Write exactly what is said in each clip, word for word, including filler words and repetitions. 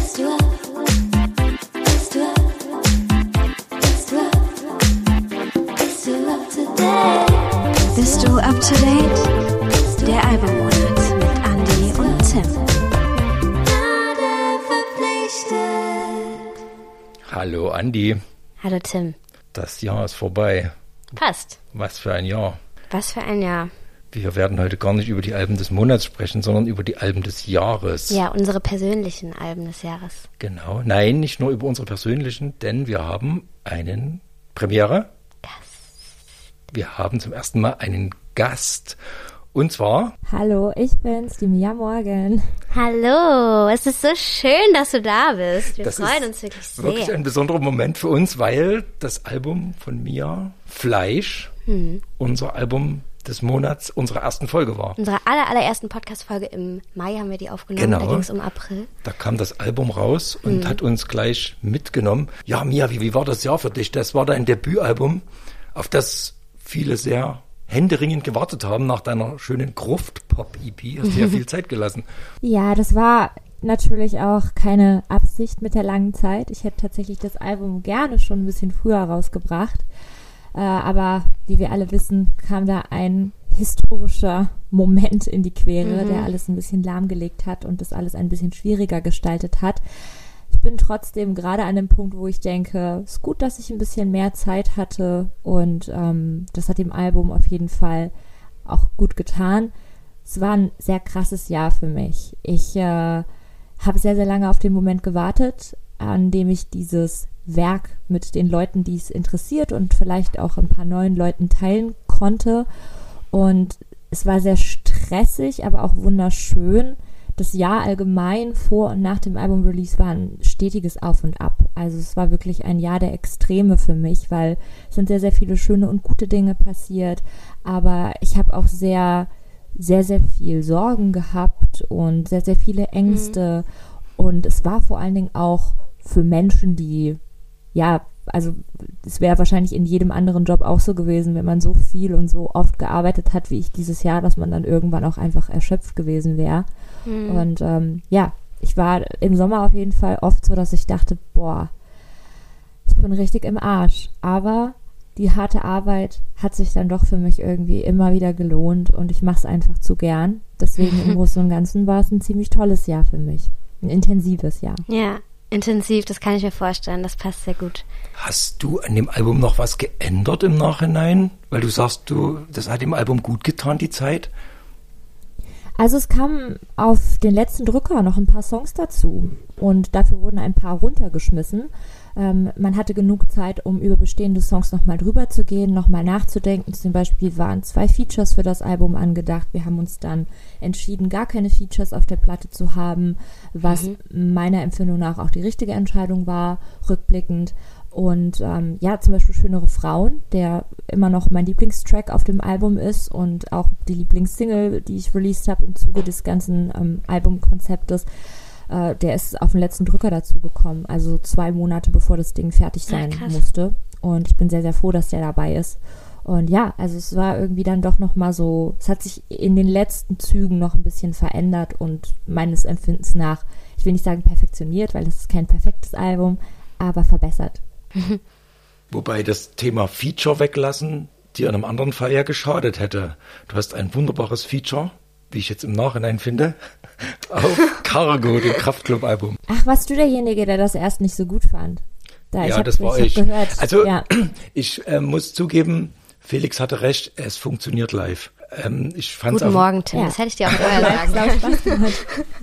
Bist du up to date? Der Albummonat mit Andi und Tim. Hallo Andi. Hallo Tim. Das Jahr ist vorbei. Passt. Was für ein Jahr. Was für ein Jahr. Wir werden heute gar nicht über die Alben des Monats sprechen, sondern über die Alben des Jahres. Ja, unsere persönlichen Alben des Jahres. Genau. Nein, nicht nur über unsere persönlichen, denn wir haben einen Premiere. Wir haben zum ersten Mal einen Gast. Und zwar... Hallo, ich bin's, die Mia Morgan. Hallo, es ist so schön, dass du da bist. Wir das freuen uns wirklich sehr. Das ist wirklich ein besonderer Moment für uns, weil das Album von Mia, Fleisch, hm. unser Album des Monats, unsere ersten Folge war. Unsere aller, allerersten Podcast-Folge im Mai haben wir die aufgenommen. Genau. Da ging es um April. Da kam das Album raus und hm. hat uns gleich mitgenommen. Ja, Mia, wie, wie war das Jahr für dich? Das war dein Debütalbum, auf das viele sehr händeringend gewartet haben nach deiner schönen Gruft-Pop-E P. Hast dir ja viel Zeit gelassen. Ja, das war natürlich auch keine Absicht mit der langen Zeit. Ich hätte tatsächlich das Album gerne schon ein bisschen früher rausgebracht. Äh, aber wie wir alle wissen, kam da ein historischer Moment in die Quere, mhm. der alles ein bisschen lahmgelegt hat und das alles ein bisschen schwieriger gestaltet hat. Ich bin trotzdem gerade an dem Punkt, wo ich denke, es ist gut, dass ich ein bisschen mehr Zeit hatte und ähm, das hat dem Album auf jeden Fall auch gut getan. Es war ein sehr krasses Jahr für mich. Ich äh, habe sehr, sehr lange auf den Moment gewartet, an dem ich dieses Werk mit den Leuten, die es interessiert und vielleicht auch ein paar neuen Leuten teilen konnte. Und es war sehr stressig, aber auch wunderschön. Das Jahr allgemein vor und nach dem Album-Release war ein stetiges Auf und Ab. Also es war wirklich ein Jahr der Extreme für mich, weil es sind sehr, sehr viele schöne und gute Dinge passiert. Aber ich habe auch sehr, sehr, sehr viel Sorgen gehabt und sehr, sehr viele Ängste. Mhm. Und es war vor allen Dingen auch für Menschen, die, ja, also es wäre wahrscheinlich in jedem anderen Job auch so gewesen, wenn man so viel und so oft gearbeitet hat wie ich dieses Jahr, dass man dann irgendwann auch einfach erschöpft gewesen wäre. Mhm. Und ähm, ja, ich war im Sommer auf jeden Fall oft so, dass ich dachte, boah, ich bin richtig im Arsch. Aber die harte Arbeit hat sich dann doch für mich irgendwie immer wieder gelohnt und ich mache es einfach zu gern. Deswegen im Großen und Ganzen war es ein ziemlich tolles Jahr für mich. Ein intensives Jahr. Ja, intensiv, das kann ich mir vorstellen. Das passt sehr gut. Hast du an dem Album noch was geändert im Nachhinein? Weil du sagst, du, das hat dem Album gut getan, die Zeit. Also es kamen auf den letzten Drücker noch ein paar Songs dazu und dafür wurden ein paar runtergeschmissen. Ähm, man hatte genug Zeit, um über bestehende Songs nochmal drüber zu gehen, nochmal nachzudenken. Zum Beispiel waren zwei Features für das Album angedacht. Wir haben uns dann entschieden, gar keine Features auf der Platte zu haben, was mhm. meiner Empfindung nach auch die richtige Entscheidung war, rückblickend. Und ähm, ja, zum Beispiel Schönere Frauen, der immer noch mein Lieblingstrack auf dem Album ist und auch die Lieblingssingle, die ich released habe im Zuge des ganzen ähm, Albumkonzeptes, äh, der ist auf den letzten Drücker dazu gekommen, also zwei Monate bevor das Ding fertig sein ja, musste. Und ich bin sehr, sehr froh, dass der dabei ist. Und ja, also es war irgendwie dann doch nochmal so, es hat sich in den letzten Zügen noch ein bisschen verändert und meines Empfindens nach, ich will nicht sagen perfektioniert, weil das ist kein perfektes Album, aber verbessert. Wobei das Thema Feature weglassen dir in einem anderen Fall ja geschadet hätte. Du hast ein wunderbares Feature, wie ich jetzt im Nachhinein finde, auf Cargo, dem Kraftklub-Album. Ach, warst du derjenige, der das erst nicht so gut fand? Da, ja, ich hab, das war ich. ich. Gehört. Also ja. ich äh, muss zugeben, Felix hatte recht, es funktioniert live. Ähm, ich fand's Guten auf, Morgen, Tim. Ja. Das hätte ich dir auch vorher sagen.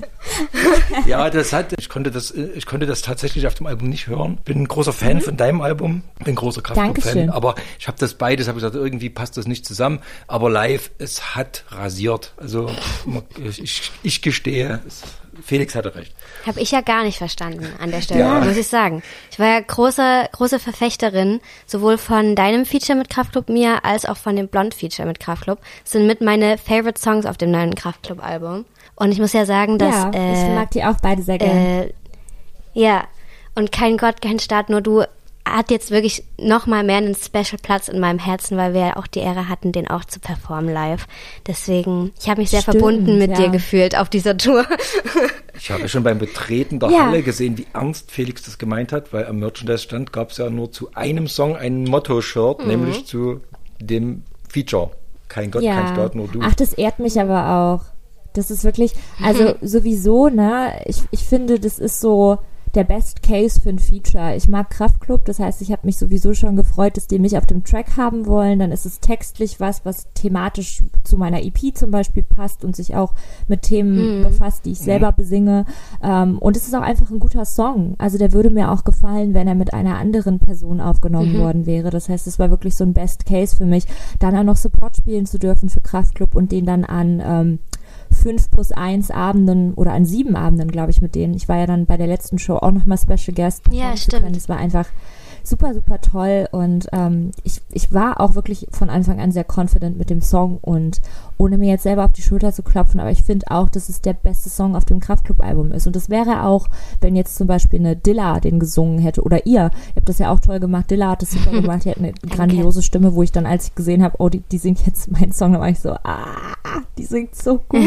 Ja, das hat, ich konnte das, ich konnte das tatsächlich auf dem Album nicht hören. Bin ein großer Fan mhm. von deinem Album, bin ein großer Kraftklub-Fan, aber ich habe das beides, habe gesagt, irgendwie passt das nicht zusammen. Aber live, es hat rasiert. Also ich, ich gestehe, es, Felix hatte recht. Habe ich ja gar nicht verstanden an der Stelle, ja. muss ich sagen. Ich war ja große, große Verfechterin, sowohl von deinem Feature mit Kraftklub Mia, als auch von dem Blond-Feature mit Kraftklub. Das sind mit meine Favorite Songs auf dem neuen Kraftklub-Album. Und ich muss ja sagen, dass... Ja, äh, ich mag die auch beide sehr gerne. Äh, ja, und kein Gott, kein Staat, nur du hat jetzt wirklich nochmal mehr einen Special-Platz in meinem Herzen, weil wir ja auch die Ehre hatten, den auch zu performen live. Deswegen, ich habe mich sehr Stimmt, verbunden mit ja. dir gefühlt auf dieser Tour. Ich habe schon beim Betreten der ja. Halle gesehen, wie ernst Felix das gemeint hat, weil am Merchandise-Stand gab es ja nur zu einem Song ein Motto-Shirt, mhm. nämlich zu dem Feature. Kein Gott, ja. kein Staat, nur du. Ach, das ehrt mich aber auch. Das ist wirklich, also sowieso, ne, ich, ich finde, das ist so der Best Case für ein Feature. Ich mag Kraftklub, das heißt, ich habe mich sowieso schon gefreut, dass die mich auf dem Track haben wollen. Dann ist es textlich was, was thematisch zu meiner E P zum Beispiel passt und sich auch mit Themen mm. befasst, die ich selber mm. besinge. Um, und es ist auch einfach ein guter Song. Also der würde mir auch gefallen, wenn er mit einer anderen Person aufgenommen mm-hmm. worden wäre. Das heißt, es war wirklich so ein Best Case für mich, dann auch noch Support spielen zu dürfen für Kraftklub und den dann an ähm, fünf plus eins Abenden oder an sieben Abenden, glaube ich, mit denen. Ich war ja dann bei der letzten Show auch nochmal Special Guest. Ja, stimmt. Das war einfach super, super toll und ähm, ich, ich war auch wirklich von Anfang an sehr confident mit dem Song und ohne mir jetzt selber auf die Schulter zu klopfen, aber ich finde auch, dass es der beste Song auf dem Kraftklub-Album ist und das wäre auch, wenn jetzt zum Beispiel eine Dilla den gesungen hätte oder ihr, ihr habt das ja auch toll gemacht, Dilla hat das super gemacht, die hat eine grandiose Stimme, wo ich dann, als ich gesehen habe, oh, die, die singt jetzt meinen Song, dann war ich so, ah, die singt so gut.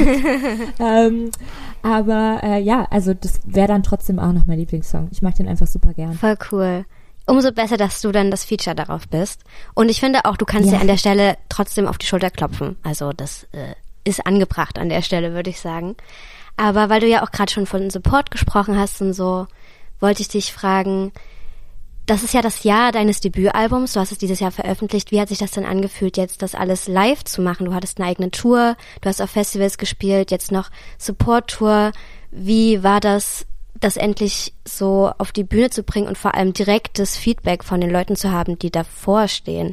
ähm, aber äh, ja, also das wäre dann trotzdem auch noch mein Lieblingssong. Ich mag den einfach super gern. Voll cool. Umso besser, dass du dann das Feature darauf bist. Und ich finde auch, du kannst ja. dir an der Stelle trotzdem auf die Schulter klopfen. Also das äh, ist angebracht an der Stelle, würde ich sagen. Aber weil du ja auch gerade schon von Support gesprochen hast und so, wollte ich dich fragen, das ist ja das Jahr deines Debütalbums. Du hast es dieses Jahr veröffentlicht. Wie hat sich das denn angefühlt, jetzt das alles live zu machen? Du hattest eine eigene Tour, du hast auf Festivals gespielt, jetzt noch Support-Tour. Wie war das, das endlich so auf die Bühne zu bringen und vor allem direktes Feedback von den Leuten zu haben, die davor stehen?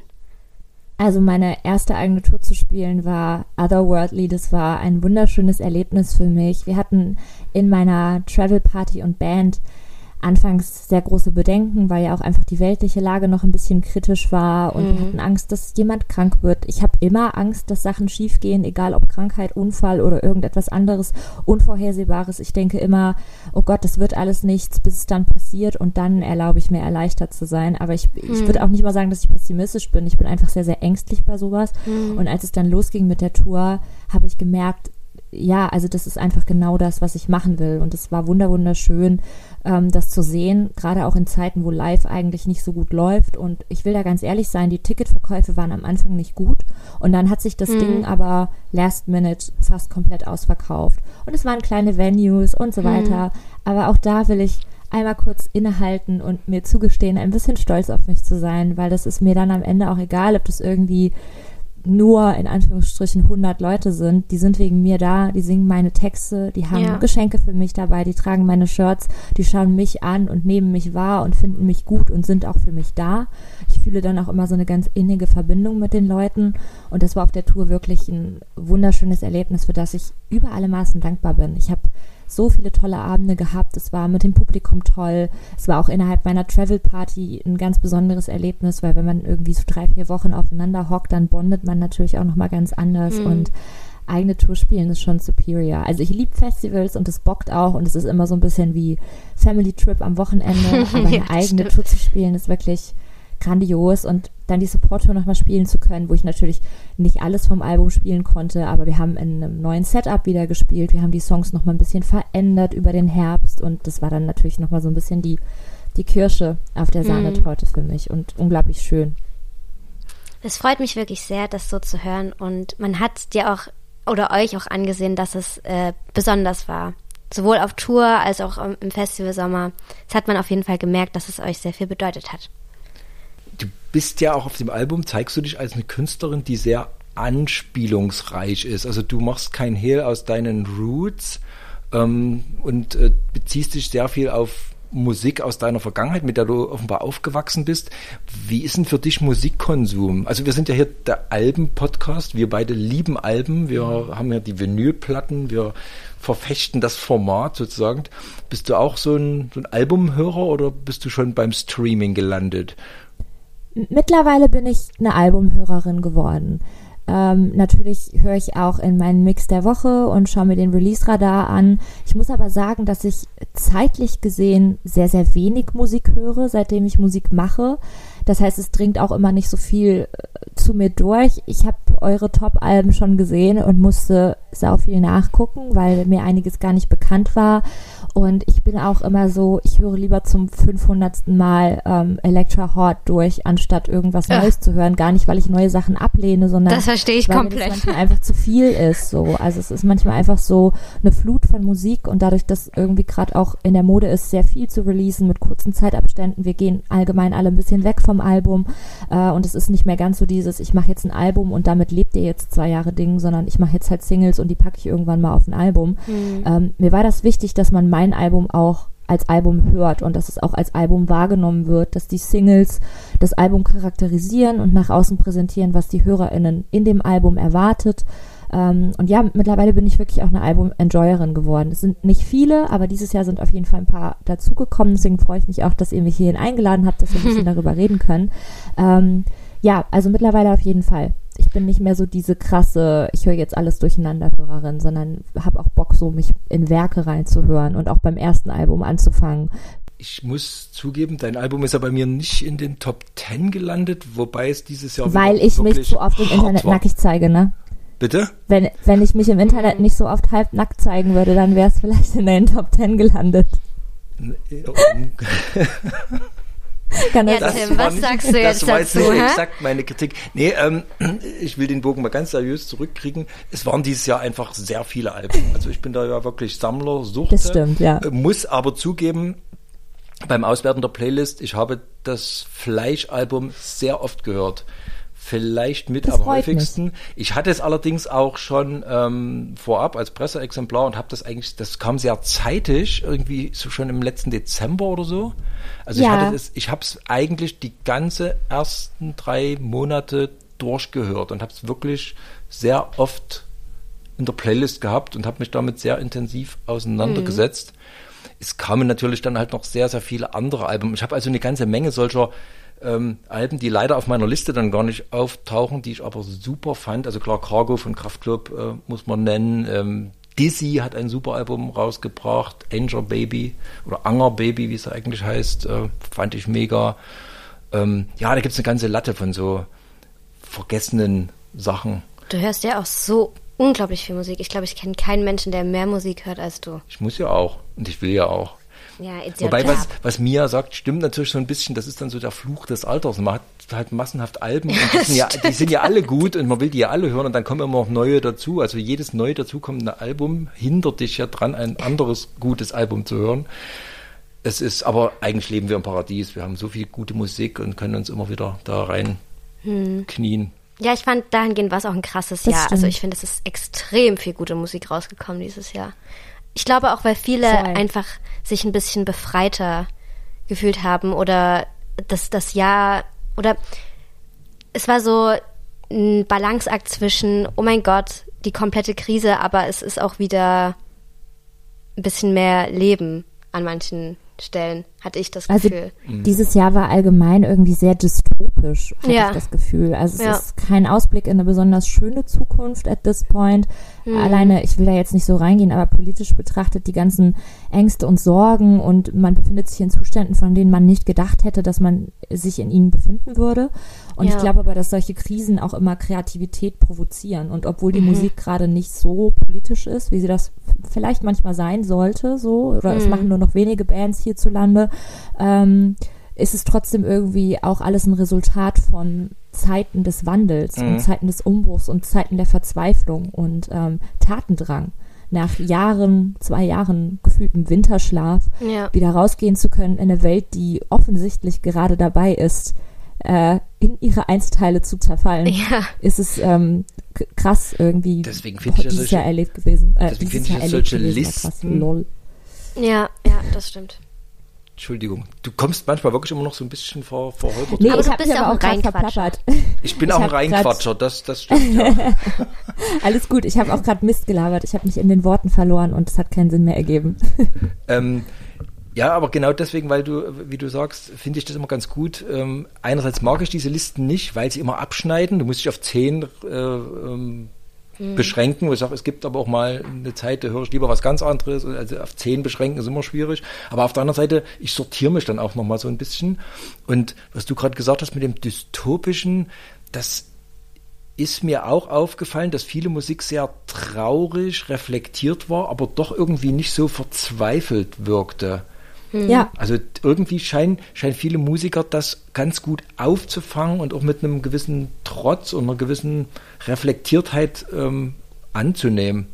Also meine erste eigene Tour zu spielen war Otherworldly. Das war ein wunderschönes Erlebnis für mich. Wir hatten in meiner Travel Party und Band anfangs sehr große Bedenken, weil ja auch einfach die weltliche Lage noch ein bisschen kritisch war und mhm. wir hatten Angst, dass jemand krank wird. Ich habe immer Angst, dass Sachen schiefgehen, egal ob Krankheit, Unfall oder irgendetwas anderes, Unvorhersehbares. Ich denke immer, oh Gott, das wird alles nichts, bis es dann passiert und dann erlaube ich mir erleichtert zu sein. Aber ich, mhm. ich würde auch nicht mal sagen, dass ich pessimistisch bin. Ich bin einfach sehr, sehr ängstlich bei sowas. Mhm. Und als es dann losging mit der Tour, habe ich gemerkt, ja, also das ist einfach genau das, was ich machen will. Und es war wunder wunderschön, ähm, das zu sehen, gerade auch in Zeiten, wo live eigentlich nicht so gut läuft. Und ich will da ganz ehrlich sein, die Ticketverkäufe waren am Anfang nicht gut. Und dann hat sich das mhm. Ding aber last minute fast komplett ausverkauft. Und es waren kleine Venues und so weiter. Mhm. Aber auch da will ich einmal kurz innehalten und mir zugestehen, ein bisschen stolz auf mich zu sein, weil das ist mir dann am Ende auch egal, ob das irgendwie nur in Anführungsstrichen hundert Leute sind, die sind wegen mir da, die singen meine Texte, die haben ja. Geschenke für mich dabei, die tragen meine Shirts, die schauen mich an und nehmen mich wahr und finden mich gut und sind auch für mich da. Ich fühle dann auch immer so eine ganz innige Verbindung mit den Leuten und das war auf der Tour wirklich ein wunderschönes Erlebnis, für das ich über alle Maßen dankbar bin. Ich habe so viele tolle Abende gehabt, es war mit dem Publikum toll, es war auch innerhalb meiner Travel Party ein ganz besonderes Erlebnis, weil wenn man irgendwie so drei, vier Wochen aufeinander hockt, dann bondet man natürlich auch nochmal ganz anders mhm. und eigene Tour spielen ist schon superior. Also ich liebe Festivals und es bockt auch und es ist immer so ein bisschen wie Family Trip am Wochenende, aber eine ja, eigene stimmt. Tour zu spielen ist wirklich grandios und dann die Support-Tour nochmal spielen zu können, wo ich natürlich nicht alles vom Album spielen konnte, aber wir haben in einem neuen Setup wieder gespielt, wir haben die Songs nochmal ein bisschen verändert über den Herbst und das war dann natürlich nochmal so ein bisschen die, die Kirsche auf der Sahnetorte für mich und unglaublich schön. Es freut mich wirklich sehr, das so zu hören und man hat dir auch oder euch auch angesehen, dass es äh, besonders war. Sowohl auf Tour als auch im Festivalsommer. Das hat man auf jeden Fall gemerkt, dass es euch sehr viel bedeutet hat. Du bist ja auch auf dem Album, zeigst du dich als eine Künstlerin, die sehr anspielungsreich ist. Also du machst kein Hehl aus deinen Roots ähm, und äh, beziehst dich sehr viel auf Musik aus deiner Vergangenheit, mit der du offenbar aufgewachsen bist. Wie ist denn für dich Musikkonsum? Also wir sind ja hier der Alben-Podcast, wir beide lieben Alben, wir haben ja die Vinylplatten, wir verfechten das Format sozusagen. Bist du auch so ein, so ein Albumhörer oder bist du schon beim Streaming gelandet? Mittlerweile bin ich eine Albumhörerin geworden. Ähm, natürlich höre ich auch in meinen Mix der Woche und schaue mir den Release-Radar an. Ich muss aber sagen, dass ich zeitlich gesehen sehr, sehr wenig Musik höre, seitdem ich Musik mache. Das heißt, es dringt auch immer nicht so viel zu mir durch. Ich habe eure Top-Alben schon gesehen und musste sau viel nachgucken, weil mir einiges gar nicht bekannt war. Und ich bin auch immer so, ich höre lieber zum fünfhundertsten Mal ähm, Elektra Hort durch, anstatt irgendwas Ja. Neues zu hören. Gar nicht, weil ich neue Sachen ablehne, sondern Das verstehe ich weil komplett. mir das manchmal einfach zu viel ist. So. Also es ist manchmal einfach so eine Flut von Musik und dadurch, dass irgendwie gerade auch in der Mode ist, sehr viel zu releasen mit kurzen Zeitabständen. Wir gehen allgemein alle ein bisschen weg vom Album äh, und es ist nicht mehr ganz so dieses, ich mache jetzt ein Album und damit lebt ihr jetzt zwei Jahre Ding, sondern ich mache jetzt halt Singles und die packe ich irgendwann mal auf ein Album. Mhm. Ähm, mir war das wichtig, dass man mein Album auch als Album hört und dass es auch als Album wahrgenommen wird, dass die Singles das Album charakterisieren und nach außen präsentieren, was die HörerInnen in dem Album erwartet. Ähm, und ja, mittlerweile bin ich wirklich auch eine Album-Enjoyerin geworden. Es sind nicht viele, aber dieses Jahr sind auf jeden Fall ein paar dazugekommen. Deswegen freue ich mich auch, dass ihr mich hierhin eingeladen habt, dass wir ein bisschen darüber reden können. Ähm, ja, also mittlerweile auf jeden Fall. Ich bin nicht mehr so diese krasse, ich höre jetzt alles durcheinander Hörerin, sondern habe auch Bock, so mich in Werke reinzuhören und auch beim ersten Album anzufangen. Ich muss zugeben, dein Album ist ja bei mir nicht in den Top Ten gelandet, wobei es dieses Jahr Weil ich mich so oft im Internet war. nackig zeige, ne? Bitte? Wenn, wenn ich mich im Internet nicht so oft halb nackt zeigen würde, dann wäre es vielleicht in den Top Ten gelandet. Kann Ja, das Tim, sein? was nicht, sagst du jetzt Das war jetzt dazu, nicht hä? exakt meine Kritik. Nee, ähm, ich will den Bogen mal ganz seriös zurückkriegen. Es waren dieses Jahr einfach sehr viele Alben. Also ich bin da ja wirklich Sammler, Suchte. Das stimmt, ja. Äh, Muss aber zugeben, beim Auswerten der Playlist, ich habe das Fleischalbum sehr oft gehört. Vielleicht mit Das am freut häufigsten. Ich hatte es allerdings auch schon ähm, vorab als Presseexemplar und habe das eigentlich, das kam sehr zeitig, irgendwie so schon im letzten Dezember oder so. Also Ja. ich hatte das, ich habe es eigentlich die ganze ersten drei Monate durchgehört und habe es wirklich sehr oft in der Playlist gehabt und habe mich damit sehr intensiv auseinandergesetzt. Mhm. Es kamen natürlich dann halt noch sehr, sehr viele andere Alben. Ich habe also eine ganze Menge solcher ähm, Alben, die leider auf meiner Liste dann gar nicht auftauchen, die ich aber super fand. Also klar, Cargo von Kraftklub äh, muss man nennen. Ähm, Dizzy hat ein super Album rausgebracht. Anger Baby oder Anger Baby, wie es eigentlich heißt, äh, fand ich mega. Ähm, ja, da gibt es eine ganze Latte von so vergessenen Sachen. Du hörst ja auch so unglaublich viel Musik. Ich glaube, ich kenne keinen Menschen, der mehr Musik hört als du. Ich muss ja auch und ich will ja auch. Ja, it's your Wobei, job. was, was Mia sagt, stimmt natürlich so ein bisschen, das ist dann so der Fluch des Alters. Man hat halt massenhaft Alben und die sind, ja, die sind ja alle gut und man will die ja alle hören und dann kommen immer noch neue dazu. Also jedes neu dazukommende Album hindert dich ja dran, ein anderes gutes Album zu hören. Es ist, aber eigentlich leben wir im Paradies. Wir haben so viel gute Musik und können uns immer wieder da rein hm. knien. Ja, ich fand, dahingehend war es auch ein krasses Das Jahr. stimmt. Also ich finde, es ist extrem viel gute Musik rausgekommen dieses Jahr. Ich glaube auch, weil viele Voll. einfach sich ein bisschen befreiter gefühlt haben oder das, das Jahr, oder es war so ein Balanceakt zwischen, oh mein Gott, die komplette Krise, aber es ist auch wieder ein bisschen mehr Leben an manchen Stellen, hatte ich das Also Gefühl. dieses Jahr war allgemein irgendwie sehr dystopisch, hatte Ja. ich das Gefühl. Also es Ja. ist kein Ausblick in eine besonders schöne Zukunft at this point. Mhm. Alleine, ich will da jetzt nicht so reingehen, aber politisch betrachtet die ganzen Ängste und Sorgen und man befindet sich in Zuständen, von denen man nicht gedacht hätte, dass man sich in ihnen befinden würde. Und Ja. ich glaube aber, dass solche Krisen auch immer Kreativität provozieren. Und obwohl die Mhm. Musik gerade nicht so politisch ist, wie sie das f- vielleicht manchmal sein sollte, so, oder es Mhm. machen nur noch wenige Bands hierzulande, ähm, ist es trotzdem irgendwie auch alles ein Resultat von Zeiten des Wandels Mhm. und Zeiten des Umbruchs und Zeiten der Verzweiflung und ähm, Tatendrang. Nach Jahren, zwei Jahren gefühltem Winterschlaf, Ja. wieder rausgehen zu können in eine Welt, die offensichtlich gerade dabei ist, äh, in ihre Einzelteile zu zerfallen, Ja. ist es ähm, k- krass irgendwie Deswegen finde ich ja dieses solche- Jahr erlebt gewesen. Äh, deswegen dieses finde ich Jahr ja erlebt solche gewesen, war krass. Listen- Lol. Ja, ja, das stimmt. Entschuldigung. Du kommst manchmal wirklich immer noch so ein bisschen vor, verholpert. Nee, Aber ich du habe bist mich ja aber auch auch ein gerade Reinquatscher. verplappert. Ich bin Ich auch ein hab grad- Reinquatscher, das, das stimmt, ja. Alles gut, ich habe auch gerade Mist gelabert. Ich habe mich in den Worten verloren und es hat keinen Sinn mehr ergeben. ähm, Ja, aber genau deswegen, weil du, wie du sagst, finde ich das immer ganz gut. Ähm, einerseits mag ich diese Listen nicht, weil sie immer abschneiden. Du musst dich auf zehn äh, ähm, mhm. beschränken. Ich sage, es gibt aber auch mal eine Zeit, da höre ich lieber was ganz anderes. Also auf zehn beschränken ist immer schwierig. Aber auf der anderen Seite, ich sortiere mich dann auch nochmal so ein bisschen. Und was du gerade gesagt hast mit dem Dystopischen, das ist mir auch aufgefallen, dass viele Musik sehr traurig, reflektiert war, aber doch irgendwie nicht so verzweifelt wirkte. Ja. Also irgendwie scheinen, scheinen viele Musiker das ganz gut aufzufangen und auch mit einem gewissen Trotz und einer gewissen Reflektiertheit ähm, anzunehmen.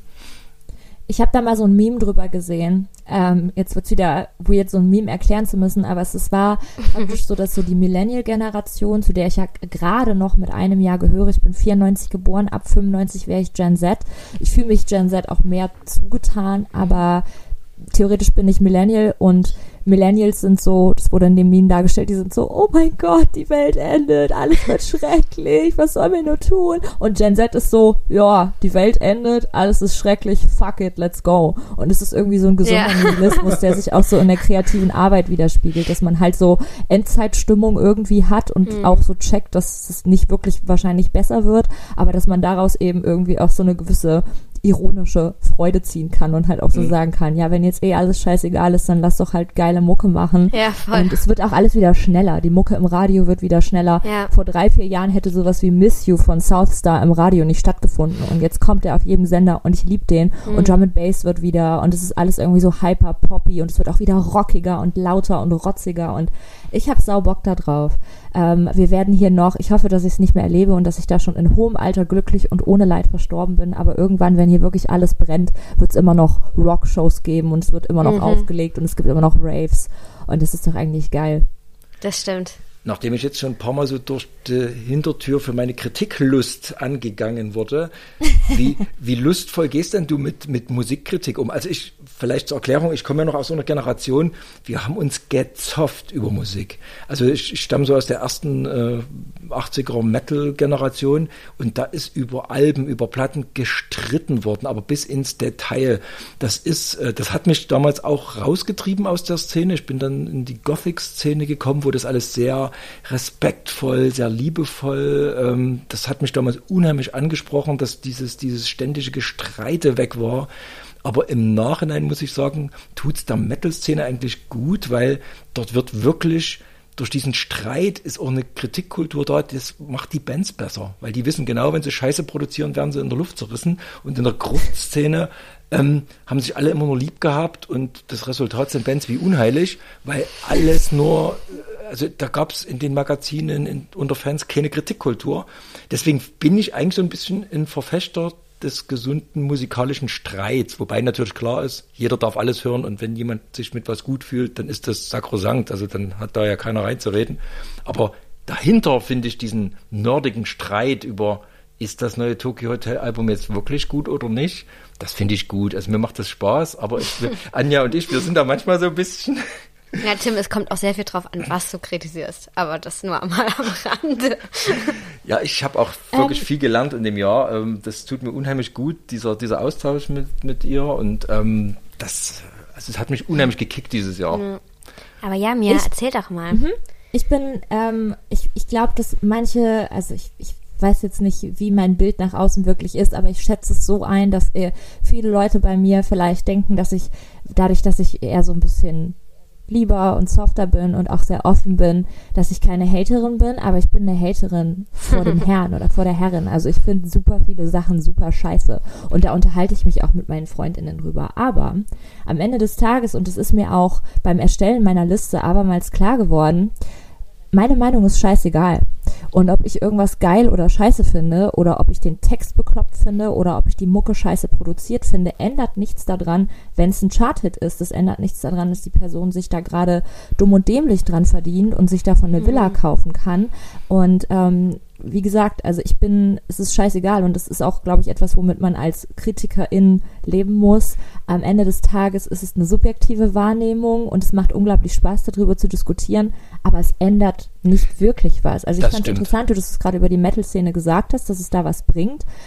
Ich habe da mal so ein Meme drüber gesehen. Ähm, jetzt wird es wieder weird, so ein Meme erklären zu müssen, aber es, es war praktisch so, dass so die Millennial-Generation, zu der ich ja gerade noch mit einem Jahr gehöre, ich bin vierundneunzig geboren, ab fünfundneunzig wäre ich Gen Z. Ich fühle mich Gen Z auch mehr zugetan, aber theoretisch bin ich Millennial und Millennials sind so, das wurde in dem Meme dargestellt, die sind so, oh mein Gott, die Welt endet, alles wird schrecklich, was sollen wir nur tun? Und Gen Z ist so, ja, die Welt endet, alles ist schrecklich, fuck it, let's go. Und es ist irgendwie so ein gesunder ja. Nihilismus, der sich auch so in der kreativen Arbeit widerspiegelt, dass man halt so Endzeitstimmung irgendwie hat und mhm. auch so checkt, dass es nicht wirklich wahrscheinlich besser wird, aber dass man daraus eben irgendwie auch so eine gewisse ironische Freude ziehen kann und halt auch so mhm. sagen kann, ja, wenn jetzt eh alles scheißegal ist, dann lass doch halt geile Mucke machen. Ja, voll. Und es wird auch alles wieder schneller. Die Mucke im Radio wird wieder schneller. Ja. Vor drei, vier Jahren hätte sowas wie Miss You von Southstar im Radio nicht stattgefunden. Und jetzt kommt er auf jedem Sender und ich liebe den. Mhm. Und Drum and Bass wird wieder und es ist alles irgendwie so hyper poppy und es wird auch wieder rockiger und lauter und rotziger und ich habe sau Bock da drauf. Ähm, wir werden hier noch, ich hoffe, dass ich es nicht mehr erlebe und dass ich da schon in hohem Alter glücklich und ohne Leid verstorben bin, aber irgendwann, wenn hier wirklich alles brennt, wird es immer noch Rockshows geben und es wird immer noch mhm. aufgelegt und es gibt immer noch Raves und das ist doch eigentlich geil. Das stimmt. Nachdem ich jetzt schon ein paar Mal so durch die Hintertür für meine Kritiklust angegangen wurde, wie, wie lustvoll gehst denn du mit, mit Musikkritik um? Also ich, vielleicht zur Erklärung, ich komme ja noch aus so einer Generation, wir haben uns gezofft über Musik. Also ich, ich stamme so aus der ersten äh, achtziger Metal-Generation und da ist über Alben, über Platten gestritten worden, aber bis ins Detail. Das ist, äh, das hat mich damals auch rausgetrieben aus der Szene. Ich bin dann in die Gothic-Szene gekommen, wo das alles sehr respektvoll, sehr liebevoll. Ähm, das hat mich damals unheimlich angesprochen, dass dieses, dieses ständige Gestreite weg war. Aber im Nachhinein muss ich sagen, tut's der Metal-Szene eigentlich gut, weil dort wird wirklich durch diesen Streit ist auch eine Kritikkultur da, das macht die Bands besser, weil die wissen genau, wenn sie Scheiße produzieren, werden sie in der Luft zerrissen und in der Gruftszene ähm, haben sich alle immer nur lieb gehabt und das Resultat sind Bands wie unheilig, weil alles nur, also da gab es in den Magazinen in, unter Fans keine Kritikkultur. Deswegen bin ich eigentlich so ein bisschen ein Verfechter des gesunden musikalischen Streits, wobei natürlich klar ist, jeder darf alles hören und wenn jemand sich mit was gut fühlt, dann ist das sakrosankt, also dann hat da ja keiner reinzureden. Aber dahinter finde ich diesen nerdigen Streit über, ist das neue Tokyo Hotel Album jetzt wirklich gut oder nicht? Das finde ich gut, also mir macht das Spaß, aber ich, Anja und ich, wir sind da manchmal so ein bisschen... Ja, Tim, es kommt auch sehr viel drauf an, was du kritisierst, aber das nur einmal am Rande. Ja, ich habe auch wirklich ähm, viel gelernt in dem Jahr. Das tut mir unheimlich gut, dieser, dieser Austausch mit, mit ihr und ähm, das, also es hat mich unheimlich gekickt dieses Jahr. Aber ja, Mia, ich, erzähl doch mal. Mhm. Ich bin, ähm, ich, ich glaube, dass manche, also ich, ich weiß jetzt nicht, wie mein Bild nach außen wirklich ist, aber ich schätze es so ein, dass äh, viele Leute bei mir vielleicht denken, dass ich, dadurch, dass ich eher so ein bisschen lieber und softer bin und auch sehr offen bin, dass ich keine Haterin bin, aber ich bin eine Haterin vor dem Herrn oder vor der Herrin. Also ich finde super viele Sachen super scheiße und da unterhalte ich mich auch mit meinen FreundInnen drüber. Aber am Ende des Tages, und es ist mir auch beim Erstellen meiner Liste abermals klar geworden, meine Meinung ist scheißegal. Und ob ich irgendwas geil oder scheiße finde oder ob ich den Text bekloppt finde oder ob ich die Mucke scheiße produziert finde, ändert nichts daran, wenn es ein Charthit ist. Das ändert nichts daran, dass die Person sich da gerade dumm und dämlich dran verdient und sich davon eine Villa kaufen kann. Und ähm, wie gesagt, also ich bin, es ist scheißegal und das ist auch, glaube ich, etwas, womit man als Kritikerin leben muss. Am Ende des Tages ist es eine subjektive Wahrnehmung und es macht unglaublich Spaß, darüber zu diskutieren, aber es ändert nicht wirklich was. Also ich fand es interessant, du das gerade über die Metal-Szene gesagt hast, dass es da was bringt.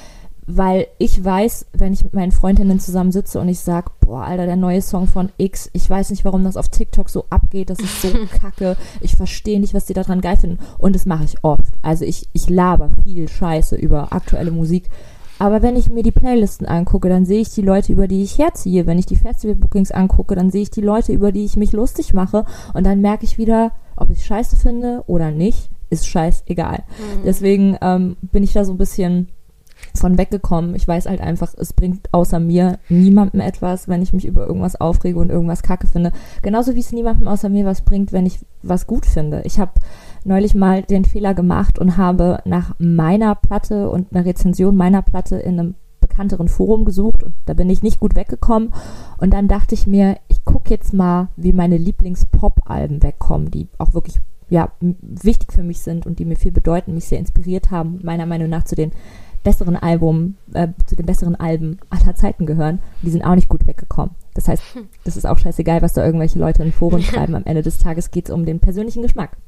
weil ich weiß, wenn ich mit meinen Freundinnen zusammen sitze und ich sag, boah, Alter, der neue Song von X, ich weiß nicht, warum das auf TikTok so abgeht, das ist so kacke, ich verstehe nicht, was die da dran geil finden. Und das mache ich oft. Also ich, ich laber viel Scheiße über aktuelle Musik. Aber wenn ich mir die Playlisten angucke, dann sehe ich die Leute, über die ich herziehe. Wenn ich die Festival-Bookings angucke, dann sehe ich die Leute, über die ich mich lustig mache. Und dann merke ich wieder, ob ich Scheiße finde oder nicht, ist scheißegal. Mhm. Deswegen ähm, bin ich da so ein bisschen von weggekommen. Ich weiß halt einfach, es bringt außer mir niemandem etwas, wenn ich mich über irgendwas aufrege und irgendwas kacke finde. Genauso wie es niemandem außer mir was bringt, wenn ich was gut finde. Ich habe neulich mal den Fehler gemacht und habe nach meiner Platte und einer Rezension meiner Platte in einem bekannteren Forum gesucht und da bin ich nicht gut weggekommen. Und dann dachte ich mir, ich gucke jetzt mal, wie meine Lieblings-Pop-Alben wegkommen, die auch wirklich ja, wichtig für mich sind und die mir viel bedeuten, mich sehr inspiriert haben, meiner Meinung nach zu den besseren Album, äh, zu den besseren Alben aller Zeiten gehören. Die sind auch nicht gut weggekommen. Das heißt, das ist auch scheißegal, was da irgendwelche Leute in Foren schreiben. Am Ende des Tages geht es um den persönlichen Geschmack.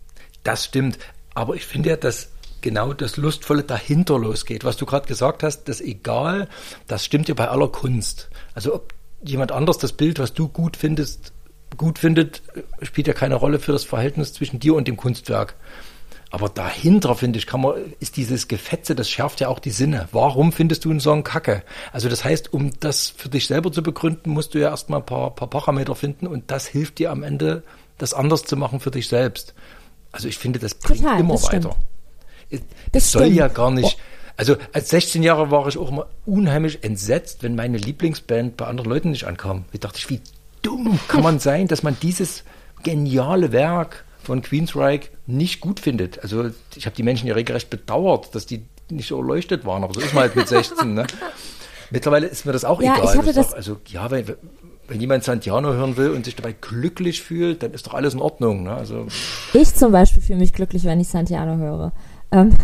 Das stimmt. Aber ich finde ja, dass genau das Lustvolle dahinter losgeht. Was du gerade gesagt hast, das egal, das stimmt ja bei aller Kunst. Also ob jemand anders das Bild, was du gut findest, gut findet, spielt ja keine Rolle für das Verhältnis zwischen dir und dem Kunstwerk. Aber dahinter, finde ich, kann man, ist dieses Gefetze, das schärft ja auch die Sinne. Warum findest du einen Song kacke? Also das heißt, um das für dich selber zu begründen, musst du ja erstmal ein paar, paar Parameter finden und das hilft dir am Ende, das anders zu machen für dich selbst. Also ich finde, das bringt Total, immer das weiter. Stimmt. Das soll stimmt. ja gar nicht, also als sechzehn Jahre war ich auch immer unheimlich entsetzt, wenn meine Lieblingsband bei anderen Leuten nicht ankam. Ich dachte, wie dumm kann man sein, dass man dieses geniale Werk von Queensryche nicht gut findet. Also ich habe die Menschen ja regelrecht bedauert, dass die nicht so erleuchtet waren, aber so ist man halt mit sechzehn. Ne? Mittlerweile ist mir das auch ja, egal. Ich hatte das auch, also ja, wenn, wenn jemand Santillano hören will und sich dabei glücklich fühlt, dann ist doch alles in Ordnung. Ne? Also ich zum Beispiel fühle mich glücklich, wenn ich Santillano höre. Ähm,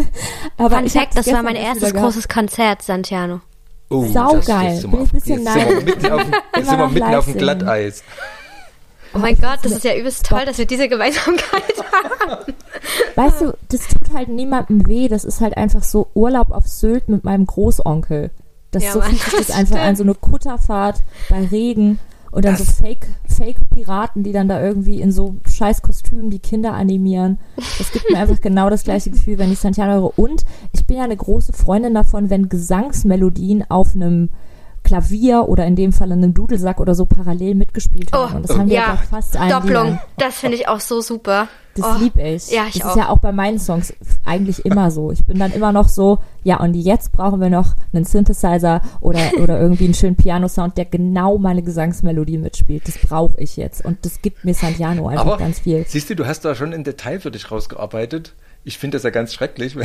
aber Fun Fact, das war mein erstes großes Konzert, Santillano. Oh, saugeil. Bin ich ein bisschen neidisch. Jetzt sind wir mitten auf dem Glatteis. Oh mein Gott, das ist ja übelst toll, dass wir diese Gemeinsamkeit haben. Weißt du, das tut halt niemandem weh. Das ist halt einfach so Urlaub auf Sylt mit meinem Großonkel. Das Ja, so Mann, fühlt sich das das einfach stimmt. an, so eine Kutterfahrt bei Regen und dann Das- so Fake, Fake-Piraten, die dann da irgendwie in so scheiß Kostümen die Kinder animieren. Das gibt mir einfach genau das gleiche Gefühl, wenn ich Santillano höre. Und ich bin ja eine große Freundin davon, wenn Gesangsmelodien auf einem Klavier oder in dem Fall in einem Dudelsack oder so parallel mitgespielt werden. Oh, und das haben wir ja, ja bei fast allen Doppelung, Liedern. das finde ich auch so super. Das Oh, lieb ich. ja, ich das auch. ist ja auch bei meinen Songs eigentlich immer so. Ich bin dann immer noch so, ja, und jetzt brauchen wir noch einen Synthesizer oder, oder irgendwie einen schönen Piano-Sound, der genau meine Gesangsmelodie mitspielt. Das brauche ich jetzt. Und das gibt mir Santillano einfach Aber ganz viel. siehst du, du hast da schon ein Detail für dich rausgearbeitet. Ich finde das ja ganz schrecklich.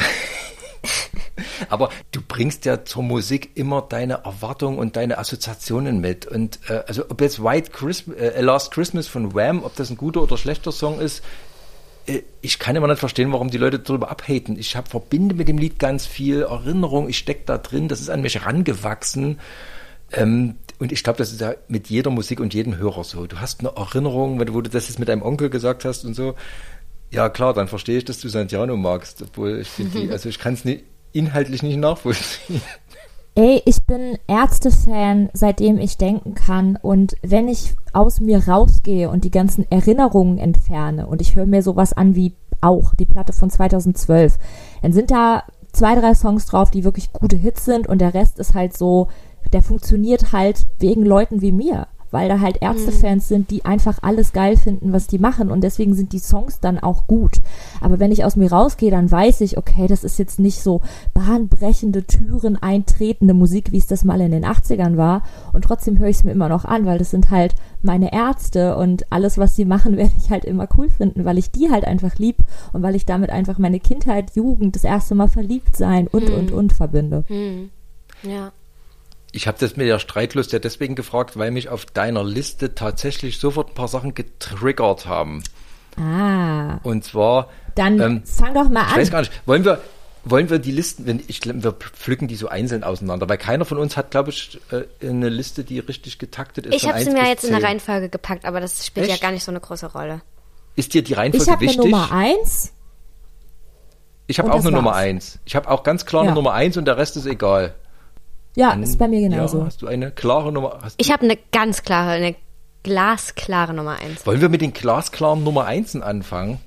Aber du bringst ja zur Musik immer deine Erwartungen und deine Assoziationen mit. Und äh, also ob jetzt White Christmas, äh, Last Christmas von Wham, ob das ein guter oder schlechter Song ist, äh, ich kann immer nicht verstehen, warum die Leute darüber abhaten. Ich hab, verbinde mit dem Lied ganz viel Erinnerung, ich stecke da drin, das ist an mich rangewachsen. Ähm, und ich glaube, das ist ja mit jeder Musik und jedem Hörer so. Du hast eine Erinnerung, wenn du, wo du das jetzt mit deinem Onkel gesagt hast und so. Ja klar, dann verstehe ich, dass du Santillano magst, obwohl ich finde die, also ich kann es nicht, inhaltlich nicht nachvollziehen. Ey, ich bin Ärzte-Fan, seitdem ich denken kann. Und wenn ich aus mir rausgehe und die ganzen Erinnerungen entferne und ich höre mir sowas an wie auch die Platte von zweitausendzwölf, dann sind da zwei, drei Songs drauf, die wirklich gute Hits sind und der Rest ist halt so, der funktioniert halt wegen Leuten wie mir. Weil da halt Ärzte-Fans sind, die einfach alles geil finden, was die machen und deswegen sind die Songs dann auch gut. Aber wenn ich aus mir rausgehe, dann weiß ich, okay, das ist jetzt nicht so bahnbrechende, Türen eintretende Musik, wie es das mal in den achtzigern war und trotzdem höre ich es mir immer noch an, weil das sind halt meine Ärzte und alles, was sie machen, werde ich halt immer cool finden, weil ich die halt einfach lieb und weil ich damit einfach meine Kindheit, Jugend, das erste Mal verliebt sein und, Hm. und, und verbinde. Hm. Ja. Ich habe das mit der Streitlust ja deswegen gefragt, weil mich auf deiner Liste tatsächlich sofort ein paar Sachen getriggert haben. Ah, Und zwar, dann ähm, fang doch mal ich an. weiß gar nicht, wollen wir, wollen wir die Listen, wenn ich glaube, wir pflücken die so einzeln auseinander, weil keiner von uns hat, glaube ich, äh, eine Liste, die richtig getaktet ist. Ich von habe sie eins mir bis jetzt in der zehn. Reihenfolge gepackt, aber das spielt Echt? ja gar nicht so eine große Rolle. Ist dir die Reihenfolge Ich habe eine wichtig? Nummer eins. Ich habe auch eine Nummer eins. Ich habe auch ganz klar eine ja. Nummer eins und der Rest ist egal. Ja, An, ist bei mir genauso. Ja, hast du eine klare Nummer? Hast ich habe eine ganz klare, eine glasklare Nummer eins. Wollen wir mit den glasklaren Nummer Einsen anfangen?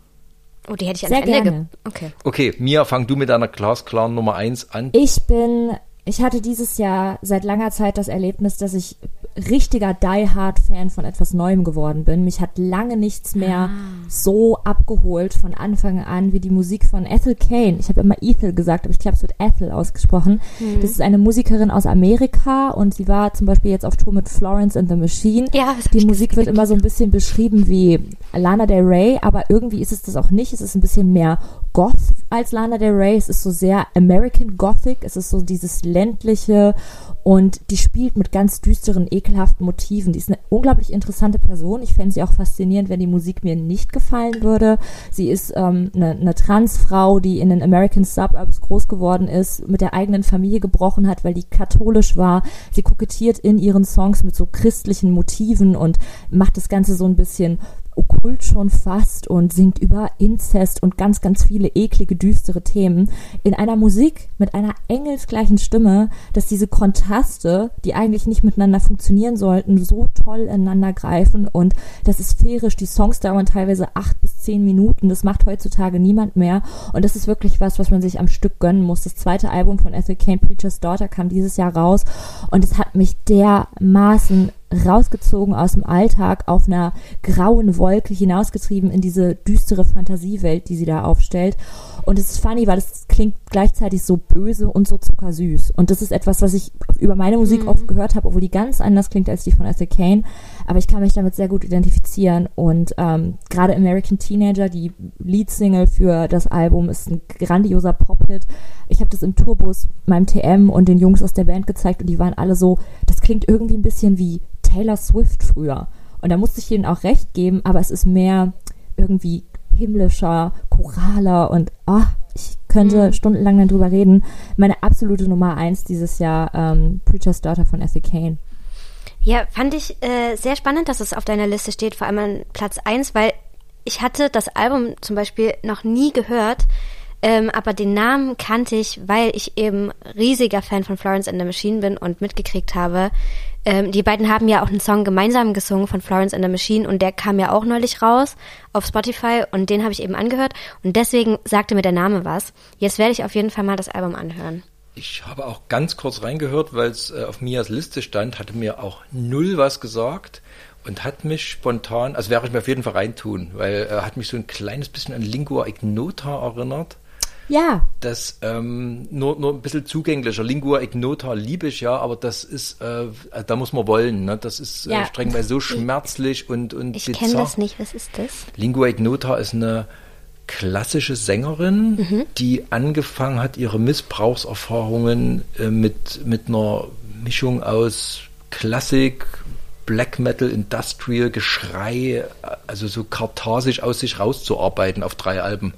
Oh, die hätte ich Sehr ans Ende gerne. Ge- okay. Okay, Mia, fang du mit deiner glasklaren Nummer eins an. Ich bin, ich hatte dieses Jahr seit langer Zeit das Erlebnis, dass ich richtiger Die-Hard-Fan von etwas Neuem geworden bin. Mich hat lange nichts mehr ah. so abgeholt von Anfang an wie die Musik von Ethel Cain. Ich habe immer Ethel gesagt, aber ich glaube, es wird Ethel ausgesprochen. Mhm. Das ist eine Musikerin aus Amerika und sie war zum Beispiel jetzt auf Tour mit Florence and the Machine. Ja, die Musik gesehen. Wird immer so ein bisschen beschrieben wie Lana Del Rey, aber irgendwie ist es das auch nicht. Es ist ein bisschen mehr Goth als Lana Del Rey. Es ist so sehr American Gothic. Es ist so dieses ländliche und die spielt mit ganz düsteren, ekelhaften Motiven. Die ist eine unglaublich interessante Person. Ich fände sie auch faszinierend, wenn die Musik mir nicht gefallen würde. Sie ist ähm, eine, eine Transfrau, die in den American Suburbs groß geworden ist, mit der eigenen Familie gebrochen hat, weil die katholisch war. Sie kokettiert in ihren Songs mit so christlichen Motiven und macht das Ganze so ein bisschen okkult schon fast und singt über Inzest und ganz, ganz viele eklige, düstere Themen in einer Musik mit einer engelsgleichen Stimme, dass diese Kontraste, die eigentlich nicht miteinander funktionieren sollten, so toll ineinander greifen und das ist sphärisch. Die Songs dauern teilweise acht bis zehn Minuten. Das macht heutzutage niemand mehr und das ist wirklich was, was man sich am Stück gönnen muss. Das zweite Album von Ethel Cain, Preacher's Daughter, kam dieses Jahr raus und es hat mich dermaßen rausgezogen aus dem Alltag, auf einer grauen Wolke hinausgetrieben in diese düstere Fantasiewelt, die sie da aufstellt. Und es ist funny, weil es klingt gleichzeitig so böse und so zuckersüß. Und das ist etwas, was ich über meine Musik mhm. oft gehört habe, obwohl die ganz anders klingt als die von Ethel Cain. Aber ich kann mich damit sehr gut identifizieren. Und ähm, gerade American Teenager, die Leadsingle für das Album, ist ein grandioser Pop-Hit. Ich habe das im Tourbus meinem T M und den Jungs aus der Band gezeigt und die waren alle so, das klingt irgendwie ein bisschen wie Taylor Swift früher. Und da musste ich ihnen auch recht geben, aber es ist mehr irgendwie himmlischer, choraler und oh, ich könnte mhm. stundenlang dann drüber reden. Meine absolute Nummer eins dieses Jahr, ähm, Preacher's Daughter von Ethel Cain. Ja, fand ich äh, sehr spannend, dass es auf deiner Liste steht, vor allem an Platz eins, weil ich hatte das Album zum Beispiel noch nie gehört, ähm, aber den Namen kannte ich, weil ich eben riesiger Fan von Florence and the Machine bin und mitgekriegt habe. Ähm, die beiden haben ja auch einen Song gemeinsam gesungen von Florence and the Machine und der kam ja auch neulich raus auf Spotify und den habe ich eben angehört und deswegen sagte mir der Name was. Jetzt werde ich auf jeden Fall mal das Album anhören. Ich habe auch ganz kurz reingehört, weil es äh, auf Mias Liste stand, hatte mir auch null was gesagt und hat mich spontan, also werde ich mir auf jeden Fall reintun, weil er äh, hat mich so ein kleines bisschen an Lingua Ignota erinnert. Ja. Das ähm, nur, nur ein bisschen zugänglicher. Lingua Ignota liebe ich ja, aber das ist, äh, da muss man wollen. Ne? Das ist ja. äh, strengweise so schmerzlich und, und ich kenne das nicht. Was ist das? Lingua Ignota ist eine klassische Sängerin, mhm. die angefangen hat, ihre Missbrauchserfahrungen äh, mit, mit einer Mischung aus Klassik, Black Metal, Industrial, Geschrei, also so katharsisch aus sich rauszuarbeiten auf drei Alben.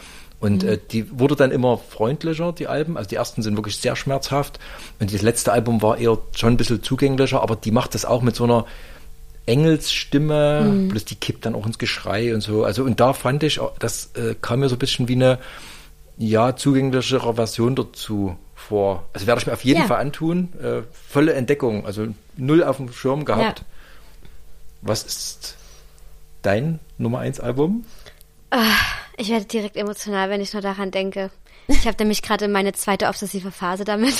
Und mhm. äh, die wurde dann immer freundlicher, die Alben. Also die ersten sind wirklich sehr schmerzhaft. Und das letzte Album war eher schon ein bisschen zugänglicher, aber die macht das auch mit so einer Engelsstimme, mhm. bloß die kippt dann auch ins Geschrei und so. Also und da fand ich, das äh, kam mir so ein bisschen wie eine ja zugänglichere Version dazu vor. Also werde ich mir auf jeden ja. Fall antun. Äh, volle Entdeckung, also null auf dem Schirm gehabt. Ja. Was ist dein Nummer eins Album? Ich werde direkt emotional, wenn ich nur daran denke. Ich habe nämlich gerade meine zweite obsessive Phase damit.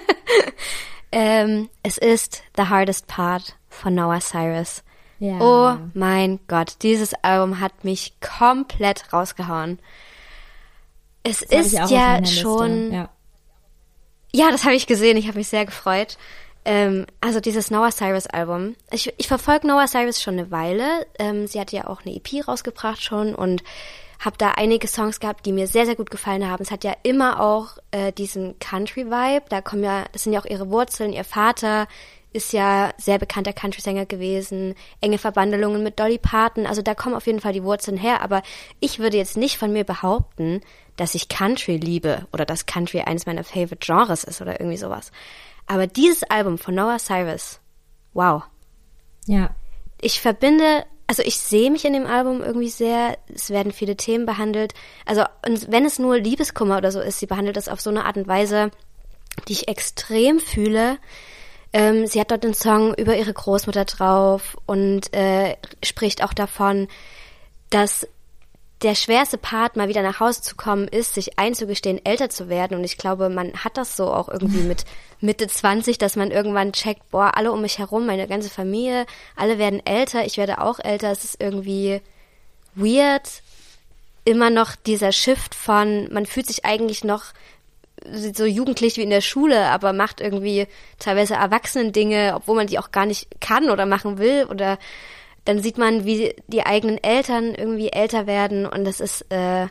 ähm, es ist The Hardest Part von Noah Cyrus. Ja. Oh mein Gott, dieses Album hat mich komplett rausgehauen. Es das ist ja schon... Ja. ja, das habe ich gesehen, ich habe mich sehr gefreut. Ähm, also dieses Noah Cyrus Album. Ich, ich verfolge Noah Cyrus schon eine Weile. Ähm, sie hatte ja auch eine E P rausgebracht schon und habe da einige Songs gehabt, die mir sehr, sehr gut gefallen haben. Es hat ja immer auch äh, diesen Country-Vibe. Da kommen ja, das sind ja auch ihre Wurzeln. Ihr Vater ist ja sehr bekannter Country-Sänger gewesen. Enge Verbandelungen mit Dolly Parton. Also da kommen auf jeden Fall die Wurzeln her. Aber ich würde jetzt nicht von mir behaupten, dass ich Country liebe oder dass Country eines meiner Favorite Genres ist oder irgendwie sowas. Aber dieses Album von Noah Cyrus, wow. Ja. Ich verbinde Also ich sehe mich in dem Album irgendwie sehr, es werden viele Themen behandelt. Also und wenn es nur Liebeskummer oder so ist, sie behandelt das auf so eine Art und Weise, die ich extrem fühle. Ähm, sie hat dort einen Song über ihre Großmutter drauf und äh, spricht auch davon, dass der schwerste Part, mal wieder nach Hause zu kommen, ist, sich einzugestehen, älter zu werden. Und ich glaube, man hat das so auch irgendwie mit Mitte zwanzig, dass man irgendwann checkt, boah, alle um mich herum, meine ganze Familie, alle werden älter, ich werde auch älter. Es ist irgendwie weird. Immer noch dieser Shift von, man fühlt sich eigentlich noch so jugendlich wie in der Schule, aber macht irgendwie teilweise Erwachsenen-Dinge, obwohl man die auch gar nicht kann oder machen will, oder dann sieht man, wie die eigenen Eltern irgendwie älter werden, und das ist, äh,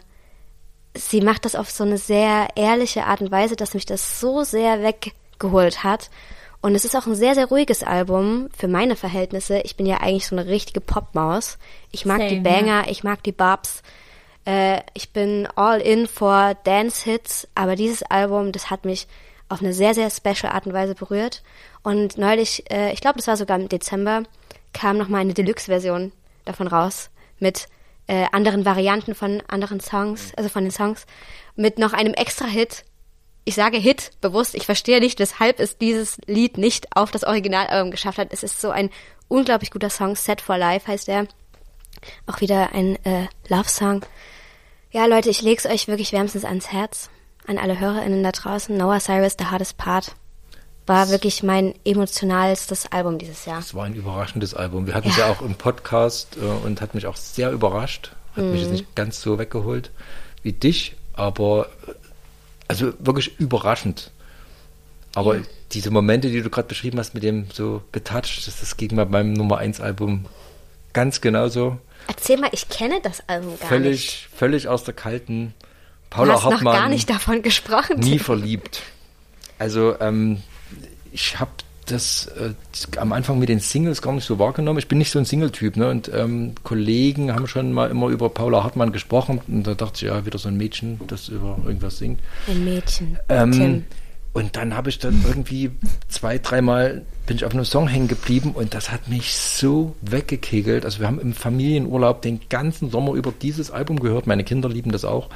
sie macht das auf so eine sehr ehrliche Art und Weise, dass mich das so sehr weggeholt hat. Und es ist auch ein sehr, sehr ruhiges Album für meine Verhältnisse. Ich bin ja eigentlich so eine richtige Popmaus. Ich mag Same, die Banger, ja. Ich mag die Bobs. Äh, ich bin all in for Dance-Hits, aber dieses Album, das hat mich auf eine sehr, sehr special Art und Weise berührt. Und neulich, äh, ich glaube, das war sogar im Dezember, kam nochmal eine Deluxe-Version davon raus mit äh, anderen Varianten von anderen Songs, also von den Songs, mit noch einem Extra-Hit. Ich sage Hit bewusst, ich verstehe nicht, weshalb es dieses Lied nicht auf das Originalalbum geschafft hat. Es ist so ein unglaublich guter Song, Set for Life heißt er. Auch wieder ein äh, Love-Song. Ja, Leute, ich leg's euch wirklich wärmstens ans Herz. An alle HörerInnen da draußen. Noah Cyrus, The Hardest Part. War wirklich mein emotionalstes Album dieses Jahr. Es war ein überraschendes Album. Wir hatten es ja. ja auch im Podcast äh, und hat mich auch sehr überrascht. Hat mm. mich jetzt nicht ganz so weggeholt wie dich, aber also wirklich überraschend. Aber ja. diese Momente, die du gerade beschrieben hast, mit dem so getoucht, das, das ging bei meinem Nummer eins Album ganz genauso. Erzähl mal, ich kenne das Album gar völlig, nicht. Völlig aus der kalten Paula du hast Hartmann. noch gar nicht davon gesprochen. Nie verliebt. Also, ähm, ich habe das äh, am Anfang mit den Singles gar nicht so wahrgenommen. Ich bin nicht so ein Single-Typ, ne? Und ähm, Kollegen haben schon mal immer über Paula Hartmann gesprochen. Und da dachte ich, ja, wieder so ein Mädchen, das über irgendwas singt. Ein Mädchen. Ähm, Tim. Und dann habe ich dann irgendwie zwei, dreimal bin ich auf einem Song hängen geblieben und das hat mich so weggekegelt. Also wir haben im Familienurlaub den ganzen Sommer über dieses Album gehört. Meine Kinder lieben das auch.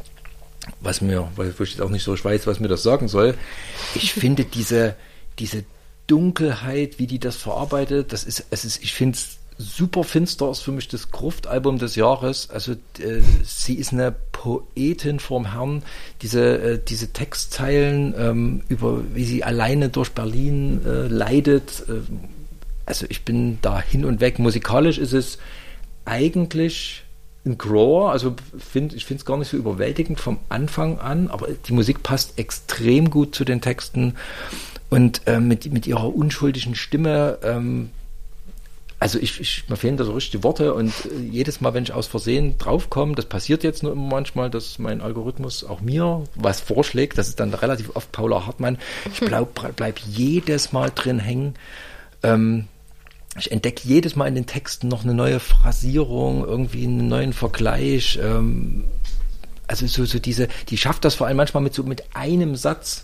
Was mir, weil ich jetzt auch nicht so weiß, was mir das sagen soll. Ich finde diese, diese Dunkelheit, wie die das verarbeitet, das ist, es ist, ich finde es super finster, ist für mich das Gruft-Album des Jahres. Also äh, sie ist eine Poetin vorm Herrn. Diese, äh, diese Textzeilen ähm, über, wie sie alleine durch Berlin äh, leidet. Äh, also ich bin da hin und weg. Musikalisch ist es eigentlich ein Grower. Also find, ich finde es gar nicht so überwältigend vom Anfang an, aber die Musik passt extrem gut zu den Texten und äh, mit, mit ihrer unschuldigen Stimme. Ähm, Also ich, ich, mir fehlen da so richtige Worte und äh, jedes Mal, wenn ich aus Versehen draufkomme, das passiert jetzt nur immer manchmal, dass mein Algorithmus auch mir was vorschlägt, das ist dann relativ oft Paula Hartmann, ich bleib, bleib jedes Mal drin hängen. Ähm, ich entdecke jedes Mal in den Texten noch eine neue Phrasierung, irgendwie einen neuen Vergleich. Ähm, also so, so diese, die schafft das vor allem manchmal mit so mit einem Satz.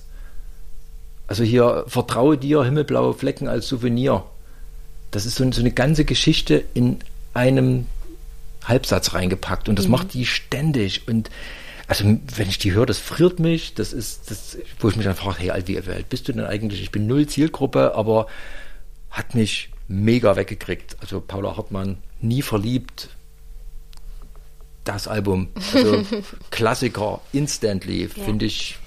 Also hier, vertraue dir, himmelblaue Flecken als Souvenir. Das ist so, so eine ganze Geschichte in einem Halbsatz reingepackt und das mhm. macht die ständig und also wenn ich die höre, das friert mich, das ist das, wo ich mich dann frage, hey, wie alt bist du denn eigentlich? Ich bin null Zielgruppe, aber hat mich mega weggekriegt. Also Paula Hartmann, nie verliebt, das Album, also Klassiker, instantly, ja. Finde ich.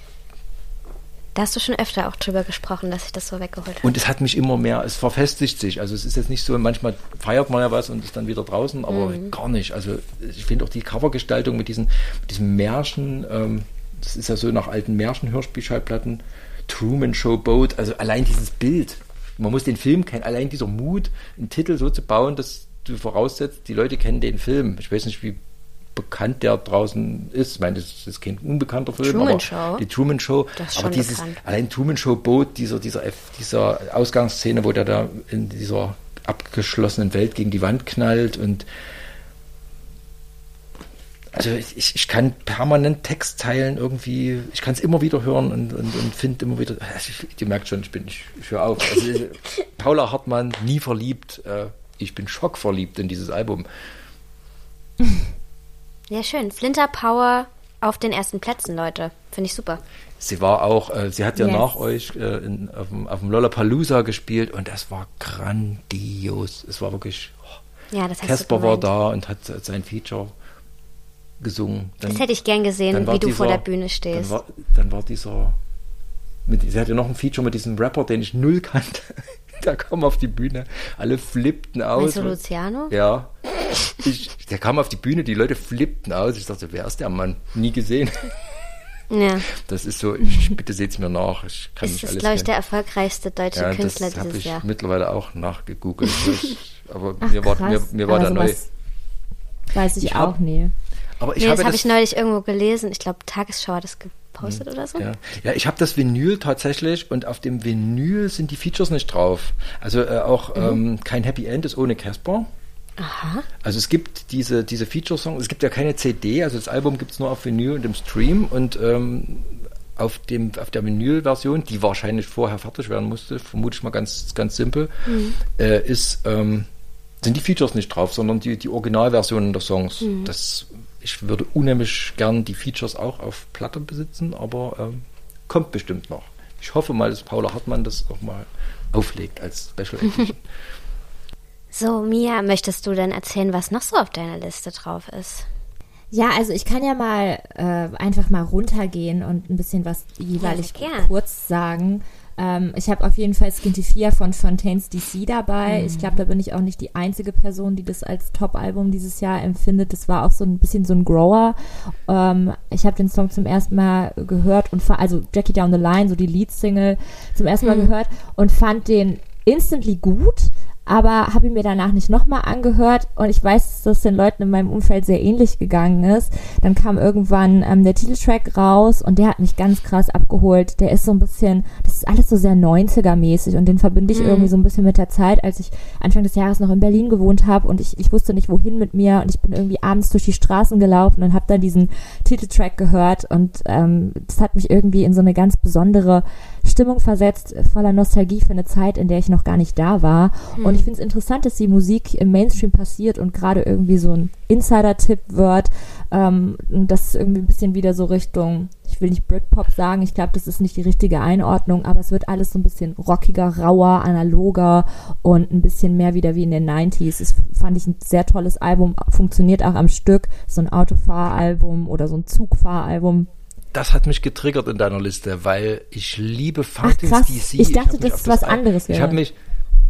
Da hast du schon öfter auch drüber gesprochen, dass ich das so weggeholt habe. Und es hat mich immer mehr, es verfestigt sich. Also es ist jetzt nicht so, manchmal feiert man ja was und ist dann wieder draußen, aber mhm. gar nicht. Also ich finde auch die Covergestaltung mit diesen, mit diesem Märchen, ähm, das ist ja so nach alten Märchen-Hörspielschallplatten, Truman Show Boat, also allein dieses Bild. Man muss den Film kennen, allein dieser Mut, einen Titel so zu bauen, dass du voraussetzt, die Leute kennen den Film. Ich weiß nicht, wie bekannt der draußen ist. Ich meine, das ist kein unbekannter Film, Truman aber Show. die Truman Show. Das ist aber schon dieses, bekannt. allein Truman Show Boot, dieser, dieser, dieser Ausgangsszene, wo der da in dieser abgeschlossenen Welt gegen die Wand knallt und also ich, ich kann permanent Textzeilen irgendwie, ich kann es immer wieder hören und, und, und finde immer wieder, also ich, ihr merkt schon, ich bin, ich, ich höre auf. Also, Paula Hartmann, nie verliebt, äh, ich bin schockverliebt in dieses Album. Ja, schön. Flinter Power auf den ersten Plätzen, Leute. Finde ich super. Sie war auch, äh, sie hat ja yes. nach euch äh, in, auf, dem, auf dem Lollapalooza gespielt und das war grandios. Es war wirklich, oh, ja, das Casper war da und hat sein Feature gesungen. Dann, das hätte ich gern gesehen, wie du dieser, vor der Bühne stehst. Dann war, dann war dieser, mit, sie hatte noch ein Feature mit diesem Rapper, den ich null kannte. Der kam auf die Bühne, alle flippten aus. Meinst du Luciano? Ja. Ich, der kam auf die Bühne, die Leute flippten aus. Ich dachte, wer ist der Mann? Nie gesehen. Ja. Das ist so, ich, bitte seht's mir nach. Ich kann ist nicht das, alles glaube ich, kennen. Der erfolgreichste deutsche ja, Künstler das dieses ich Jahr. Mittlerweile auch nachgegoogelt. Ich, aber Ach, mir war, mir, mir war der neu. Weiß ich, ich hab, auch, nee. Aber ich nee, habe das habe das ich neulich irgendwo gelesen. Ich glaube, Tagesschau hat das gepostet hm, oder so. Ja, ja ich habe das Vinyl tatsächlich und auf dem Vinyl sind die Features nicht drauf. Also äh, auch mhm. ähm, kein Happy End ist ohne Casper. Aha. Also es gibt diese, diese Feature-Songs, es gibt ja keine C D, also das Album gibt es nur auf Vinyl und im Stream und ähm, auf, dem, auf der Vinyl-Version, die wahrscheinlich vorher fertig werden musste, vermute ich mal ganz, ganz simpel, mhm. äh, ist, ähm, sind die Features nicht drauf, sondern die, die Originalversionen der Songs. Mhm. Das, ich würde unheimlich gern die Features auch auf Platte besitzen, aber ähm, kommt bestimmt noch. Ich hoffe mal, dass Paula Hartmann das auch mal auflegt als Special Edition. So, Mia, möchtest du denn erzählen, was noch so auf deiner Liste drauf ist? Ja, also ich kann ja mal äh, einfach mal runtergehen und ein bisschen was jeweilig ja, kurz sagen. Ähm, ich habe auf jeden Fall Skintifia von Fontaines D C dabei. Mhm. Ich glaube, da bin ich auch nicht die einzige Person, die das als Top-Album dieses Jahr empfindet. Das war auch so ein bisschen so ein Grower. Ähm, ich habe den Song zum ersten Mal gehört und fa- also Jackie Down the Line, so die Lead-Single, zum ersten Mal mhm. gehört und fand den instantly gut. Aber habe ihn mir danach nicht nochmal angehört und ich weiß, dass es den Leuten in meinem Umfeld sehr ähnlich gegangen ist. Dann kam irgendwann ähm, der Titeltrack raus und der hat mich ganz krass abgeholt. Der ist so ein bisschen, das ist alles so sehr neunziger-mäßig und den verbinde ich mhm. irgendwie so ein bisschen mit der Zeit, als ich Anfang des Jahres noch in Berlin gewohnt habe und ich, ich wusste nicht, wohin mit mir und ich bin irgendwie abends durch die Straßen gelaufen und habe dann diesen Titeltrack gehört und ähm, das hat mich irgendwie in so eine ganz besondere Stimmung versetzt, voller Nostalgie für eine Zeit, in der ich noch gar nicht da war. Mhm. Und ich finde es interessant, dass die Musik im Mainstream passiert und gerade irgendwie so ein Insider-Tipp wird. Ähm, das ist irgendwie ein bisschen wieder so Richtung, ich will nicht Britpop sagen, ich glaube, das ist nicht die richtige Einordnung, aber es wird alles so ein bisschen rockiger, rauer, analoger und ein bisschen mehr wieder wie in den neunziger. Das fand ich ein sehr tolles Album, funktioniert auch am Stück, so ein Autofahralbum oder so ein Zugfahralbum. Das hat mich getriggert in deiner Liste, weil ich liebe Fountains D C. Ich dachte, das ist was Al- anderes. Ich habe mich,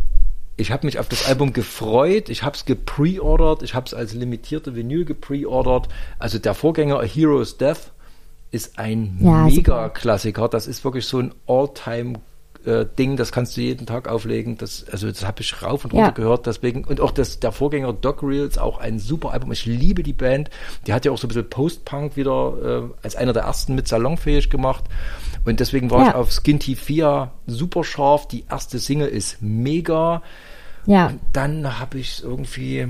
ich habe mich auf das Album gefreut. Ich habe es gepreordert. Ich habe es als limitierte Vinyl gepreordert. Also der Vorgänger A Hero's Death ist ein ja, Mega-Klassiker. Das ist wirklich so ein All-Time Äh, Ding, das kannst du jeden Tag auflegen. Das, also das habe ich rauf und runter ja. gehört. Deswegen und auch das, der Vorgänger Dog Reels, auch ein super Album. Ich liebe die Band. Die hat ja auch so ein bisschen Post-Punk wieder äh, als einer der ersten mit salonfähig gemacht. Und deswegen war ja. ich auf Skintifia super scharf. Die erste Single ist mega. Ja. Und dann habe ich es irgendwie,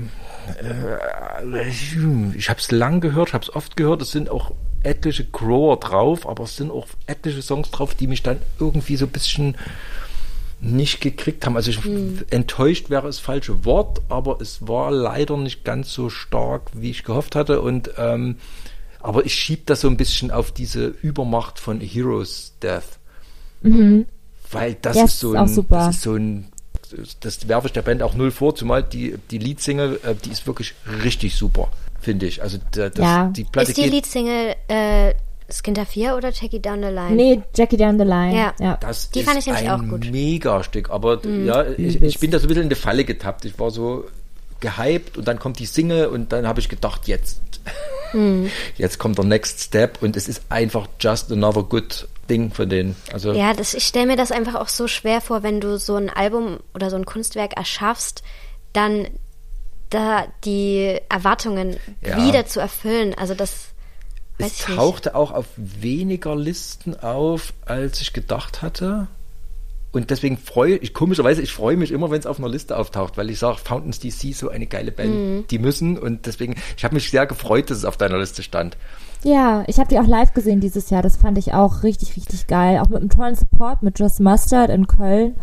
äh, ich habe es lang gehört, ich habe es oft gehört. Es sind auch etliche Grower drauf, aber es sind auch etliche Songs drauf, die mich dann irgendwie so ein bisschen nicht gekriegt haben. Also ich, mhm. enttäuscht wäre das falsche Wort, aber es war leider nicht ganz so stark, wie ich gehofft hatte. Und ähm, aber ich schiebe das so ein bisschen auf diese Übermacht von A Hero's Death. Mhm. Weil das ja, ist so ein, super. das ist so ein, das werfe ich der Band auch null vor, zumal die, die Leadsingle, äh, die ist wirklich richtig super, finde ich. Also das, ja. die Platte ist die geht, Leadsingle äh, Skintifia oder Jackie Down the Line? Nee, Jackie Down the Line. Ja, ja. Das die ist fand ich nämlich ein auch gut. Megastück, aber mhm. ja, ich, ich bin da so ein bisschen in die Falle getappt. Ich war so gehypt und dann kommt die Single und dann habe ich gedacht, jetzt mhm. jetzt kommt der Next Step und es ist einfach just another good Ding von denen. Also ja, das, ich stelle mir das einfach auch so schwer vor, wenn du so ein Album oder so ein Kunstwerk erschaffst, dann da die Erwartungen ja. wieder zu erfüllen. Also das Es tauchte auch auf weniger Listen auf, als ich gedacht hatte. Und deswegen freue ich, komischerweise, ich freue mich immer, wenn es auf einer Liste auftaucht, weil ich sage, Fountains D C, so eine geile Band, mhm. die müssen. Und deswegen, ich habe mich sehr gefreut, dass es auf deiner Liste stand. Ja, ich habe die auch live gesehen dieses Jahr. Das fand ich auch richtig, richtig geil. Auch mit einem tollen Support mit Just Mustard in Köln.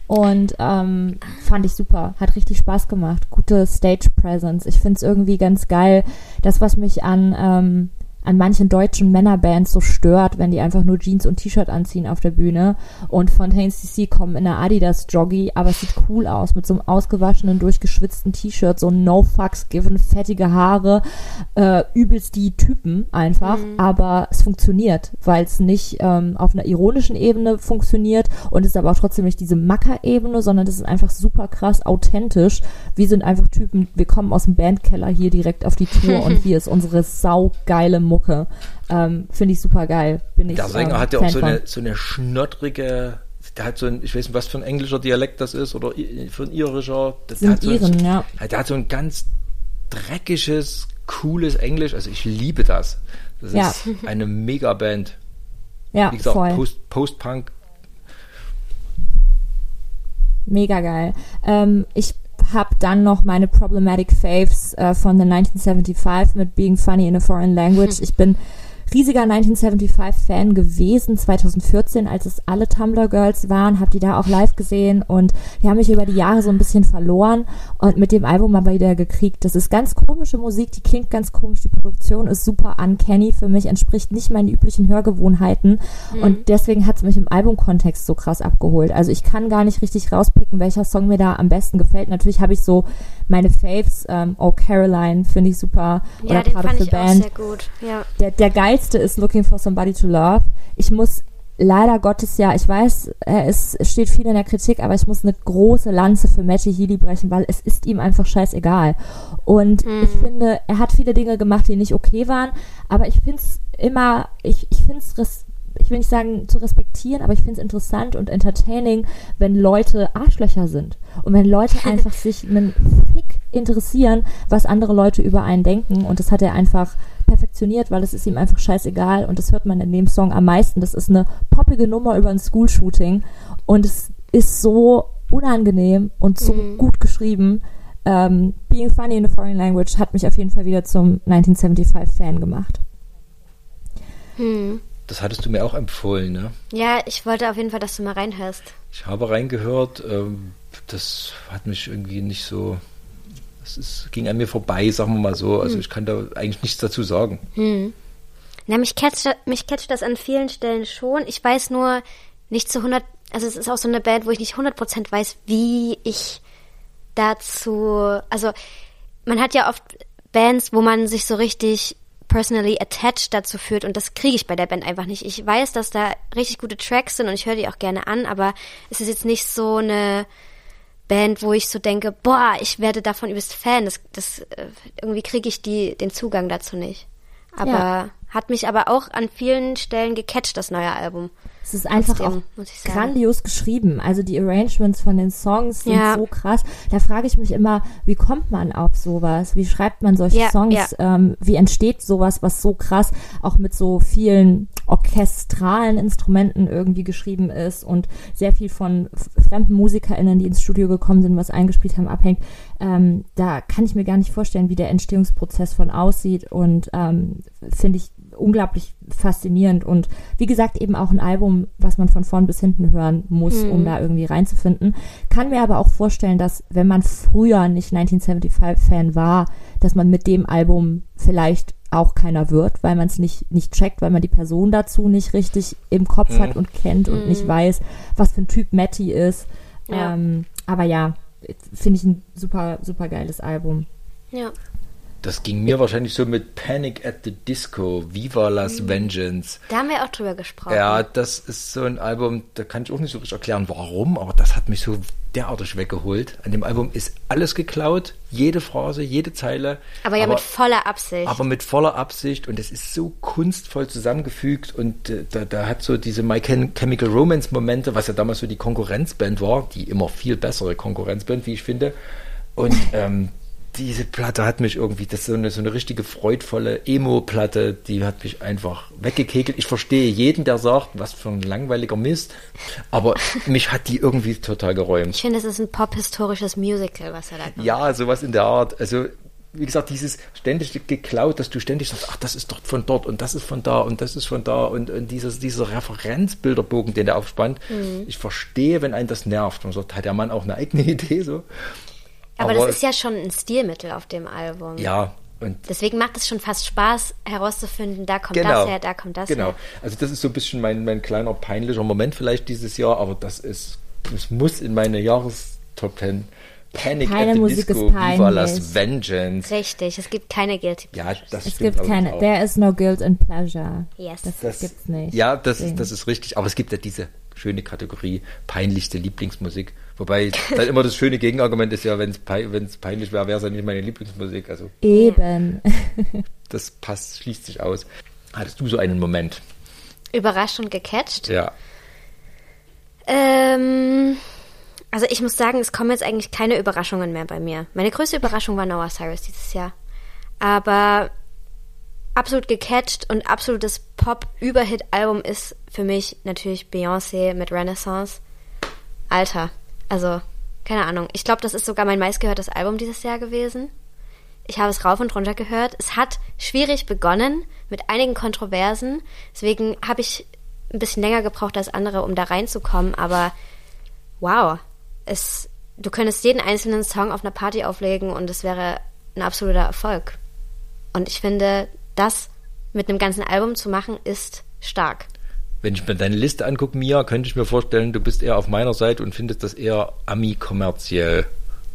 Und ähm, fand ich super, hat richtig Spaß gemacht, gute Stage Presence. Ich finde es irgendwie ganz geil, das, was mich an ähm, an manchen deutschen Männerbands so stört, wenn die einfach nur Jeans und T-Shirt anziehen auf der Bühne und Fontaines D C kommen in einer Adidas Joggy, aber es sieht cool aus mit so einem ausgewaschenen, durchgeschwitzten T-Shirt, so no fucks given, fettige Haare, äh, übelst die Typen einfach, mhm. aber es funktioniert, weil es nicht ähm, auf einer ironischen Ebene funktioniert und es ist aber auch trotzdem nicht diese Macker-Ebene, sondern das ist einfach super krass authentisch. Wir sind einfach Typen, wir kommen aus dem Bandkeller hier direkt auf die Tour und hier ist unsere saugeile Mucke. Ähm, finde ich super geil. Bin ich, der Sänger ähm, hat ja Fan auch so eine, von. so eine schnottrige, der hat so ein, ich weiß nicht, was für ein englischer Dialekt das ist oder für ein irischer. Das, Sind der hat so Iren, ein, ja. Der hat so ein ganz dreckiges, cooles Englisch. Also ich liebe das. Das ja. ist eine Megaband. Ja, Wie gesagt, voll. Post, Post-Punk. Mega geil. Ähm, ich habe dann noch meine Problematic Faves äh, von The neunzehnhundertfünfundsiebzig mit Being Funny in a Foreign Language. Ich bin riesiger neunzehnhundertfünfundsiebzig-Fan gewesen, zweitausendvierzehn, als es alle Tumblr Girls waren, habe die da auch live gesehen und die haben mich über die Jahre so ein bisschen verloren und mit dem Album aber wieder gekriegt. Das ist ganz komische Musik, die klingt ganz komisch, die Produktion ist super uncanny, für mich entspricht nicht meinen üblichen Hörgewohnheiten mhm. und deswegen hat es mich im Albumkontext so krass abgeholt. Also ich kann gar nicht richtig rauspicken, welcher Song mir da am besten gefällt. Natürlich habe ich so meine Faves, ähm, Oh Caroline finde ich super. Ja, oder den Part fand of the ich Band. auch sehr gut. Ja. Der, der geilste ist Looking for Somebody to Love. Ich muss leider Gottes ja, ich weiß, er ist, steht viel in der Kritik, aber ich muss eine große Lanze für Matty Healy brechen, weil es ist ihm einfach scheißegal. Und mm. ich finde, er hat viele Dinge gemacht, die nicht okay waren, aber ich finde es immer, ich, ich finde es ich will nicht sagen zu respektieren, aber ich finde es interessant und entertaining, wenn Leute Arschlöcher sind. Und wenn Leute einfach sich einen Fick interessieren, was andere Leute über einen denken. Und das hat er einfach perfektioniert, weil es ist ihm einfach scheißegal. Und das hört man in dem Song am meisten. Das ist eine poppige Nummer über ein School-Shooting. Und es ist so unangenehm und so mhm. gut geschrieben. Ähm, Being Funny in a Foreign Language hat mich auf jeden Fall wieder zum neunzehnhundertfünfundsiebzig-Fan gemacht. Hm. Das hattest du mir auch empfohlen, ne? Ja, ich wollte auf jeden Fall, dass du mal reinhörst. Ich habe reingehört, ähm, das hat mich irgendwie nicht so, es ist, ging an mir vorbei, sagen wir mal so. Also hm. ich kann da eigentlich nichts dazu sagen. Hm. Na, mich catcht, mich catcht das an vielen Stellen schon. Ich weiß nur nicht zu hundert, also es ist auch so eine Band, wo ich nicht hundert Prozent weiß, wie ich dazu, also man hat ja oft Bands, wo man sich so richtig personally attached dazu fühlt und das kriege ich bei der Band einfach nicht. Ich weiß, dass da richtig gute Tracks sind und ich höre die auch gerne an, aber es ist jetzt nicht so eine Band, wo ich so denke, boah, ich werde davon übelst Fan. Das, das irgendwie kriege ich die den Zugang dazu nicht. Aber ja. hat mich aber auch an vielen Stellen gecatcht, das neue Album. Es ist einfach Trotzdem, auch grandios geschrieben. Also die Arrangements von den Songs sind ja. so krass. Da frage ich mich immer, wie kommt man auf sowas? Wie schreibt man solche ja, Songs? Ja. Ähm, wie entsteht sowas, was so krass auch mit so vielen orchestralen Instrumenten irgendwie geschrieben ist und sehr viel von f- fremden MusikerInnen, die ins Studio gekommen sind, was eingespielt haben, abhängt. Ähm, da kann ich mir gar nicht vorstellen, wie der Entstehungsprozess von aussieht und ähm, finde ich unglaublich faszinierend und wie gesagt eben auch ein Album, was man von vorn bis hinten hören muss, mhm. um da irgendwie reinzufinden. Kann mir aber auch vorstellen, dass wenn man früher nicht neunzehnhundertfünfundsiebzig-Fan war, dass man mit dem Album vielleicht auch keiner wird, weil man es nicht nicht checkt, weil man die Person dazu nicht richtig im Kopf mhm. hat und kennt und mhm. nicht weiß, was für ein Typ Matty ist. Ja. Ähm, aber ja, finde ich ein super, super geiles Album. Ja. Das ging mir wahrscheinlich so mit Panic at the Disco, Viva Las mhm. Vengeance. Da haben wir auch drüber gesprochen. Ja, das ist so ein Album, da kann ich auch nicht so richtig erklären, warum, aber das hat mich so derartig weggeholt. An dem Album ist alles geklaut, jede Phrase, jede Zeile. Aber ja aber, mit voller Absicht. Aber mit voller Absicht und es ist so kunstvoll zusammengefügt und äh, da, da hat so diese My Chemical Romance Momente, was ja damals so die Konkurrenzband war, die immer viel bessere Konkurrenzband, wie ich finde. Und ähm, diese Platte hat mich irgendwie, das ist so eine, so eine richtige freudvolle Emo-Platte, die hat mich einfach weggekekelt. Ich verstehe jeden, der sagt, was für ein langweiliger Mist, aber mich hat die irgendwie total geräumt. Ich finde, es ist ein pop-historisches Musical, was er da macht. Ja, sowas in der Art. Also wie gesagt, dieses ständig geklaut, dass du ständig sagst, ach, das ist doch von dort und das ist von da und das ist von da und, und dieses, dieser Referenzbilderbogen, den der aufspannt. Mhm. Ich verstehe, wenn einen das nervt. Man sagt, hat der Mann auch eine eigene Idee so. Aber, Aber das ist ja schon ein Stilmittel auf dem Album. Ja. Und deswegen macht es schon fast Spaß, herauszufinden, da kommt genau, das her, da kommt das genau. her. Genau, also das ist so ein bisschen mein, mein kleiner peinlicher Moment vielleicht dieses Jahr, aber das ist, das muss in meine Jahrestop ten. Panic keine at the Musik Disco, ist peinlich. Viva Las Vengeance. Richtig, es gibt keine Guilty Pleasures. Ja, das es stimmt gibt keine, auch. there is no guilt and pleasure. Yes. Das, das gibt's nicht. Ja, das, das ist richtig, aber es gibt ja diese schöne Kategorie peinlichste Lieblingsmusik, wobei dann immer das schöne Gegenargument ist ja, wenn es pein, peinlich wäre, wäre es ja nicht meine Lieblingsmusik. Also eben. Das passt, schließt sich aus. Hattest du so einen Moment? Überrascht und gecatcht? Ja. Ähm... Also ich muss sagen, es kommen jetzt eigentlich keine Überraschungen mehr bei mir. Meine größte Überraschung war Noah Cyrus dieses Jahr. Aber absolut gecatcht und absolutes Pop-Überhit-Album ist für mich natürlich Beyoncé mit Renaissance. Alter, also keine Ahnung. Ich glaube, das ist sogar mein meistgehörtes Album dieses Jahr gewesen. Ich habe es rauf und runter gehört. Es hat schwierig begonnen mit einigen Kontroversen. Deswegen habe ich ein bisschen länger gebraucht als andere, um da reinzukommen. Aber wow. Es, du könntest jeden einzelnen Song auf einer Party auflegen und es wäre ein absoluter Erfolg. Und ich finde, das mit einem ganzen Album zu machen, ist stark. Wenn ich mir deine Liste angucke, Mia, könnte ich mir vorstellen, du bist eher auf meiner Seite und findest das eher Ami-kommerziell.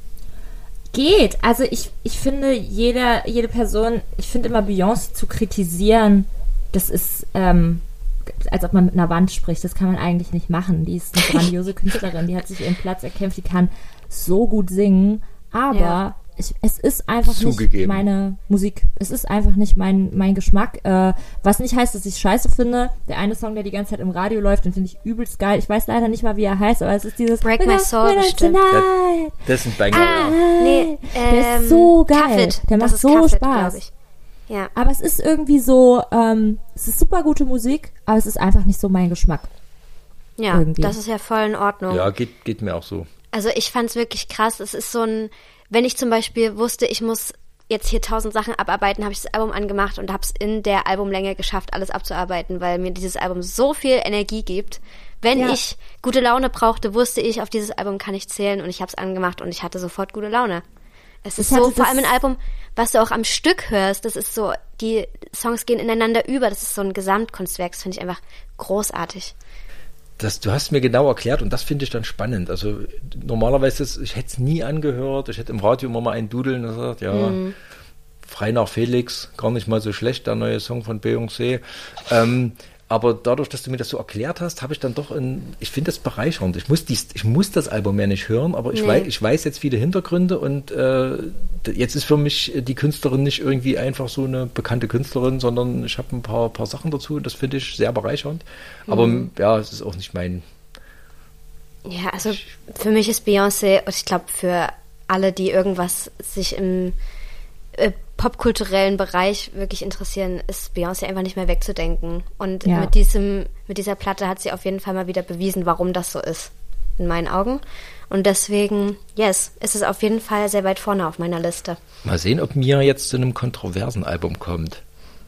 Geht. Also ich, ich finde, jeder, jede Person, ich finde immer Beyoncé zu kritisieren, das ist, ähm, als ob man mit einer Wand spricht. Das kann man eigentlich nicht machen. Die ist eine grandiose Künstlerin. Die hat sich ihren Platz erkämpft. Die kann so gut singen. Aber ja. ich, es ist einfach Zugegeben. nicht meine Musik. Es ist einfach nicht mein, mein Geschmack. Äh, was nicht heißt, dass ich es scheiße finde. Der eine Song, der die ganze Zeit im Radio läuft, den finde ich übelst geil. Ich weiß leider nicht mal, wie er heißt, aber es ist dieses Break My Soul bestimmt. Ja, das ist ein Banger. Ah, nee, ähm, der ist so geil. Cuffit. Der das macht so Cuffit, Spaß. ich. Ja. Aber es ist irgendwie so, ähm, es ist super gute Musik, aber es ist einfach nicht so mein Geschmack. Ja, irgendwie. Das ist ja voll in Ordnung. Ja, geht, geht mir auch so. Also ich fand's wirklich krass. Es ist so ein, wenn ich zum Beispiel wusste, ich muss jetzt hier tausend Sachen abarbeiten, habe ich das Album angemacht und habe es in der Albumlänge geschafft, alles abzuarbeiten, weil mir dieses Album so viel Energie gibt. Wenn ja. ich gute Laune brauchte, wusste ich, auf dieses Album kann ich zählen und ich habe es angemacht und ich hatte sofort gute Laune. Es ist so, vor allem ein Album, was du auch am Stück hörst, das ist so, die Songs gehen ineinander über, das ist so ein Gesamtkunstwerk, das finde ich einfach großartig. Das, du hast mir genau erklärt und das finde ich dann spannend. Also normalerweise, ist, ich hätte es nie angehört, ich hätte im Radio immer mal einen Dudeln und gesagt, ja, mhm. Frei nach Felix, gar nicht mal so schlecht, der neue Song von Beyoncé. Ähm, aber dadurch, dass du mir das so erklärt hast, habe ich dann doch ein, ich finde das bereichernd. Ich muss, dies, ich muss das Album mehr nicht hören, aber ich, nee. weiß, ich weiß jetzt viele Hintergründe und äh, jetzt ist für mich die Künstlerin nicht irgendwie einfach so eine bekannte Künstlerin, sondern ich habe ein paar, paar Sachen dazu und das finde ich sehr bereichernd. Aber mhm. ja, es ist auch nicht mein... Ja, also für mich ist Beyoncé, und ich glaube für alle, die irgendwas sich im äh, popkulturellen Bereich wirklich interessieren, ist Beyoncé einfach nicht mehr wegzudenken. Und ja. mit diesem, mit dieser Platte hat sie auf jeden Fall mal wieder bewiesen, warum das so ist, in meinen Augen. Und deswegen, yes, ist es auf jeden Fall sehr weit vorne auf meiner Liste. Mal sehen, ob Mia jetzt zu einem kontroversen Album kommt.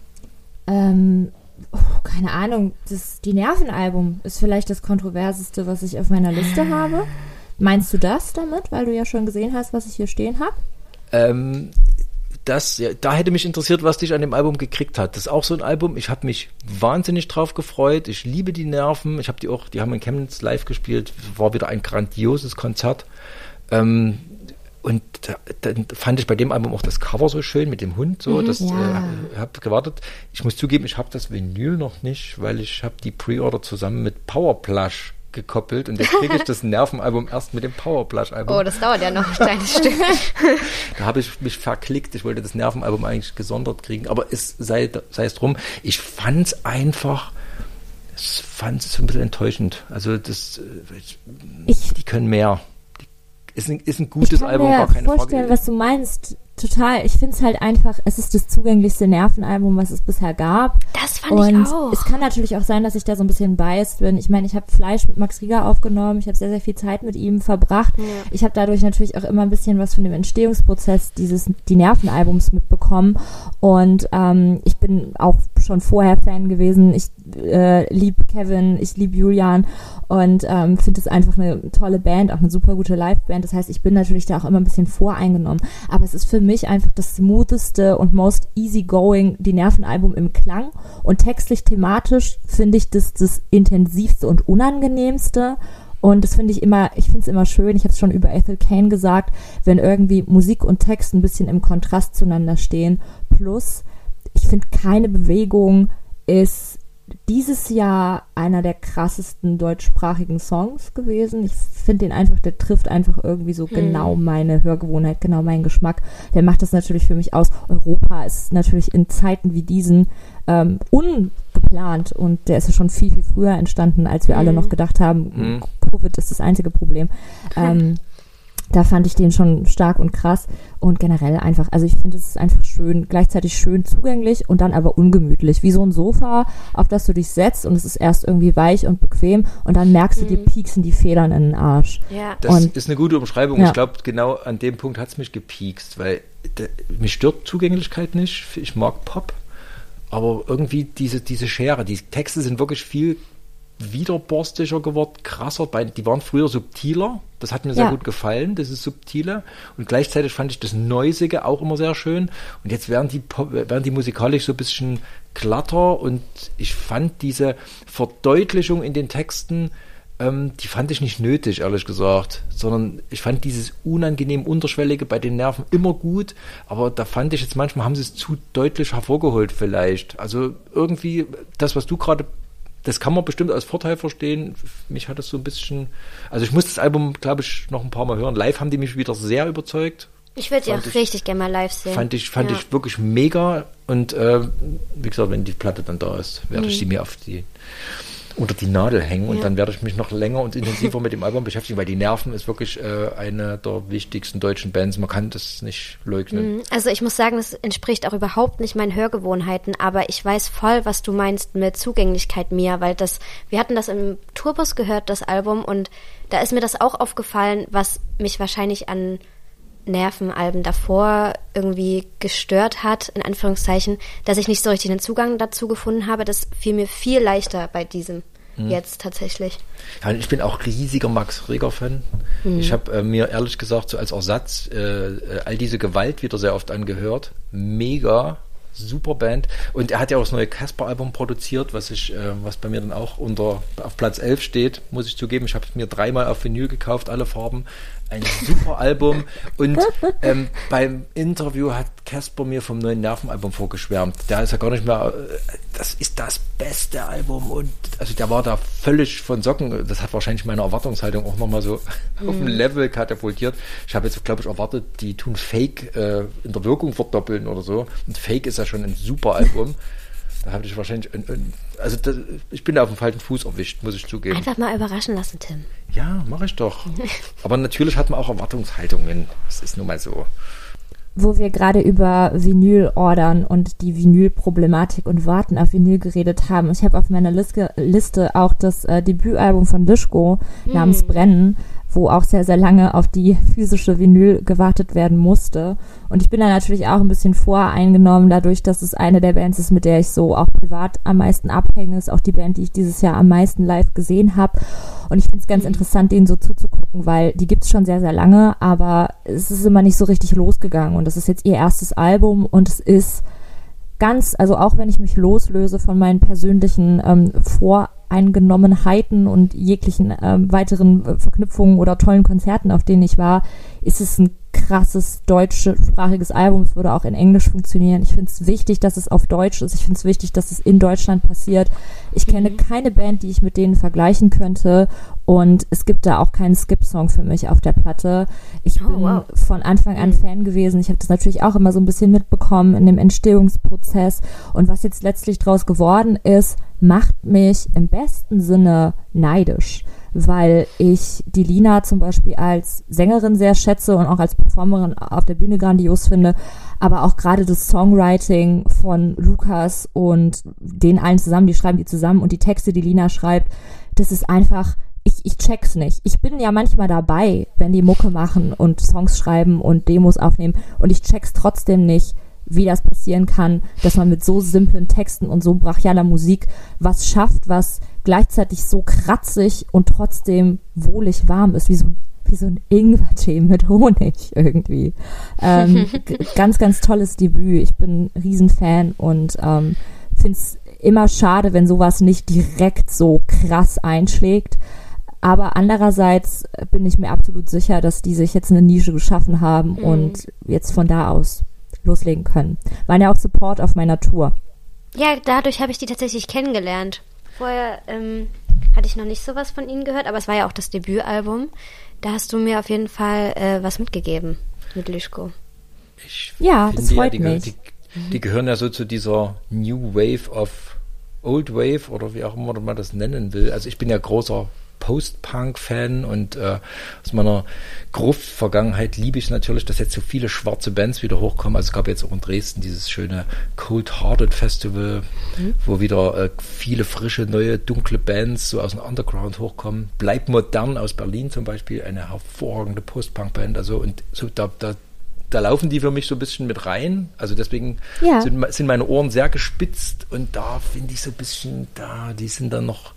Ähm, oh, keine Ahnung. Das, die Nervenalbum ist vielleicht das kontroverseste, was ich auf meiner Liste habe. Meinst du das damit, weil du ja schon gesehen hast, was ich hier stehen habe? Ähm, das, ja, da hätte mich interessiert, was dich an dem Album gekriegt hat. Das ist auch so ein Album, ich habe mich wahnsinnig drauf gefreut. Ich liebe die Nerven. Ich habe die auch, die haben in Chemnitz live gespielt. War wieder ein grandioses Konzert. Ähm, und da, dann fand ich bei dem Album auch das Cover so schön mit dem Hund. So, mhm, das ja. äh, habe gewartet. Ich muss zugeben, ich habe das Vinyl noch nicht, weil ich habe die Pre-Order zusammen mit Powerplush gekoppelt und jetzt kriege ich das Nervenalbum erst mit dem Powerplush-Album. Oh, das dauert ja noch ein kleines Stück. Da habe ich mich verklickt. Ich wollte das Nervenalbum eigentlich gesondert kriegen, aber es sei, sei es drum. Ich fand es einfach, ich fand es ein bisschen enttäuschend. Also das, ich, die können mehr. Die, ist, ein, ist ein gutes Album, gar keine Frage. Ich kann mir vorstellen, was du meinst. total, ich finde es halt einfach, es ist das zugänglichste Nervenalbum, was es bisher gab. Das fand und ich auch. Es kann natürlich auch sein, dass ich da so ein bisschen biased bin. Ich meine, ich habe Fleisch mit Max Rieger aufgenommen, ich habe sehr, sehr viel Zeit mit ihm verbracht. Ja. Ich habe dadurch natürlich auch immer ein bisschen was von dem Entstehungsprozess dieses, die Nervenalbums mitbekommen und ähm, ich bin auch schon vorher Fan gewesen. Ich äh, liebe Kevin, ich liebe Julian und ähm, finde es einfach eine tolle Band, auch eine super gute Live-Band. Das heißt, ich bin natürlich da auch immer ein bisschen voreingenommen. Aber es ist für mich einfach das smootheste und most easygoing, die Nervenalbum im Klang. Und textlich, thematisch finde ich das das intensivste und unangenehmste. Und das finde ich immer, ich finde es immer schön, ich habe es schon über Ethel Cain gesagt, wenn irgendwie Musik und Text ein bisschen im Kontrast zueinander stehen. Plus, ich finde, keine Bewegung ist dieses Jahr einer der krassesten deutschsprachigen Songs gewesen. Ich finde den einfach, der trifft einfach irgendwie so hm. genau meine Hörgewohnheit, genau meinen Geschmack. Der macht das natürlich für mich aus. Europa ist natürlich in Zeiten wie diesen ähm, ungeplant und der ist ja schon viel, viel früher entstanden, als wir hm. alle noch gedacht haben, hm. Covid ist das einzige Problem. Ähm, Da fand ich den schon stark und krass und generell einfach, also ich finde, es ist einfach schön, gleichzeitig schön zugänglich und dann aber ungemütlich, wie so ein Sofa, auf das du dich setzt und es ist erst irgendwie weich und bequem und dann merkst du, dir pieksen die Federn in den Arsch. Ja. Das und, ist eine gute Umschreibung. Ja. Ich glaube, genau an dem Punkt hat es mich gepiekst, weil de, mich stört Zugänglichkeit nicht. Ich mag Pop, aber irgendwie diese, diese Schere, die Texte sind wirklich viel widerborstiger geworden, krasser, die waren früher subtiler, das hat mir sehr ja. gut gefallen, das ist subtile und gleichzeitig fand ich das Noisige auch immer sehr schön und jetzt werden die, werden die musikalisch so ein bisschen glatter und ich fand diese Verdeutlichung in den Texten, ähm, die fand ich nicht nötig, ehrlich gesagt, sondern ich fand dieses unangenehm Unterschwellige bei den Nerven immer gut, aber da fand ich jetzt manchmal, haben sie es zu deutlich hervorgeholt vielleicht, also irgendwie das, was du gerade das kann man bestimmt als Vorteil verstehen. Mich hat das so ein bisschen... Also ich muss das Album, glaube ich, noch ein paar Mal hören. Live haben die mich wieder sehr überzeugt. Ich würde die auch ich, richtig gerne mal live sehen. Fand ich, fand ja. ich wirklich mega. Und äh, wie gesagt, wenn die Platte dann da ist, werde mhm. ich sie mir auf die unter die Nadel hängen. Und ja. dann werde ich mich noch länger und intensiver mit dem Album beschäftigen, weil die Nerven ist wirklich äh, eine der wichtigsten deutschen Bands. Man kann das nicht leugnen. Also ich muss sagen, das entspricht auch überhaupt nicht meinen Hörgewohnheiten, aber ich weiß voll, was du meinst mit Zugänglichkeit, Mia, weil das, wir hatten das im Tourbus gehört, das Album, und da ist mir das auch aufgefallen, was mich wahrscheinlich an Nervenalben davor irgendwie gestört hat, in Anführungszeichen, dass ich nicht so richtig den Zugang dazu gefunden habe. Das fiel mir viel leichter bei diesem hm. jetzt tatsächlich. Ja, ich bin auch riesiger Max Reger-Fan. Hm. Ich habe äh, mir ehrlich gesagt so als Ersatz äh, all diese Gewalt wieder sehr oft angehört. Mega, super Band. Und er hat ja auch das neue Casper-Album produziert, was ich, äh, was bei mir dann auch unter auf Platz elf steht, muss ich zugeben. Ich habe es mir dreimal auf Vinyl gekauft, alle Farben. Ein super Album. Und ähm, beim Interview hat Casper mir vom neuen Nervenalbum vorgeschwärmt. Der ist ja gar nicht mehr, das ist das beste Album. Und also der war da völlig von Socken. Das hat wahrscheinlich meine Erwartungshaltung auch nochmal so mm. auf ein Level katapultiert. Ich habe jetzt, glaube ich, erwartet, die tun Fake äh, in der Wirkung verdoppeln oder so. Und Fake ist ja schon ein super Album. Da habe ich wahrscheinlich, also das, ich bin da auf dem falschen Fuß erwischt, muss ich zugeben. Einfach mal überraschen lassen, Tim. Ja, mache ich doch. Aber natürlich hat man auch Erwartungshaltungen. Das ist nun mal so. Wo wir gerade über Vinyl ordern und die Vinyl-Problematik und Warten auf Vinyl geredet haben. Ich habe auf meiner Liste, Liste auch das äh, Debütalbum von Disco hm. namens Brennen, wo auch sehr, sehr lange auf die physische Vinyl gewartet werden musste. Und ich bin da natürlich auch ein bisschen voreingenommen, dadurch, dass es eine der Bands ist, mit der ich so auch privat am meisten abhänge. Ist auch die Band, die ich dieses Jahr am meisten live gesehen habe. Und ich finde es ganz interessant, denen so zuzugucken, weil die gibt es schon sehr, sehr lange, aber es ist immer nicht so richtig losgegangen. Und das ist jetzt ihr erstes Album und es ist ganz, also auch wenn ich mich loslöse von meinen persönlichen ähm, Voreingenommenheiten und jeglichen ähm, weiteren äh, Verknüpfungen oder tollen Konzerten, auf denen ich war, ist es ein krasses deutschsprachiges Album. Es würde auch in Englisch funktionieren. Ich finde es wichtig, dass es auf Deutsch ist. Ich finde es wichtig, dass es in Deutschland passiert. Ich kenne mhm. keine Band, die ich mit denen vergleichen könnte, und es gibt da auch keinen Skip-Song für mich auf der Platte. Ich oh, bin wow. von Anfang an mhm. Fan gewesen. Ich habe das natürlich auch immer so ein bisschen mitbekommen in dem Entstehungsprozess, und was jetzt letztlich draus geworden ist, macht mich im besten Sinne neidisch, weil ich die Lina zum Beispiel als Sängerin sehr schätze und auch als Performerin auf der Bühne grandios finde, aber auch gerade das Songwriting von Lukas und den allen zusammen, die schreiben die zusammen und die Texte, die Lina schreibt, das ist einfach, ich, ich check's nicht. Ich bin ja manchmal dabei, wenn die Mucke machen und Songs schreiben und Demos aufnehmen und ich check's trotzdem nicht, wie das passieren kann, dass man mit so simplen Texten und so brachialer Musik was schafft, was gleichzeitig so kratzig und trotzdem wohlig warm ist, wie so, wie so ein Ingwertee mit Honig irgendwie. Ähm, g- ganz, ganz tolles Debüt. Ich bin ein Riesenfan und ähm, finde es immer schade, wenn sowas nicht direkt so krass einschlägt. Aber andererseits bin ich mir absolut sicher, dass die sich jetzt eine Nische geschaffen haben mhm. und jetzt von da aus loslegen können. Waren ja auch Support auf meiner Tour. Ja, dadurch habe ich die tatsächlich kennengelernt. Vorher ähm, hatte ich noch nicht sowas von ihnen gehört, aber es war ja auch das Debütalbum. Da hast du mir auf jeden Fall äh, was mitgegeben mit Lüschko. Ich ja, das freut ja, die, mich. Die, die gehören ja so zu dieser New Wave of Old Wave oder wie auch immer man das nennen will. Also ich bin ja großer Post-Punk-Fan und äh, aus meiner Gruft-Vergangenheit liebe ich natürlich, dass jetzt so viele schwarze Bands wieder hochkommen. Also es gab jetzt auch in Dresden dieses schöne Cold Hearted Festival, mhm. wo wieder äh, viele frische, neue, dunkle Bands so aus dem Underground hochkommen. Bleib modern aus Berlin zum Beispiel, eine hervorragende Post-Punk-Band. Also und so da, da Da laufen die für mich so ein bisschen mit rein. Also deswegen ja. sind, sind meine Ohren sehr gespitzt und da finde ich so ein bisschen, da, die sind dann noch,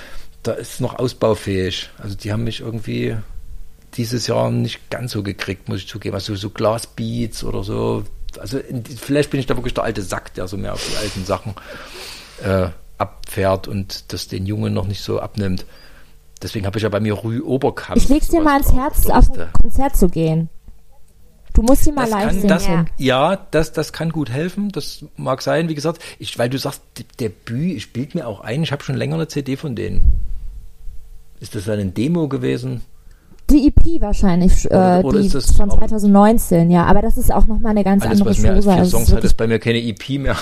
da ist noch ausbaufähig. Also die haben mich irgendwie dieses Jahr nicht ganz so gekriegt, muss ich zugeben. Also so Glasbeats oder so. Also in, vielleicht bin ich da wirklich der alte Sack, der so mehr auf die alten Sachen äh, abfährt und das den Jungen noch nicht so abnimmt. Deswegen habe ich ja bei mir Rü Oberkamp. Ich leg's dir mal ans Herz, auf ein Konzert zu gehen. Du musst sie mal das live kann, sehen. Das, ja, ja das, das kann gut helfen. Das mag sein. Wie gesagt, ich, weil du sagst, der Bü, ich bild mir auch ein, ich habe schon länger eine C D von denen. Ist das eine Demo gewesen? Die E P wahrscheinlich, oder, äh, oder die ist das von zwanzig neunzehn, ja. Aber das ist auch nochmal eine ganz alles, andere was mehr als Chose. vier Also Songs hat, ist bei mir keine E P mehr.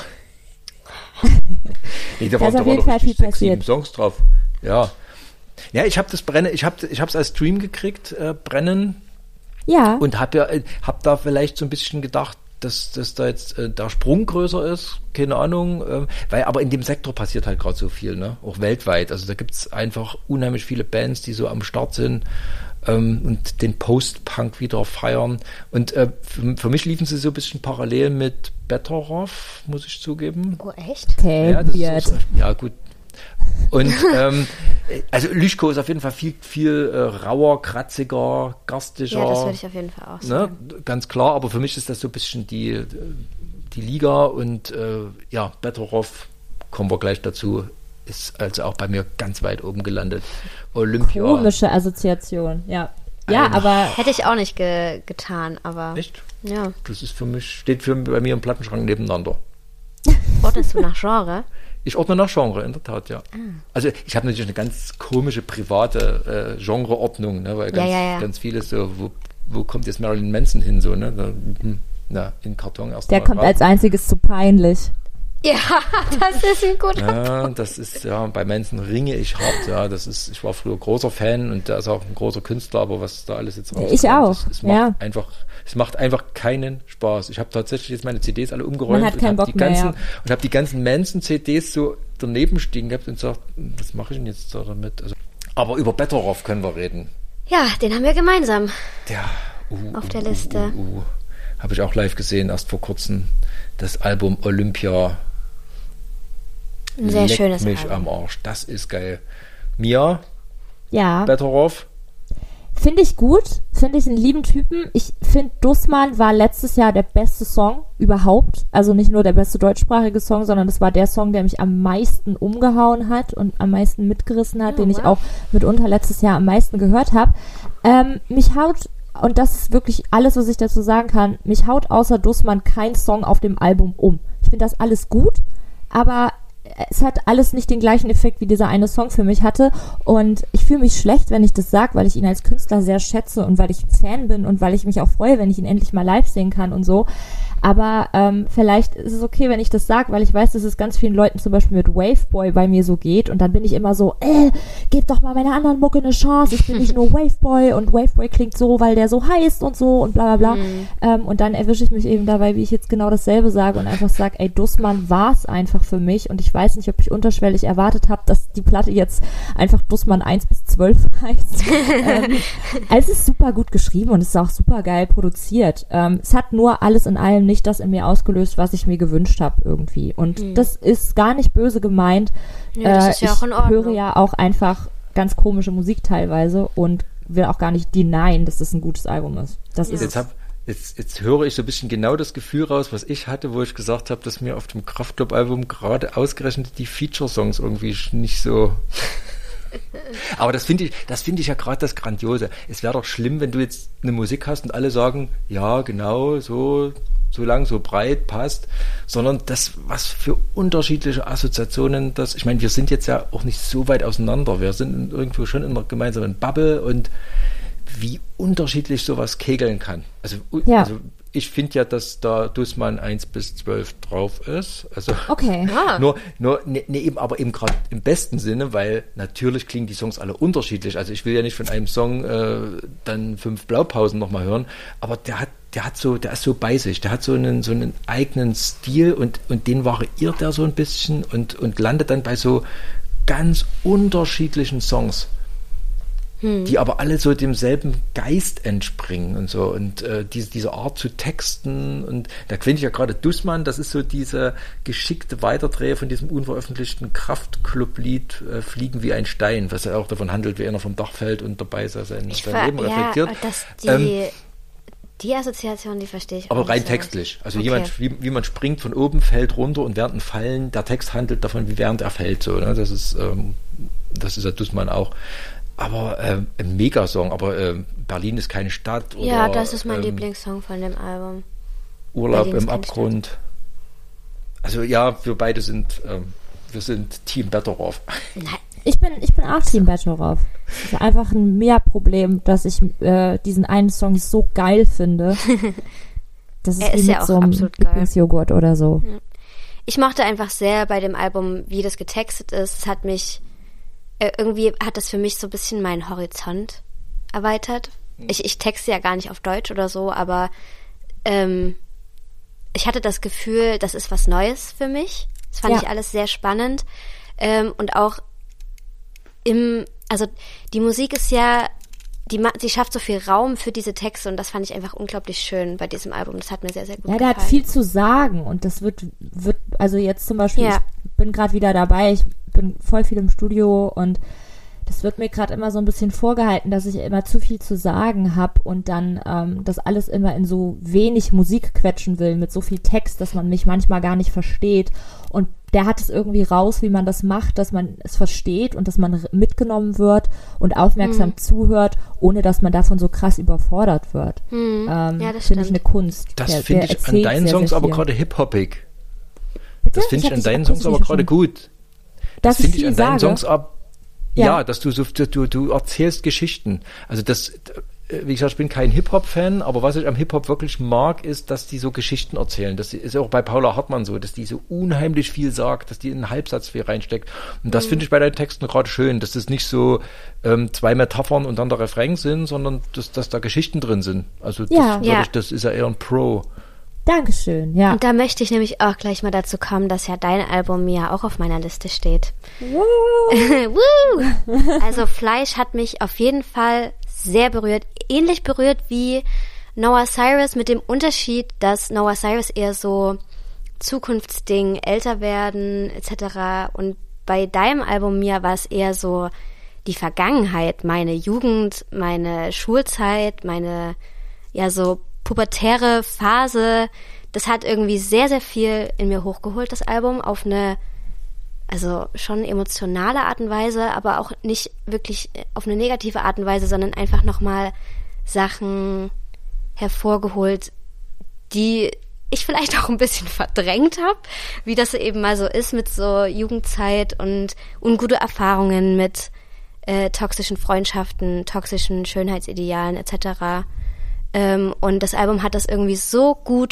Nee, da da waren, ist da auf waren jeden Fall viel sechs, passiert. sieben Songs drauf. Ja, ja, ich habe das Brennen, ich habe ich habe es als Stream gekriegt, äh, Brennen. Ja. Und habe ja, hab da vielleicht so ein bisschen gedacht, dass, dass da jetzt äh, der Sprung größer ist, keine Ahnung, äh, weil aber in dem Sektor passiert halt gerade so viel, ne? Auch weltweit. Also da gibt's einfach unheimlich viele Bands, die so am Start sind ähm, und den Post-Punk wieder feiern. Und äh, für, für mich liefen sie so ein bisschen parallel mit Betteroff, muss ich zugeben. Oh, echt? Okay, ja, das weird. ist auch so, ja, gut. Und ähm, also Lüschko ist auf jeden Fall viel, viel äh, rauer, kratziger, garstiger. Ja, das würde ich auf jeden Fall auch sagen. Ne? Ganz klar, aber für mich ist das so ein bisschen die, die Liga und äh, ja, Betteroff, kommen wir gleich dazu, ist also auch bei mir ganz weit oben gelandet. Olympia. Komische Assoziation, ja. Ja, Ein, aber... Hätte ich auch nicht ge- getan, aber... Echt? Ja. Das ist für mich, steht für, bei mir im Plattenschrank nebeneinander. Ordnest du nach Genre? Ich ordne nach Genre, in der Tat, ja. Ah. Also ich habe natürlich eine ganz komische, private äh, Genreordnung, ne, weil ganz, ja, ja, ja. ganz vieles so, wo, wo kommt jetzt Marilyn Manson hin, so, ne? Da, na, in Karton erst Der mal kommt raus. als einziges zu peinlich. Ja, das ist ein guter Ja, das ist, ja, bei Manson ringe ich hart, ja, das ist, ich war früher großer Fan und der ist auch ein großer Künstler, aber was da alles jetzt rauskommt, ich auch, das, es macht ja. einfach, es macht einfach keinen Spaß. Ich habe tatsächlich jetzt meine C Ds alle umgeräumt Man hat keinen und habe Bock die ganzen, mehr, ja. und habe die ganzen Manson-C Ds so daneben stehen gehabt und gesagt, was mache ich denn jetzt da damit? Also, aber über Betteroff können wir reden. Ja, den haben wir gemeinsam. Ja, uh, auf uh, der Liste. Uh, uh, uh. Habe ich auch live gesehen, erst vor kurzem. Das Album Olympia. Ein sehr Leck schönes mich Album. am Arsch. Das ist geil. Mia? Ja. Betteroff? Finde ich gut. Finde ich einen lieben Typen. Ich finde, Dussmann war letztes Jahr der beste Song überhaupt. Also nicht nur der beste deutschsprachige Song, sondern das war der Song, der mich am meisten umgehauen hat und am meisten mitgerissen hat, Oh, den ich wow. auch mitunter letztes Jahr am meisten gehört habe. Ähm, mich haut, und das ist wirklich alles, was ich dazu sagen kann, mich haut außer Dussmann kein Song auf dem Album um. Ich finde das alles gut, aber es hat alles nicht den gleichen Effekt, wie dieser eine Song für mich hatte. Und ich fühle mich schlecht, wenn ich das sage, weil ich ihn als Künstler sehr schätze und weil ich Fan bin und weil ich mich auch freue, wenn ich ihn endlich mal live sehen kann und so. Aber ähm, vielleicht ist es okay, wenn ich das sage, weil ich weiß, dass es ganz vielen Leuten zum Beispiel mit Waveboy bei mir so geht und dann bin ich immer so, äh, gebt doch mal meiner anderen Mucke eine Chance, ich bin nicht nur Waveboy und Waveboy klingt so, weil der so heißt und so und bla bla bla. Mhm. Ähm, und dann erwische ich mich eben dabei, wie ich jetzt genau dasselbe sage und einfach sage, ey, Dussmann war's einfach für mich und ich weiß nicht, ob ich unterschwellig erwartet habe, dass die Platte jetzt einfach Dussmann eins bis zwölf heißt. ähm, es ist super gut geschrieben und es ist auch super geil produziert. Ähm, es hat nur alles in allem nicht das in mir ausgelöst, was ich mir gewünscht habe irgendwie. Und mhm. das ist gar nicht böse gemeint. Ja, das ist ja ich auch in Ordnung. höre ja auch einfach ganz komische Musik teilweise und will auch gar nicht denyen, dass das ein gutes Album ist. Das ja. ist jetzt, hab, jetzt, jetzt höre ich so ein bisschen genau das Gefühl raus, was ich hatte, wo ich gesagt habe, dass mir auf dem Kraftklub-Album gerade ausgerechnet die Feature-Songs irgendwie nicht so... Aber das finde ich, das finde ich ja gerade das Grandiose. Es wäre doch schlimm, wenn du jetzt eine Musik hast und alle sagen, ja, genau, so, so lang, so breit, passt, sondern das, was für unterschiedliche Assoziationen das, ich meine, wir sind jetzt ja auch nicht so weit auseinander, wir sind irgendwo schon in einer gemeinsamen Bubble und wie unterschiedlich sowas kegeln kann. Also, ja. also ich finde ja, dass da Dussmann eins bis zwölf drauf ist. Also okay. Ah. nur, nur ne, ne, eben, aber eben gerade im besten Sinne, weil natürlich klingen die Songs alle unterschiedlich. Also ich will ja nicht von einem Song äh, dann fünf Blaupausen nochmal hören, aber der hat, der hat so, der ist so bei sich, der hat so einen, so einen eigenen Stil und, und den variiert er so ein bisschen und, und landet dann bei so ganz unterschiedlichen Songs. Hm. Die aber alle so demselben Geist entspringen und so und äh, diese, diese Art zu texten und da finde ich ja gerade Dussmann, das ist so diese geschickte Weiterdreh von diesem unveröffentlichten Kraftklub-Lied äh, Fliegen wie ein Stein, was ja auch davon handelt, wie einer vom Dach fällt und dabei sein, sein war, Leben ja, reflektiert. Das, die, ähm, die Assoziation, die verstehe ich auch. Aber rein so. textlich. Also okay. jemand, wie, wie man springt von oben, fällt runter und während dem Fallen, der Text handelt davon, wie während er fällt. So, ne? Das ist, ähm, das ist ja Dussmann auch. Aber äh, ein Megasong, aber äh, Berlin ist keine Stadt. Oder, ja, das ist mein ähm, Lieblingssong von dem Album. Urlaub Berlin im Abgrund. Stadt. Also ja, wir beide sind, ähm, wir sind Team Betteroff. Nein. Ich bin, ich bin auch Team Betteroff. Das ist einfach ein Mehr-Problem, dass ich äh, diesen einen Song so geil finde. Das ist er wie ist mit ja auch so einem Lieblingsjoghurt oder so. Ja. Ich mochte einfach sehr bei dem Album, wie das getextet ist. Es hat mich irgendwie hat das für mich so ein bisschen meinen Horizont erweitert. Ich, ich texte ja gar nicht auf Deutsch oder so, aber ähm, ich hatte das Gefühl, das ist was Neues für mich. Das fand ja. ich alles sehr spannend. Ähm, und auch im, also die Musik ist ja, die, die schafft so viel Raum für diese Texte und das fand ich einfach unglaublich schön bei diesem Album. Das hat mir sehr, sehr gut ja, gefallen. Ja, der hat viel zu sagen und das wird, wird also jetzt zum Beispiel, ja. ich bin gerade wieder dabei, ich bin voll viel im Studio und das wird mir gerade immer so ein bisschen vorgehalten, dass ich immer zu viel zu sagen habe und dann ähm, das alles immer in so wenig Musik quetschen will, mit so viel Text, dass man mich manchmal gar nicht versteht. Und der hat es irgendwie raus, wie man das macht, dass man es versteht und dass man mitgenommen wird und aufmerksam mhm. zuhört, ohne dass man davon so krass überfordert wird. Mhm. Ähm, ja, das finde ich eine Kunst. Das finde ich an deinen sehr, Songs sehr aber gerade hip-hoppig. Bitte? Das finde ich, ich an deinen Songs aber gerade gut. Das finde ich an deinen Songs ab. Ja. ja, dass du so, du, du erzählst Geschichten. Also das, wie gesagt, ich bin kein Hip-Hop-Fan, aber was ich am Hip-Hop wirklich mag, ist, dass die so Geschichten erzählen. Das ist auch bei Paula Hartmann so, dass die so unheimlich viel sagt, dass die in einen Halbsatz viel reinsteckt. Und das mhm. finde ich bei deinen Texten gerade schön, dass das nicht so ähm, zwei Metaphern und dann der Refrain sind, sondern dass, dass da Geschichten drin sind. Also das, ja. Ja. Ich, das ist ja eher ein Pro. Dankeschön, ja. Und da möchte ich nämlich auch gleich mal dazu kommen, dass ja dein Album ja auch auf meiner Liste steht. Woo! Also Fleisch hat mich auf jeden Fall sehr berührt. Ähnlich berührt wie Noah Cyrus, mit dem Unterschied, dass Noah Cyrus eher so Zukunftsding, älter werden et cetera. Und bei deinem Album Mia war es eher so die Vergangenheit, meine Jugend, meine Schulzeit, meine ja so pubertäre Phase. Das hat irgendwie sehr, sehr viel in mir hochgeholt, das Album, auf eine, also schon emotionale Art und Weise, aber auch nicht wirklich auf eine negative Art und Weise, sondern einfach nochmal Sachen hervorgeholt, die ich vielleicht auch ein bisschen verdrängt habe, wie das eben mal so ist mit so Jugendzeit und ungute Erfahrungen mit äh, toxischen Freundschaften, toxischen Schönheitsidealen et cetera. Ähm, und das Album hat das irgendwie so gut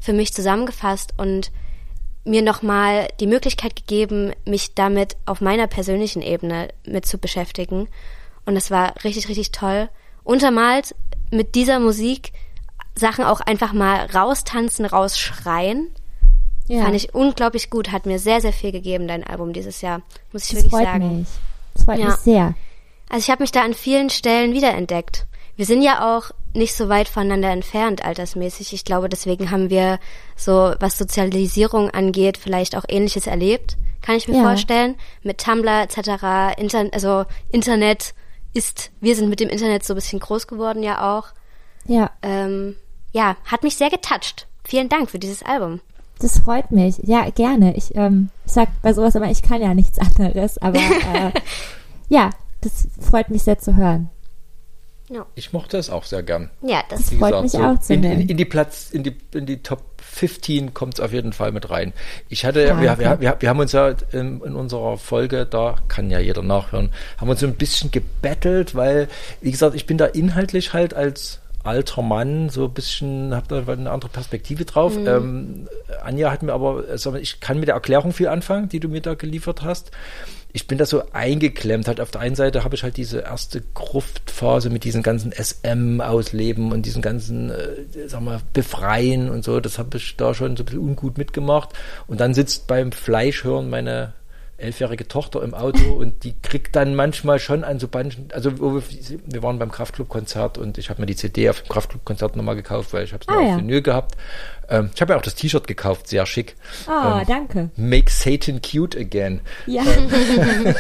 für mich zusammengefasst und mir nochmal die Möglichkeit gegeben, mich damit auf meiner persönlichen Ebene mit zu beschäftigen. Und das war richtig, richtig toll. Untermalt mit dieser Musik Sachen auch einfach mal raustanzen, rausschreien. Ja. Fand ich unglaublich gut, hat mir sehr, sehr viel gegeben, dein Album dieses Jahr, muss ich das wirklich freut sagen. Mich. Das freut ja. mich sehr. Also ich habe mich da an vielen Stellen wiederentdeckt. Wir sind ja auch nicht so weit voneinander entfernt, altersmäßig. Ich glaube, deswegen haben wir so, was Sozialisierung angeht, vielleicht auch Ähnliches erlebt, kann ich mir ja. vorstellen. Mit Tumblr et cetera. Inter- also Internet ist, wir sind mit dem Internet so ein bisschen groß geworden ja auch. Ja. Ähm, ja, hat mich sehr getoucht. Vielen Dank für dieses Album. Das freut mich. Ja, gerne. Ich, ähm, ich sag bei sowas immer, ich kann ja nichts anderes, aber äh, ja, das freut mich sehr zu hören. Ja. Ich mochte es auch sehr gern. Ja, das Wie freut gesagt, mich so auch zu in, hören. In, in die Platz, in die, in die Top fünfzehn kommt es auf jeden Fall mit rein. Ich hatte, ja, wir, wir, wir, wir haben uns ja in, in unserer Folge, da kann ja jeder nachhören, haben uns so ein bisschen gebettelt, weil, wie gesagt, ich bin da inhaltlich halt als alter Mann, so ein bisschen, hab da eine andere Perspektive drauf. Mhm. Ähm, Anja hat mir aber, also ich kann mit der Erklärung viel anfangen, die du mir da geliefert hast. Ich bin da so eingeklemmt. Halt auf der einen Seite habe ich halt diese erste Gruftphase mit diesen ganzen S M-Ausleben und diesen ganzen, äh, sag mal, Befreien und so. Das habe ich da schon so ein bisschen ungut mitgemacht. Und dann sitzt beim Fleischhören meine elfjährige Tochter im Auto und die kriegt dann manchmal schon an so manchen, also wir, wir waren beim Kraftklub-Konzert und ich habe mir die C D auf dem Kraftklub-Konzert nochmal gekauft, weil ich habe es ah, nur ja. auf Vinyl gehabt. Ähm, ich habe ja auch das T-Shirt gekauft, sehr schick. Oh, ähm, danke. Make Satan cute again. Ja. Ähm,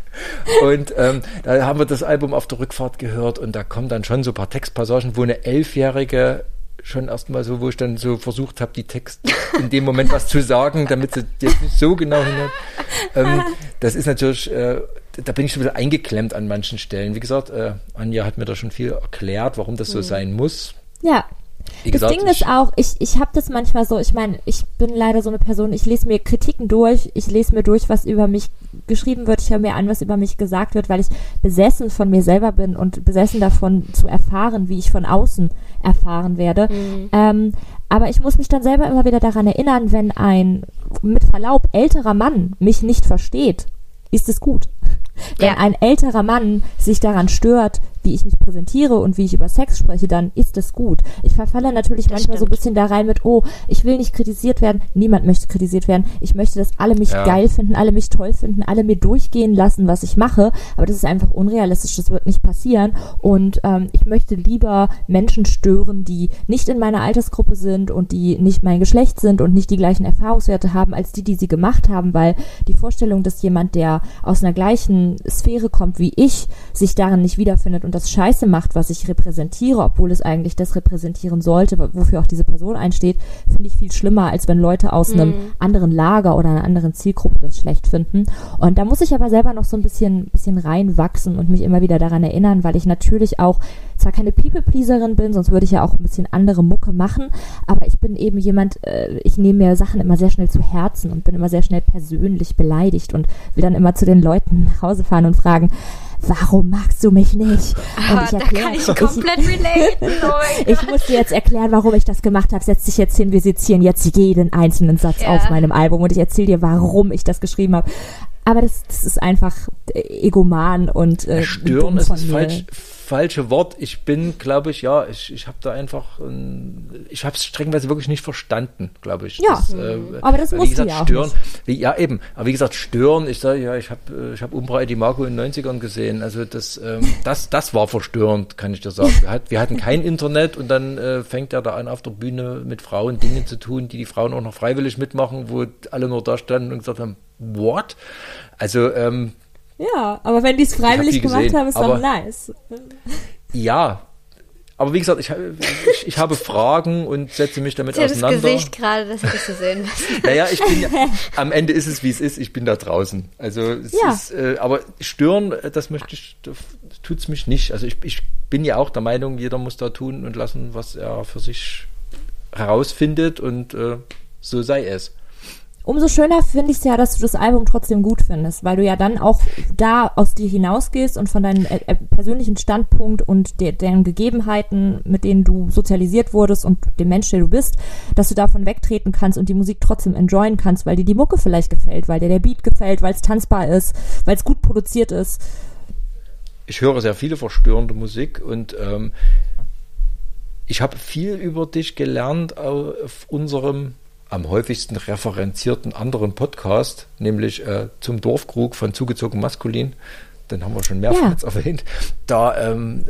und ähm, da haben wir das Album auf der Rückfahrt gehört und da kommen dann schon so ein paar Textpassagen, wo eine elfjährige schon erstmal so, wo ich dann so versucht habe, die Text in dem Moment was zu sagen, damit sie jetzt nicht so genau hinhört. Ähm, das ist natürlich, äh, da bin ich schon wieder eingeklemmt an manchen Stellen. Wie gesagt, äh, Anja hat mir da schon viel erklärt, warum das so mhm. sein muss. Ja. Wie das gesagt, Ding ist auch, ich, ich habe das manchmal so, ich meine, ich bin leider so eine Person, ich lese mir Kritiken durch, ich lese mir durch, was über mich geschrieben wird, ich höre mir an, was über mich gesagt wird, weil ich besessen von mir selber bin und besessen davon zu erfahren, wie ich von außen erfahren werde. Mhm. Ähm, aber ich muss mich dann selber immer wieder daran erinnern, wenn ein, mit Verlaub, älterer Mann mich nicht versteht, ist es gut. Wenn ja. ein älterer Mann sich daran stört, wie ich mich präsentiere und wie ich über Sex spreche, dann ist es gut. Ich verfalle natürlich das manchmal stimmt. so ein bisschen da rein mit, oh, ich will nicht kritisiert werden. Niemand möchte kritisiert werden. Ich möchte, dass alle mich ja. geil finden, alle mich toll finden, alle mir durchgehen lassen, was ich mache. Aber das ist einfach unrealistisch. Das wird nicht passieren. Und ähm, ich möchte lieber Menschen stören, die nicht in meiner Altersgruppe sind und die nicht mein Geschlecht sind und nicht die gleichen Erfahrungswerte haben, als die, die sie gemacht haben. Weil die Vorstellung, dass jemand, der aus einer gleichen Sphäre kommt wie ich, sich darin nicht wiederfindet und das Scheiße macht, was ich repräsentiere, obwohl es eigentlich das repräsentieren sollte, wofür auch diese Person einsteht, finde ich viel schlimmer, als wenn Leute aus mhm. einem anderen Lager oder einer anderen Zielgruppe das schlecht finden. Und da muss ich aber selber noch so ein bisschen, bisschen reinwachsen und mich immer wieder daran erinnern, weil ich natürlich auch zwar keine People-Pleaserin bin, sonst würde ich ja auch ein bisschen andere Mucke machen, aber ich bin eben jemand, äh, ich nehme mir Sachen immer sehr schnell zu Herzen und bin immer sehr schnell persönlich beleidigt und will dann immer zu den Leuten nach Hause fahren und fragen, warum magst du mich nicht? Und ah, ich erkläre, da kann ich komplett relaten. Oh ich muss dir jetzt erklären, warum ich das gemacht habe. Setz dich jetzt hin, wir sezieren jetzt jeden einzelnen Satz ja. auf meinem Album und ich erzähle dir, warum ich das geschrieben habe. Aber das, das ist einfach egoman und äh, stören ist das falsch, falsche Wort. Ich bin, glaube ich, ja, ich, ich habe da einfach, ähm, ich habe es streckenweise wirklich nicht verstanden, glaube ich. Ja, das, äh, aber das muss gesagt, ja auch stören, nicht. Wie, ja, eben. Aber wie gesagt, stören, ich sage, ja, ich habe ich hab Umbra Di Marco in den neunzigern gesehen. Also das, ähm, das, das war verstörend, kann ich dir sagen. Wir, hat, wir hatten kein Internet und dann äh, fängt er da an, auf der Bühne mit Frauen Dinge zu tun, die die Frauen auch noch freiwillig mitmachen, wo alle nur da standen und gesagt haben, what? Also, ähm, ja, aber wenn die es freiwillig die gemacht gesehen, haben, ist doch nice. Ja, aber wie gesagt, ich, ich, ich habe Fragen und setze mich damit ich auseinander. Das Gesicht gerade, das hättest du sehen müssen. Naja, ich bin ja, am Ende ist es, wie es ist, ich bin da draußen. Also, es ja. ist, äh, aber stören, das möchte ich, das tut's mich nicht. Also ich, ich bin ja auch der Meinung, jeder muss da tun und lassen, was er für sich herausfindet und äh, so sei es. umso schöner finde ich es ja, dass du das Album trotzdem gut findest, weil du ja dann auch da aus dir hinausgehst und von deinem äh, persönlichen Standpunkt und de- deren Gegebenheiten, mit denen du sozialisiert wurdest und dem Mensch, der du bist, dass du davon wegtreten kannst und die Musik trotzdem enjoyen kannst, weil dir die Mucke vielleicht gefällt, weil dir der Beat gefällt, weil es tanzbar ist, weil es gut produziert ist. Ich höre sehr viele verstörende Musik und ähm, ich habe viel über dich gelernt auf unserem am häufigsten referenzierten anderen Podcast, nämlich äh, zum Dorfkrug von Zugezogen Maskulin. Den haben wir schon mehrfach ja. jetzt erwähnt. Da, ähm,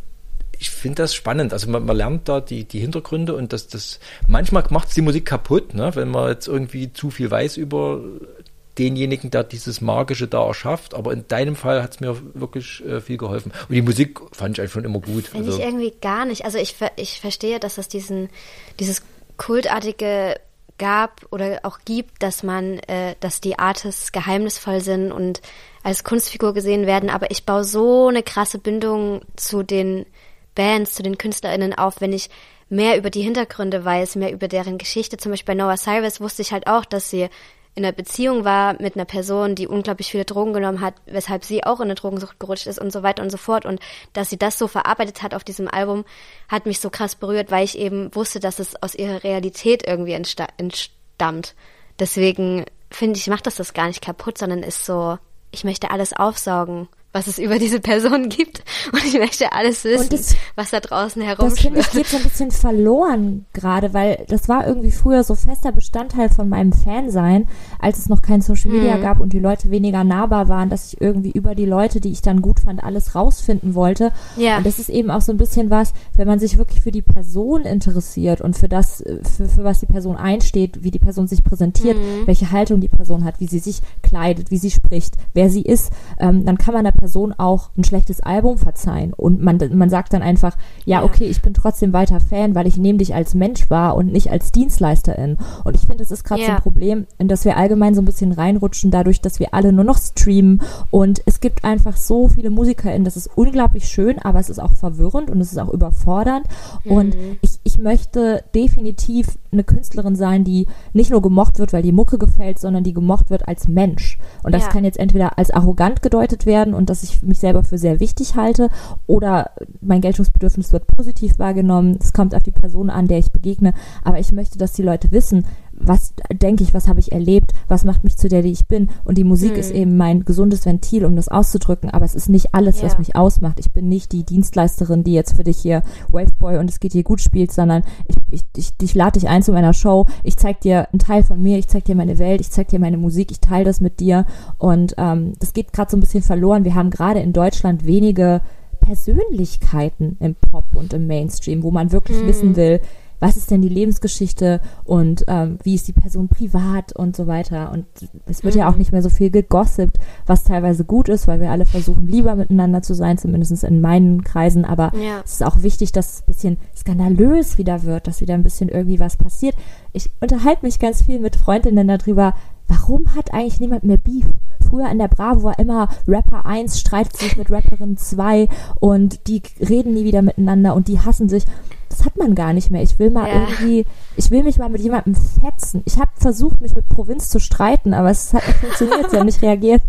ich finde das spannend. Also man, man lernt da die, die Hintergründe und das, das manchmal macht es die Musik kaputt, ne? Wenn man jetzt irgendwie zu viel weiß über denjenigen, der dieses Magische da erschafft. Aber in deinem Fall hat es mir wirklich äh, viel geholfen. Und die Musik fand ich einfach schon immer gut. Finde also, ich irgendwie gar nicht. Also ich, ich verstehe, dass es diesen, dieses kultartige gab oder auch gibt, dass man, äh, dass die Artists geheimnisvoll sind und als Kunstfigur gesehen werden, aber ich baue so eine krasse Bindung zu den Bands, zu den KünstlerInnen auf, wenn ich mehr über die Hintergründe weiß, mehr über deren Geschichte. Zum Beispiel bei Noah Cyrus wusste ich halt auch, dass sie in einer Beziehung war mit einer Person, die unglaublich viele Drogen genommen hat, weshalb sie auch in eine Drogensucht gerutscht ist und so weiter und so fort. Und dass sie das so verarbeitet hat auf diesem Album, hat mich so krass berührt, weil ich eben wusste, dass es aus ihrer Realität irgendwie entsta- entstammt. Deswegen finde ich, macht das das gar nicht kaputt, sondern ist so, ich möchte alles aufsaugen, was es über diese Person gibt. Und ich möchte alles wissen, das, was da draußen herumschwirrt. Das finde ich geht so ein bisschen verloren gerade, weil das war irgendwie früher so fester Bestandteil von meinem Fansein, als es noch kein Social Media mhm. gab und die Leute weniger nahbar waren, dass ich irgendwie über die Leute, die ich dann gut fand, alles rausfinden wollte. Ja. Und das ist eben auch so ein bisschen was, wenn man sich wirklich für die Person interessiert und für das, für, für was die Person einsteht, wie die Person sich präsentiert, mhm. welche Haltung die Person hat, wie sie sich kleidet, wie sie spricht, wer sie ist, ähm, dann kann man da Person auch ein schlechtes Album verzeihen und man, man sagt dann einfach, ja, okay, ich bin trotzdem weiter Fan, weil ich nehme dich als Mensch wahr und nicht als Dienstleisterin. Und ich finde, das ist gerade yeah. so ein Problem, in das wir allgemein so ein bisschen reinrutschen, dadurch, dass wir alle nur noch streamen und es gibt einfach so viele MusikerInnen, das ist unglaublich schön, aber es ist auch verwirrend und es ist auch überfordernd mhm. und ich, ich möchte definitiv eine Künstlerin sein, die nicht nur gemocht wird, weil die Mucke gefällt, sondern die gemocht wird als Mensch. Und das ja. kann jetzt entweder als arrogant gedeutet werden und dass ich mich selber für sehr wichtig halte oder mein Geltungsbedürfnis wird positiv wahrgenommen. Es kommt auf die Person an, der ich begegne. Aber ich möchte, dass die Leute wissen, was denke ich, was habe ich erlebt, was macht mich zu der, die ich bin. Und die Musik hm. ist eben mein gesundes Ventil, um das auszudrücken. Aber es ist nicht alles, ja. was mich ausmacht. Ich bin nicht die Dienstleisterin, die jetzt für dich hier Waveboy und es geht dir gut spielt, sondern ich, ich, ich, ich lade dich ein zu meiner Show. Ich zeig dir einen Teil von mir, ich zeig dir meine Welt, ich zeig dir meine Musik, ich teile das mit dir. Und ähm, das geht gerade so ein bisschen verloren. Wir haben gerade in Deutschland wenige Persönlichkeiten im Pop und im Mainstream, wo man wirklich hm. wissen will, was ist denn die Lebensgeschichte und ähm, wie ist die Person privat und so weiter. Und es wird mhm. ja auch nicht mehr so viel gegossipt, was teilweise gut ist, weil wir alle versuchen, lieber miteinander zu sein, zumindest in meinen Kreisen. Aber ja. es ist auch wichtig, dass es ein bisschen skandalös wieder wird, dass wieder ein bisschen irgendwie was passiert. Ich unterhalte mich ganz viel mit Freundinnen darüber, warum hat eigentlich niemand mehr Beef? Früher in der Bravo war immer Rapper eins streitet sich mit Rapperin zwei und die reden nie wieder miteinander und die hassen sich. Das hat man gar nicht mehr. Ich will mal ja. irgendwie, ich will mich mal mit jemandem fetzen. Ich habe versucht, mich mit Provinz zu streiten, aber es hat nicht funktioniert, sie haben nicht reagiert.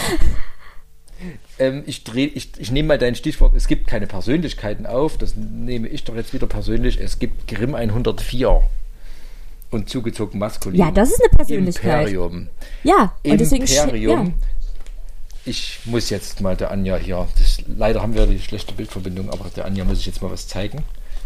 Ähm, ich, dreh, ich, ich nehme mal dein Stichwort, es gibt keine Persönlichkeiten auf, das nehme ich doch jetzt wieder persönlich. Es gibt Grimm hundertvier und Zugezogen Maskulin. Ja, das ist eine Persönlichkeit. Imperium. Ja, und deswegen Imperium. Ja. Ich muss jetzt mal der Anja hier, das, leider haben wir die schlechte Bildverbindung, aber der Anja muss ich jetzt mal was zeigen.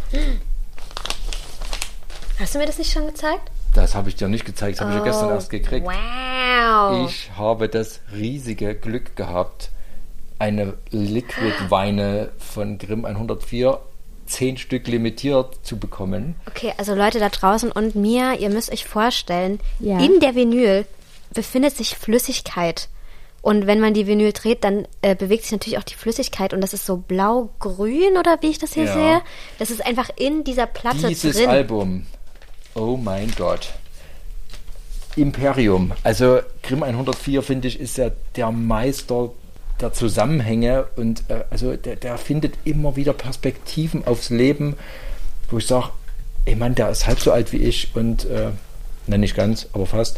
Hast du mir das nicht schon gezeigt? Das habe ich dir nicht gezeigt, das habe oh, ich ja gestern erst gekriegt. Wow. Ich habe das riesige Glück gehabt, eine Liquid-Weine von Grimm hundertvier, zehn Stück limitiert zu bekommen. Okay, also Leute da draußen und mir, ihr müsst euch vorstellen, ja. in der Vinyl befindet sich Flüssigkeit. Und wenn man die Vinyl dreht, dann äh, bewegt sich natürlich auch die Flüssigkeit und das ist so blau-grün oder wie ich das hier ja. sehe. Das ist einfach in dieser Platte Dieses drin. Album, oh mein Gott. Imperium, also Grimm hundertvier, finde ich, ist ja der Meister der Zusammenhänge und äh, also der, der findet immer wieder Perspektiven aufs Leben, wo ich sage, ey Mann, der ist halb so alt wie ich und, äh, nein, nicht ganz, aber fast.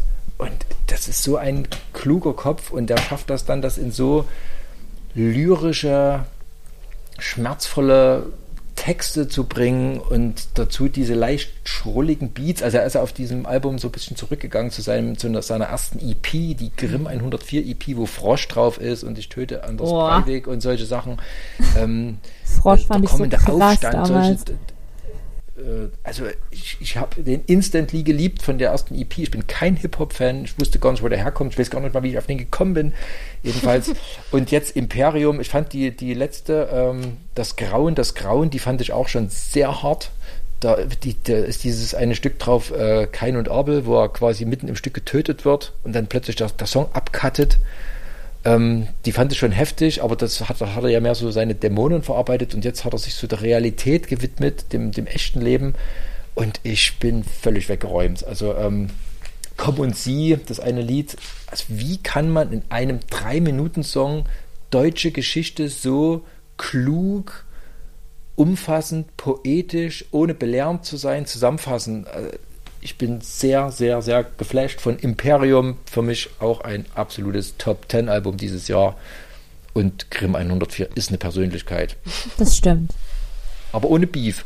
und das ist so ein kluger Kopf und der schafft das dann, das in so lyrische, schmerzvolle Texte zu bringen und dazu diese leicht schrulligen Beats. Also er ist auf diesem Album so ein bisschen zurückgegangen zu, seinem, zu seiner ersten E P, die Grimm hundertvier E P, wo Frosch drauf ist und ich töte Anders oh. Breivik und solche Sachen. Ähm, Frosch fand ich so krass Aufstand, damals. Solche, äh, also ich, ich habe den instantly geliebt von der ersten E P. Ich bin kein Hip-Hop-Fan. Ich wusste gar nicht, wo der herkommt. Ich weiß gar nicht mal, wie ich auf den gekommen bin. Jedenfalls. Und jetzt Imperium. Ich fand die, die letzte, ähm, das Grauen, das Grauen, die fand ich auch schon sehr hart. Da, die, da ist dieses eine Stück drauf, äh, Kain und Abel, wo er quasi mitten im Stück getötet wird und dann plötzlich der, der Song abcuttet. Ähm, die fand ich schon heftig, aber das hat, hat er ja mehr so seine Dämonen verarbeitet und jetzt hat er sich so der Realität gewidmet, dem, dem echten Leben und ich bin völlig weggeräumt. Also ähm, Komm und Sie, das eine Lied, also wie kann man in einem drei Minuten Song deutsche Geschichte so klug, umfassend, poetisch, ohne belehrend zu sein, zusammenfassen? Ich bin sehr, sehr, sehr geflasht von Imperium. Für mich auch ein absolutes Top Ten Album dieses Jahr. Und Grimm hundertvier ist eine Persönlichkeit. Das stimmt. Aber ohne Beef.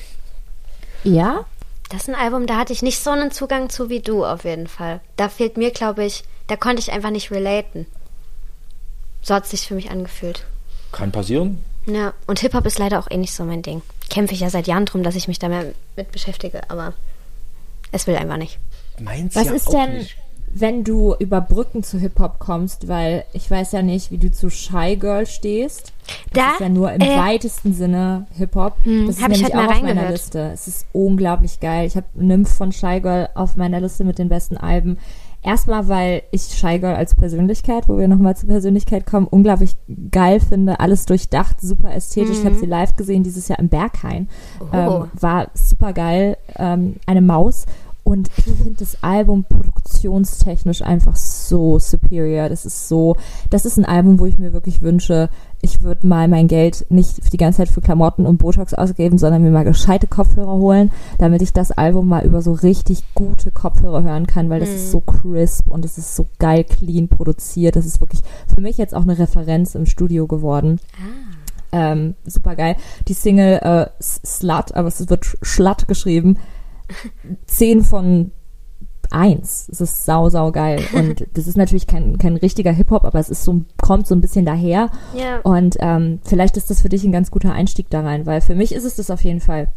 Ja? Das ist ein Album, da hatte ich nicht so einen Zugang zu wie du auf jeden Fall. Da fehlt mir, glaube ich, da konnte ich einfach nicht relaten. So hat es sich für mich angefühlt. Kann passieren. Ja, und Hip-Hop ist leider auch eh nicht so mein Ding. Kämpfe ich ja seit Jahren drum, dass ich mich da mehr mit beschäftige, aber es will einfach nicht. Meins Was ja ist auch denn, nicht. wenn du über Brücken zu Hip-Hop kommst, weil ich weiß ja nicht, wie du zu Shy Girl stehst. Das Da, ist ja nur im äh, weitesten Sinne Hip-Hop. Hm, das ist hab ich nämlich halt mal auch auf meiner reingehört. Liste. Es ist unglaublich geil. Ich habe Nymph von Shy Girl auf meiner Liste mit den besten Alben. Erstmal, weil ich Shy Girl als Persönlichkeit, wo wir nochmal zur Persönlichkeit kommen, unglaublich geil finde. Alles durchdacht, super ästhetisch. Mhm. Ich habe sie live gesehen dieses Jahr im Berghain. Oh. Ähm, war super geil. Ähm, eine Maus. Und ich finde das Album produktionstechnisch einfach so superior. Das ist so, das ist ein Album, wo ich mir wirklich wünsche, ich würde mal mein Geld nicht die ganze Zeit für Klamotten und Botox ausgeben, sondern mir mal gescheite Kopfhörer holen, damit ich das Album mal über so richtig gute Kopfhörer hören kann, weil das Mhm. ist so crisp und es ist so geil clean produziert. Das ist wirklich für mich jetzt auch eine Referenz im Studio geworden. Ah. Ähm, super geil. Die Single äh, Slut, aber es wird Schlut geschrieben, zehn von eins. Es ist sau, sau geil. Und das ist natürlich kein, kein richtiger Hip-Hop, aber es ist so, kommt so ein bisschen daher. Ja. Und ähm, vielleicht ist das für dich ein ganz guter Einstieg da rein, weil für mich ist es das auf jeden Fall.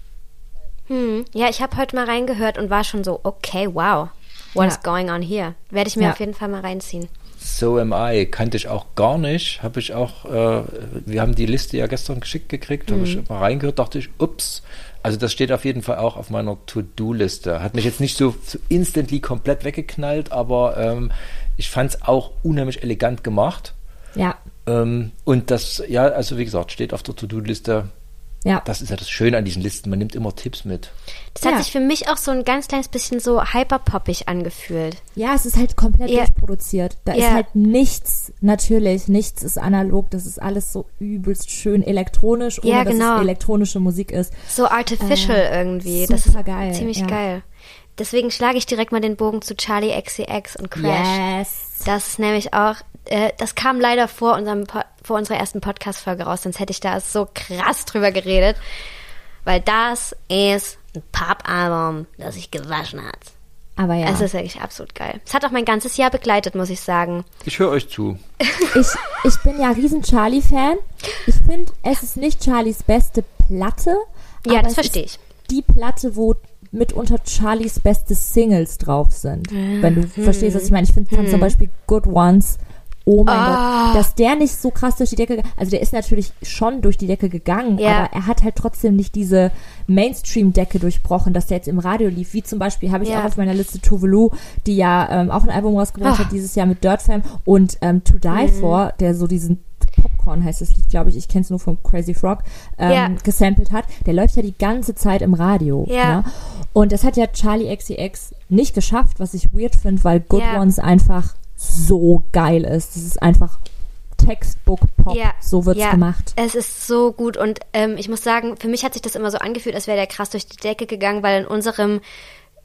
Hm. Ja, ich habe heute mal reingehört und war schon so, okay, wow, what Ja. is going on here? Werde ich mir Ja. auf jeden Fall mal reinziehen. So am I. Kannte ich auch gar nicht. Habe ich auch, äh, wir haben die Liste ja gestern geschickt gekriegt, habe ich mal reingehört, dachte ich, ups. Also das steht auf jeden Fall auch auf meiner To-Do-Liste. Hat mich jetzt nicht so, so instantly komplett weggeknallt, aber ähm, ich fand es auch unheimlich elegant gemacht. Ja, Ähm, und das, ja, also wie gesagt, steht auf der To-Do-Liste. ja. Das ist ja das Schöne an diesen Listen, man nimmt immer Tipps mit. Das hat Ja. sich für mich auch so ein ganz kleines bisschen so hyperpoppig angefühlt. Ja, es ist halt komplett Ja. durchproduziert. Da ist Ja. halt nichts, natürlich, nichts ist analog. Das ist alles so übelst schön elektronisch, ohne Ja, dass genau. es elektronische Musik ist. So artificial Äh, irgendwie. Das ist super geil, ziemlich ja. geil. Deswegen schlage ich direkt mal den Bogen zu Charlie X C X und Crash. Yes. Das ist nämlich auch, äh, das kam leider vor unserem Po- vor unserer ersten Podcast-Folge raus, sonst hätte ich da so krass drüber geredet. Weil das ist ein Pop-Album, das sich gewaschen hat. Aber ja. Es ist wirklich absolut geil. Es hat auch mein ganzes Jahr begleitet, muss ich sagen. Ich höre euch zu. Ich, ich bin ja riesen Charlie-Fan. Ich finde, es ist nicht Charlies beste Platte. Ja, aber das es verstehe ist ich. Die Platte, wo mitunter Charlies beste Singles drauf sind. Wenn du verstehst, was ich meine. Ich finde Hm. zum Beispiel Good Ones. Oh mein Ah. Gott, dass der nicht so krass durch die Decke, also der ist natürlich schon durch die Decke gegangen, Ja. aber er hat halt trotzdem nicht diese Mainstream-Decke durchbrochen, dass der jetzt im Radio lief, wie zum Beispiel habe ich Ja. auch auf meiner Liste Tuvalu, die ja ähm, auch ein Album rausgebracht Ah. hat dieses Jahr mit Dirt Fam und ähm, To Die Mhm. For, der so diesen Popcorn heißt das Lied, glaube ich, ich kenne es nur von Crazy Frog, ähm, Ja. gesampelt hat, der läuft ja die ganze Zeit im Radio. Ja. Ne? Und das hat ja Charlie X C X nicht geschafft, was ich weird finde, weil Good Ja. Ones einfach so geil ist. Das ist einfach Textbook-Pop. Ja, So wird's ja, gemacht. Es ist so gut und ähm, ich muss sagen, für mich hat sich das immer so angefühlt, als wäre der krass durch die Decke gegangen, weil in unserem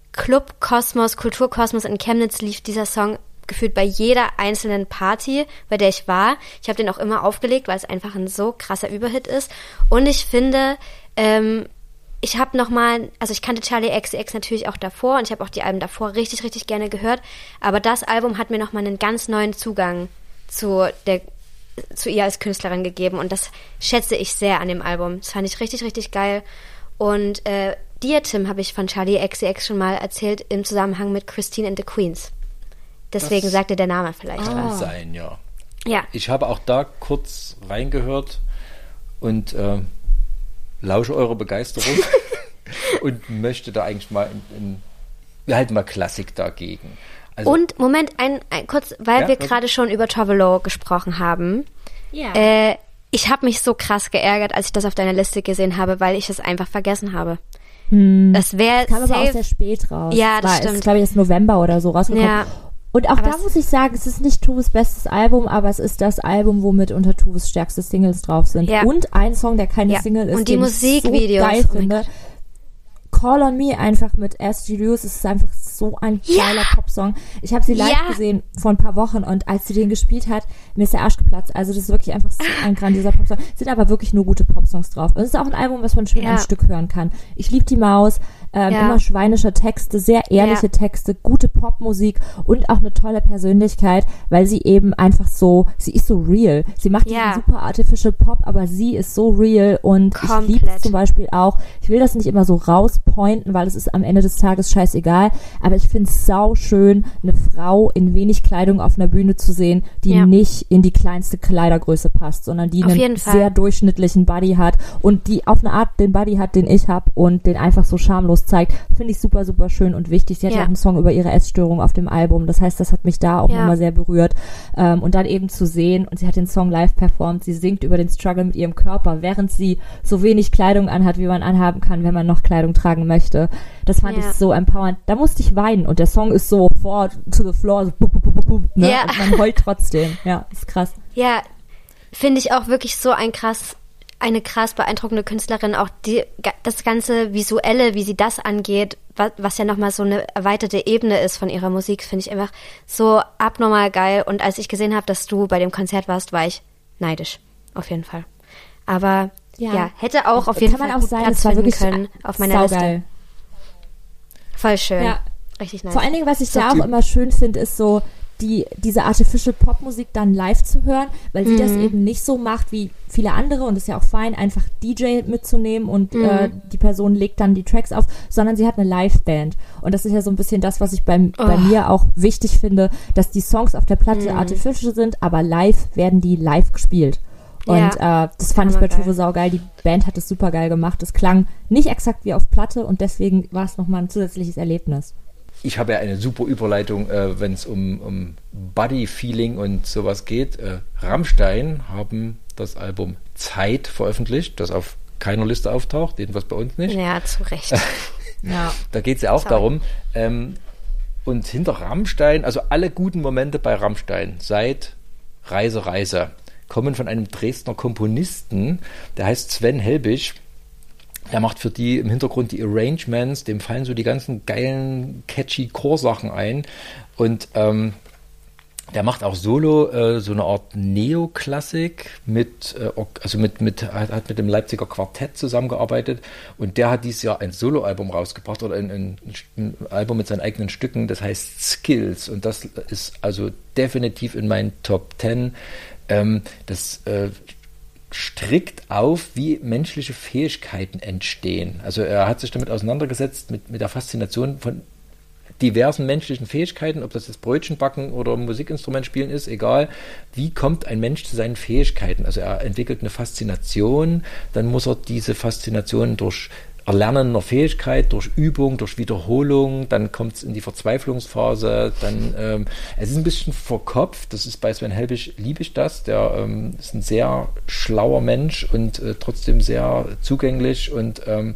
Club Kosmos, Kulturkosmos in Chemnitz lief dieser Song gefühlt bei jeder einzelnen Party, bei der ich war. Ich habe den auch immer aufgelegt, weil es einfach ein so krasser Überhit ist. Und ich finde, ähm, ich habe nochmal, also ich kannte Charli X C X natürlich auch davor und ich habe auch die Alben davor richtig, richtig gerne gehört. Aber das Album hat mir nochmal einen ganz neuen Zugang zu der zu ihr als Künstlerin gegeben. Und das schätze ich sehr an dem Album. Das fand ich richtig, richtig geil. Und äh, dir, Tim, habe ich von Charli X C X schon mal erzählt im Zusammenhang mit Christine and the Queens. Deswegen das sagte der Name vielleicht kann was. sein, ja. Ja. Ich habe auch da kurz reingehört und äh, lausche eurer Begeisterung und möchte da eigentlich mal in, in, wir halten mal Klassik dagegen. Also, und Moment, ein, ein kurz, weil ja, wir gerade schon über Tovelo gesprochen haben. Ja. Äh, ich habe mich so krass geärgert, als ich das auf deiner Liste gesehen habe, weil ich es einfach vergessen habe. Hm. Das wäre kam aber auch sehr spät raus. Ja, das war, stimmt. Ist, glaube ich, jetzt November oder so rausgekommen. Ja. Und auch Aber da muss ich sagen, es ist nicht Toves bestes Album, aber es ist das Album, womit unter Toves stärkste Singles drauf sind. Ja. Und ein Song, der keine Ja. Single ist, Und die den Musikvideos, ich so geil oh mein finde. Gott. Call on Me einfach mit S G Lewis, es ist einfach so ein Ja. geiler Popsong. Ich habe sie live Ja. gesehen vor ein paar Wochen und als sie den gespielt hat, mir ist der Arsch geplatzt. Also das ist wirklich einfach so ein grandioser Popsong. Es sind aber wirklich nur gute Popsongs drauf. Und es ist auch ein Album, was man schön Ja. am Stück hören kann. Ich liebe die Maus, ähm, Ja. immer schweinische Texte, sehr ehrliche Ja. Texte, gute Popmusik und auch eine tolle Persönlichkeit, weil sie eben einfach so, sie ist so real. Sie macht Ja. diesen super artificial Pop, aber sie ist so real und ich liebe es Komplett. zum Beispiel auch. Ich will das nicht immer so rauspointen, weil es ist am Ende des Tages scheißegal, aber ich finde es sau schön, eine Frau in wenig Kleidung auf einer Bühne zu sehen, die Ja. nicht in die kleinste Kleidergröße passt, sondern die Auf jeden einen Fall. sehr durchschnittlichen Body hat und die auf eine Art den Body hat, den ich habe und den einfach so schamlos zeigt. Finde ich super, super schön und wichtig. Sie hat ja Ja. auch einen Song über ihre Essstörung auf dem Album. Das heißt, das hat mich da auch Ja. nochmal sehr berührt. Ähm, und dann eben zu sehen, und sie hat den Song live performt, sie singt über den Struggle mit ihrem Körper, während sie so wenig Kleidung anhat, wie man anhaben kann, wenn man noch Kleidung tragen möchte. Das fand Ja. ich so empowernd. Da musste ich weinen und der Song ist so fall to the floor, so bup, bup, bup, bup, ne? Ja. Und man heult trotzdem. Ja, ist krass. Ja, finde ich auch wirklich so ein krass, eine krass beeindruckende Künstlerin. Auch die, das ganze Visuelle, wie sie das angeht, was, was ja nochmal so eine erweiterte Ebene ist von ihrer Musik, finde ich einfach so abnormal geil. Und als ich gesehen habe, dass du bei dem Konzert warst, war ich neidisch. Auf jeden Fall. Aber ja, Ja. hätte auch auf jeden Kann man Fall auch gut sagen, Platz es war finden wirklich können auf meiner saugeil. Liste. Voll schön. Ja. Richtig nice. Vor allen Dingen, was ich So da auch die- immer schön finde, ist so die diese Artificial Pop-Musik dann live zu hören, weil sie Mhm. das eben nicht so macht wie viele andere und ist ja auch fein, einfach D J mitzunehmen und Mhm. äh, die Person legt dann die Tracks auf, sondern sie hat eine Live-Band. Und das ist ja so ein bisschen das, was ich beim, bei Oh. mir auch wichtig finde, dass die Songs auf der Platte Mhm. artificial sind, aber live werden die live gespielt. Und Ja, äh, das fand ich bei hammergeil. Tove saugeil. Die Band hat es super geil gemacht. Es klang nicht exakt wie auf Platte und deswegen war es nochmal ein zusätzliches Erlebnis. Ich habe ja eine super Überleitung, äh, wenn es um, um Body-Feeling und sowas geht. Äh, Rammstein haben das Album Zeit veröffentlicht, das auf keiner Liste auftaucht, jedenfalls bei uns nicht. Ja, zu Recht. Ja. Da geht es ja auch Sorry. darum. Ähm, und hinter Rammstein, also alle guten Momente bei Rammstein seit Reise, Reise, kommen von einem Dresdner Komponisten, der heißt Sven Helbig. Er macht für die im Hintergrund die Arrangements, dem fallen so die ganzen geilen, catchy Chorsachen ein. Und ähm, der macht auch solo äh, so eine Art Neoklassik mit, äh, also mit, mit, hat, hat mit dem Leipziger Quartett zusammengearbeitet und der hat dieses Jahr ein Soloalbum rausgebracht oder ein, ein, ein Album mit seinen eigenen Stücken, das heißt Skills und das ist also definitiv in meinen Top Ten. Ähm, das äh, strickt auf, wie menschliche Fähigkeiten entstehen. Also er hat sich damit auseinandergesetzt mit, mit der Faszination von diversen menschlichen Fähigkeiten, ob das jetzt Brötchen backen oder Musikinstrument spielen ist, egal. Wie kommt ein Mensch zu seinen Fähigkeiten? Also er entwickelt eine Faszination, dann muss er diese Faszination durch Erlernen einer Fähigkeit, durch Übung, durch Wiederholung, dann kommt es in die Verzweiflungsphase, dann, ähm, es ist ein bisschen verkopft, das ist bei Sven Helbig, liebe ich das, der ähm, ist ein sehr schlauer Mensch und äh, trotzdem sehr zugänglich und ähm,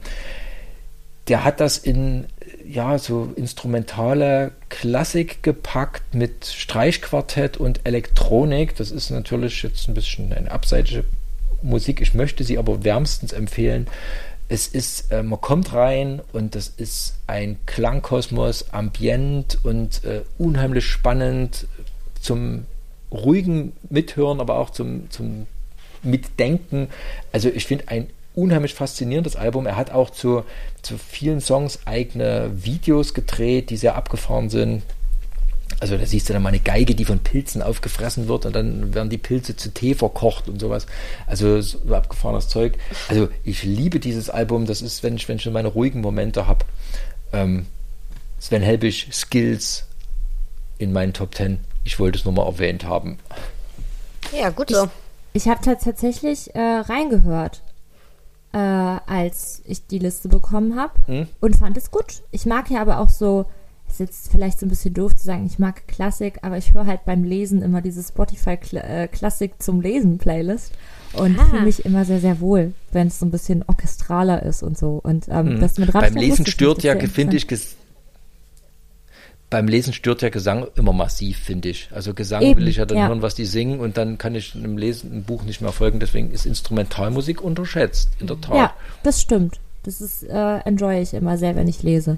der hat das in ja so instrumentale Klassik gepackt mit Streichquartett und Elektronik. Das ist natürlich jetzt ein bisschen eine abseitige Musik. Ich möchte sie aber wärmstens empfehlen. es ist, äh, man kommt rein und das ist ein Klangkosmos, ambient und äh, unheimlich spannend zum ruhigen Mithören, aber auch zum, zum Mitdenken. Also ich finde ein unheimlich faszinierendes Album. Er hat auch zu, zu vielen Songs eigene Videos gedreht, die sehr abgefahren sind. Also da siehst du dann mal eine Geige, die von Pilzen aufgefressen wird und dann werden die Pilze zu Tee verkocht und sowas. Also so abgefahrenes Zeug. Also ich liebe dieses Album. Das ist, wenn ich, wenn ich meine ruhigen Momente habe. Ähm, Sven Helbig, Skills in meinen Top Ten. Ich wollte es nur mal erwähnt haben. Ja, gut so. Ich, ich habe tatsächlich äh, reingehört, äh, als ich die Liste bekommen habe hm? und fand es gut. Ich mag ja aber auch so, ist jetzt vielleicht so ein bisschen doof zu sagen, ich mag Klassik, aber ich höre halt beim Lesen immer diese Spotify Kla- äh, Klassik zum Lesen Playlist und ah. fühle mich immer sehr, sehr wohl, wenn es so ein bisschen orchestraler ist und so. Und ähm, mhm. das mit Rammstein beim Lesen stört ja, finde ich, ges- beim Lesen stört ja Gesang immer massiv, finde ich. Also Gesang Eben, will ich ja dann ja. hören, was die singen und dann kann ich einem Lesen, einem Buch nicht mehr folgen. Deswegen ist Instrumentalmusik unterschätzt, in der Tat. Ja, das stimmt. Das ist, äh, enjoy ich immer sehr, wenn ich lese.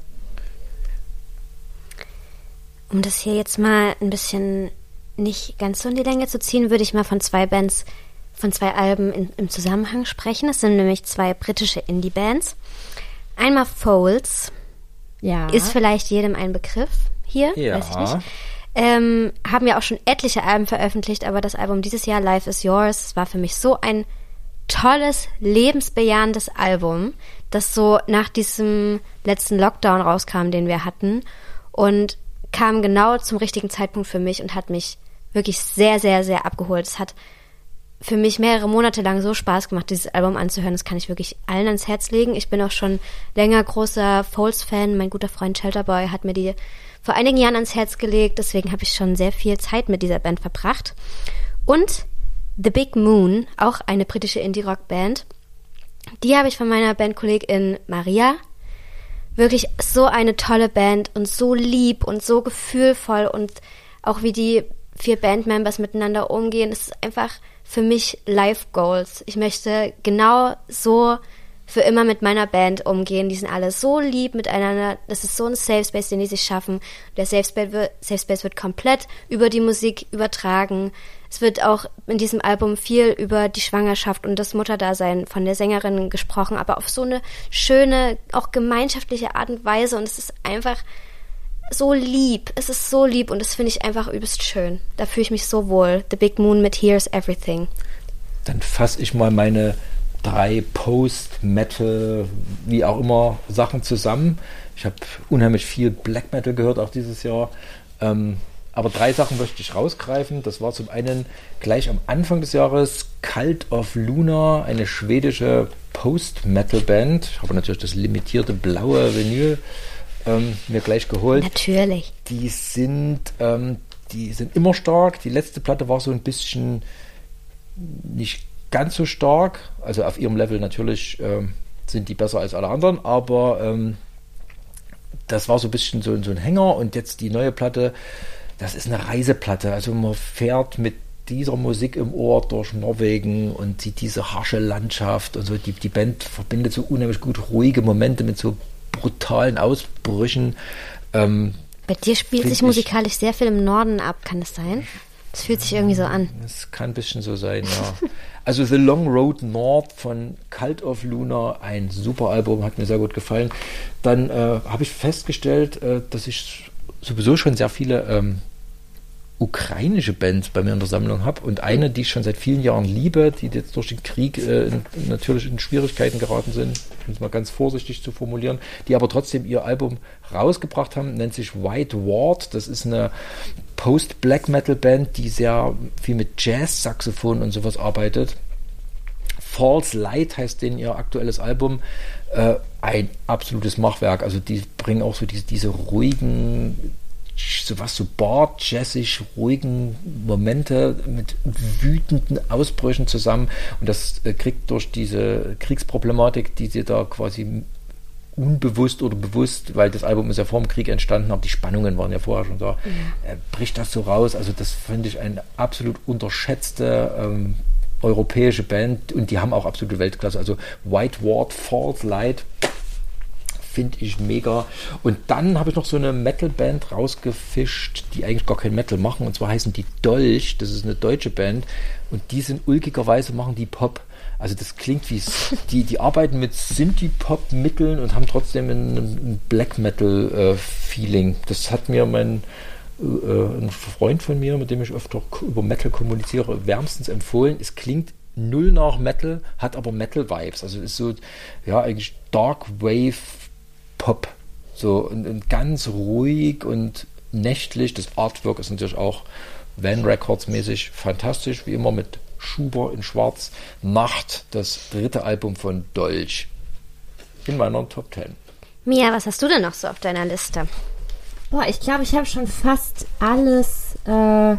Um das hier jetzt mal ein bisschen nicht ganz so in die Länge zu ziehen, würde ich mal von zwei Bands, von zwei Alben in, im Zusammenhang sprechen. Das sind nämlich zwei britische Indie-Bands. Einmal Foals. Ja. Ist vielleicht jedem ein Begriff hier, ja. weiß ich nicht. Ähm, haben ja auch schon etliche Alben veröffentlicht, aber das Album dieses Jahr, Life is Yours, war für mich so ein tolles, lebensbejahendes Album, das so nach diesem letzten Lockdown rauskam, den wir hatten und kam genau zum richtigen Zeitpunkt für mich und hat mich wirklich sehr, sehr, sehr abgeholt. Es hat für mich mehrere Monate lang so Spaß gemacht, dieses Album anzuhören. Das kann ich wirklich allen ans Herz legen. Ich bin auch schon länger großer Foals-Fan. Mein guter Freund Shelterboy hat mir die vor einigen Jahren ans Herz gelegt. Deswegen habe ich schon sehr viel Zeit mit dieser Band verbracht. Und The Big Moon, auch eine britische Indie-Rock-Band, die habe ich von meiner Bandkollegin Maria. Wirklich so eine tolle Band und so lieb und so gefühlvoll und auch wie die vier Bandmembers miteinander umgehen. Es ist einfach für mich Life Goals. Ich möchte genau so für immer mit meiner Band umgehen. Die sind alle so lieb miteinander. Das ist so ein Safe Space, den die sich schaffen. Der Safe Space wird, Safe Space wird komplett über die Musik übertragen. Es wird auch in diesem Album viel über die Schwangerschaft und das Mutterdasein von der Sängerin gesprochen, aber auf so eine schöne, auch gemeinschaftliche Art und Weise. Und es ist einfach so lieb. Es ist so lieb und das finde ich einfach übelst schön. Da fühle ich mich so wohl. The Big Moon mit Here's Everything. Dann fasse ich mal meine drei Post-Metal, wie auch immer, Sachen zusammen. Ich habe unheimlich viel Black Metal gehört auch dieses Jahr. Ähm, aber drei Sachen möchte ich rausgreifen. Das war zum einen gleich am Anfang des Jahres Cult of Luna, eine schwedische Post-Metal-Band. Ich habe natürlich das limitierte blaue Vinyl ähm, mir gleich geholt. Natürlich. Die sind, ähm, die sind immer stark. Die letzte Platte war so ein bisschen nicht ganz so stark. Also auf ihrem Level natürlich ähm, sind die besser als alle anderen, aber ähm, das war so ein bisschen so, so ein Hänger. Und jetzt die neue Platte, das ist eine Reiseplatte. Also man fährt mit dieser Musik im Ohr durch Norwegen und sieht diese harsche Landschaft und so. Die, die Band verbindet so unheimlich gut ruhige Momente mit so brutalen Ausbrüchen. Ähm, Bei dir spielt sich musikalisch sehr viel im Norden ab, kann das sein? Das fühlt sich irgendwie so an. Das kann ein bisschen so sein, ja. Also The Long Road North von Cult of Luna, ein super Album, hat mir sehr gut gefallen. Dann äh, habe ich festgestellt, äh, dass ich sowieso schon sehr viele ähm, ukrainische Bands bei mir in der Sammlung habe und eine, die ich schon seit vielen Jahren liebe, die jetzt durch den Krieg äh, in, natürlich in Schwierigkeiten geraten sind, um es mal ganz vorsichtig zu formulieren, die aber trotzdem ihr Album rausgebracht haben, nennt sich White Ward. Das ist eine Post-Black-Metal-Band, die sehr viel mit Jazz-Saxophon und sowas arbeitet. False Light heißt denen ihr aktuelles Album. Äh, ein absolutes Machwerk. Also die bringen auch so diese, diese ruhigen, so was so bar-jazzig ruhigen Momente mit wütenden Ausbrüchen zusammen. Und das äh, kriegt durch diese Kriegsproblematik, die sie da quasi unbewusst oder bewusst, weil das Album ist ja vor dem Krieg entstanden, aber die Spannungen waren ja vorher schon da, ja. äh, bricht das so raus. Also das finde ich eine absolut unterschätzte ähm, europäische Band und die haben auch absolute Weltklasse. Also White Ward, False Light finde ich mega. Und dann habe ich noch so eine Metal-Band rausgefischt, die eigentlich gar kein Metal machen. Und zwar heißen die Dolch. Das ist eine deutsche Band. Und die sind ulkigerweise, machen die Pop. Also das klingt wie, die, die arbeiten mit Synthie-Pop-Mitteln und haben trotzdem ein, ein Black-Metal-Feeling. Äh, das hat mir mein äh, ein Freund von mir, mit dem ich öfter über Metal kommuniziere, wärmstens empfohlen. Es klingt null nach Metal, hat aber Metal-Vibes. Also ist so, ja, eigentlich Dark Wave Pop. So und, und ganz ruhig und nächtlich. Das Artwork ist natürlich auch Van Records mäßig fantastisch, wie immer mit Schuber in Schwarz. Nacht, das dritte Album von Dolch. In meiner Top Ten. Mia, was hast du denn noch so auf deiner Liste? Boah, ich glaube, ich habe schon fast alles äh,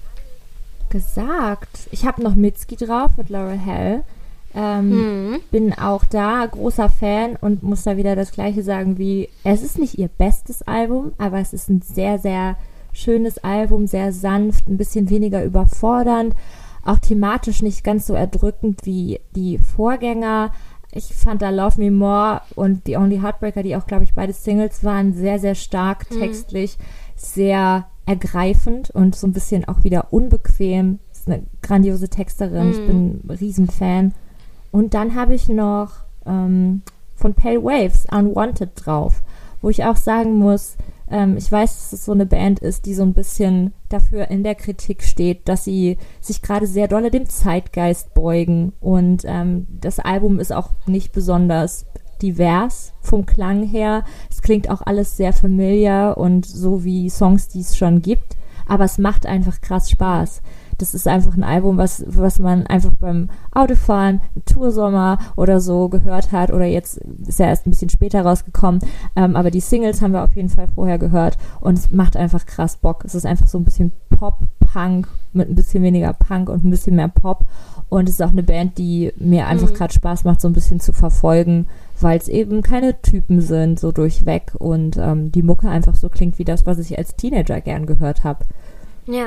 gesagt. Ich habe noch Mitski drauf mit Laurel Hell. Ähm, mhm. Bin auch da großer Fan und muss da wieder das Gleiche sagen wie, es ist nicht ihr bestes Album, aber es ist ein sehr, sehr schönes Album, sehr sanft, ein bisschen weniger überfordernd, auch thematisch nicht ganz so erdrückend wie die Vorgänger. Ich fand da Love Me More und The Only Heartbreaker, die auch, glaube ich, beide Singles waren, sehr, sehr stark textlich, mhm. sehr ergreifend und so ein bisschen auch wieder unbequem. Ist eine grandiose Texterin, mhm. ich bin ein Riesenfan. Und dann habe ich noch ähm, von Pale Waves Unwanted drauf, wo ich auch sagen muss, ähm, ich weiß, dass es so eine Band ist, die so ein bisschen dafür in der Kritik steht, dass sie sich gerade sehr dolle dem Zeitgeist beugen. Und ähm, das Album ist auch nicht besonders divers vom Klang her. Es klingt auch alles sehr familiar und so wie Songs, die es schon gibt. Aber es macht einfach krass Spaß. Das ist einfach ein Album, was, was man einfach beim Autofahren, im Toursommer oder so gehört hat. Oder jetzt ist ja erst ein bisschen später rausgekommen. Ähm, aber die Singles haben wir auf jeden Fall vorher gehört. Und es macht einfach krass Bock. Es ist einfach so ein bisschen Pop-Punk mit ein bisschen weniger Punk und ein bisschen mehr Pop. Und es ist auch eine Band, die mir einfach mhm. gerade Spaß macht, so ein bisschen zu verfolgen, weil es eben keine Typen sind, so durchweg. Und ähm, die Mucke einfach so klingt wie das, was ich als Teenager gern gehört habe. Ja.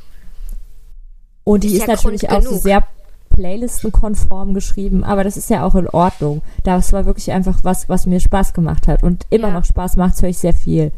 Und die ist, ist ja natürlich auch so sehr playlistenkonform geschrieben, aber das ist ja auch in Ordnung. Das war wirklich einfach was, was mir Spaß gemacht hat und immer ja. noch Spaß macht, höre ich sehr viel.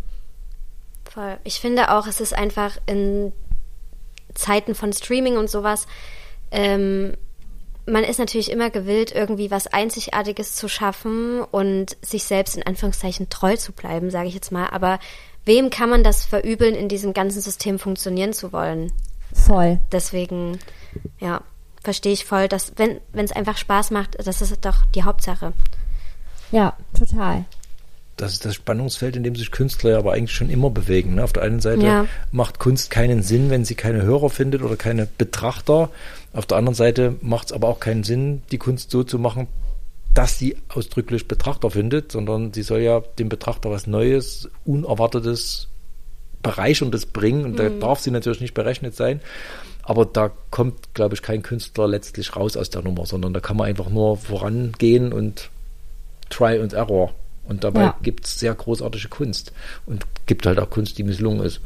Voll. Ich finde auch, es ist einfach in Zeiten von Streaming und sowas, ähm, man ist natürlich immer gewillt, irgendwie was Einzigartiges zu schaffen und sich selbst in Anführungszeichen treu zu bleiben, sage ich jetzt mal. Aber wem kann man das verübeln, in diesem ganzen System funktionieren zu wollen? Voll. Deswegen, ja, verstehe ich voll, dass wenn wenn es einfach Spaß macht, das ist doch die Hauptsache. Ja, total. Das ist das Spannungsfeld, in dem sich Künstler aber eigentlich schon immer bewegen. Ne? Auf der einen Seite ja. macht Kunst keinen Sinn, wenn sie keine Hörer findet oder keine Betrachter. Auf der anderen Seite macht es aber auch keinen Sinn, die Kunst so zu machen, dass sie ausdrücklich Betrachter findet, sondern sie soll ja dem Betrachter was Neues, Unerwartetes, Bereicherndes bringen und mhm. da darf sie natürlich nicht berechnet sein, aber da kommt, glaube ich, kein Künstler letztlich raus aus der Nummer, sondern da kann man einfach nur vorangehen und Try and Error und dabei ja. gibt es sehr großartige Kunst und gibt halt auch Kunst, die misslungen ist.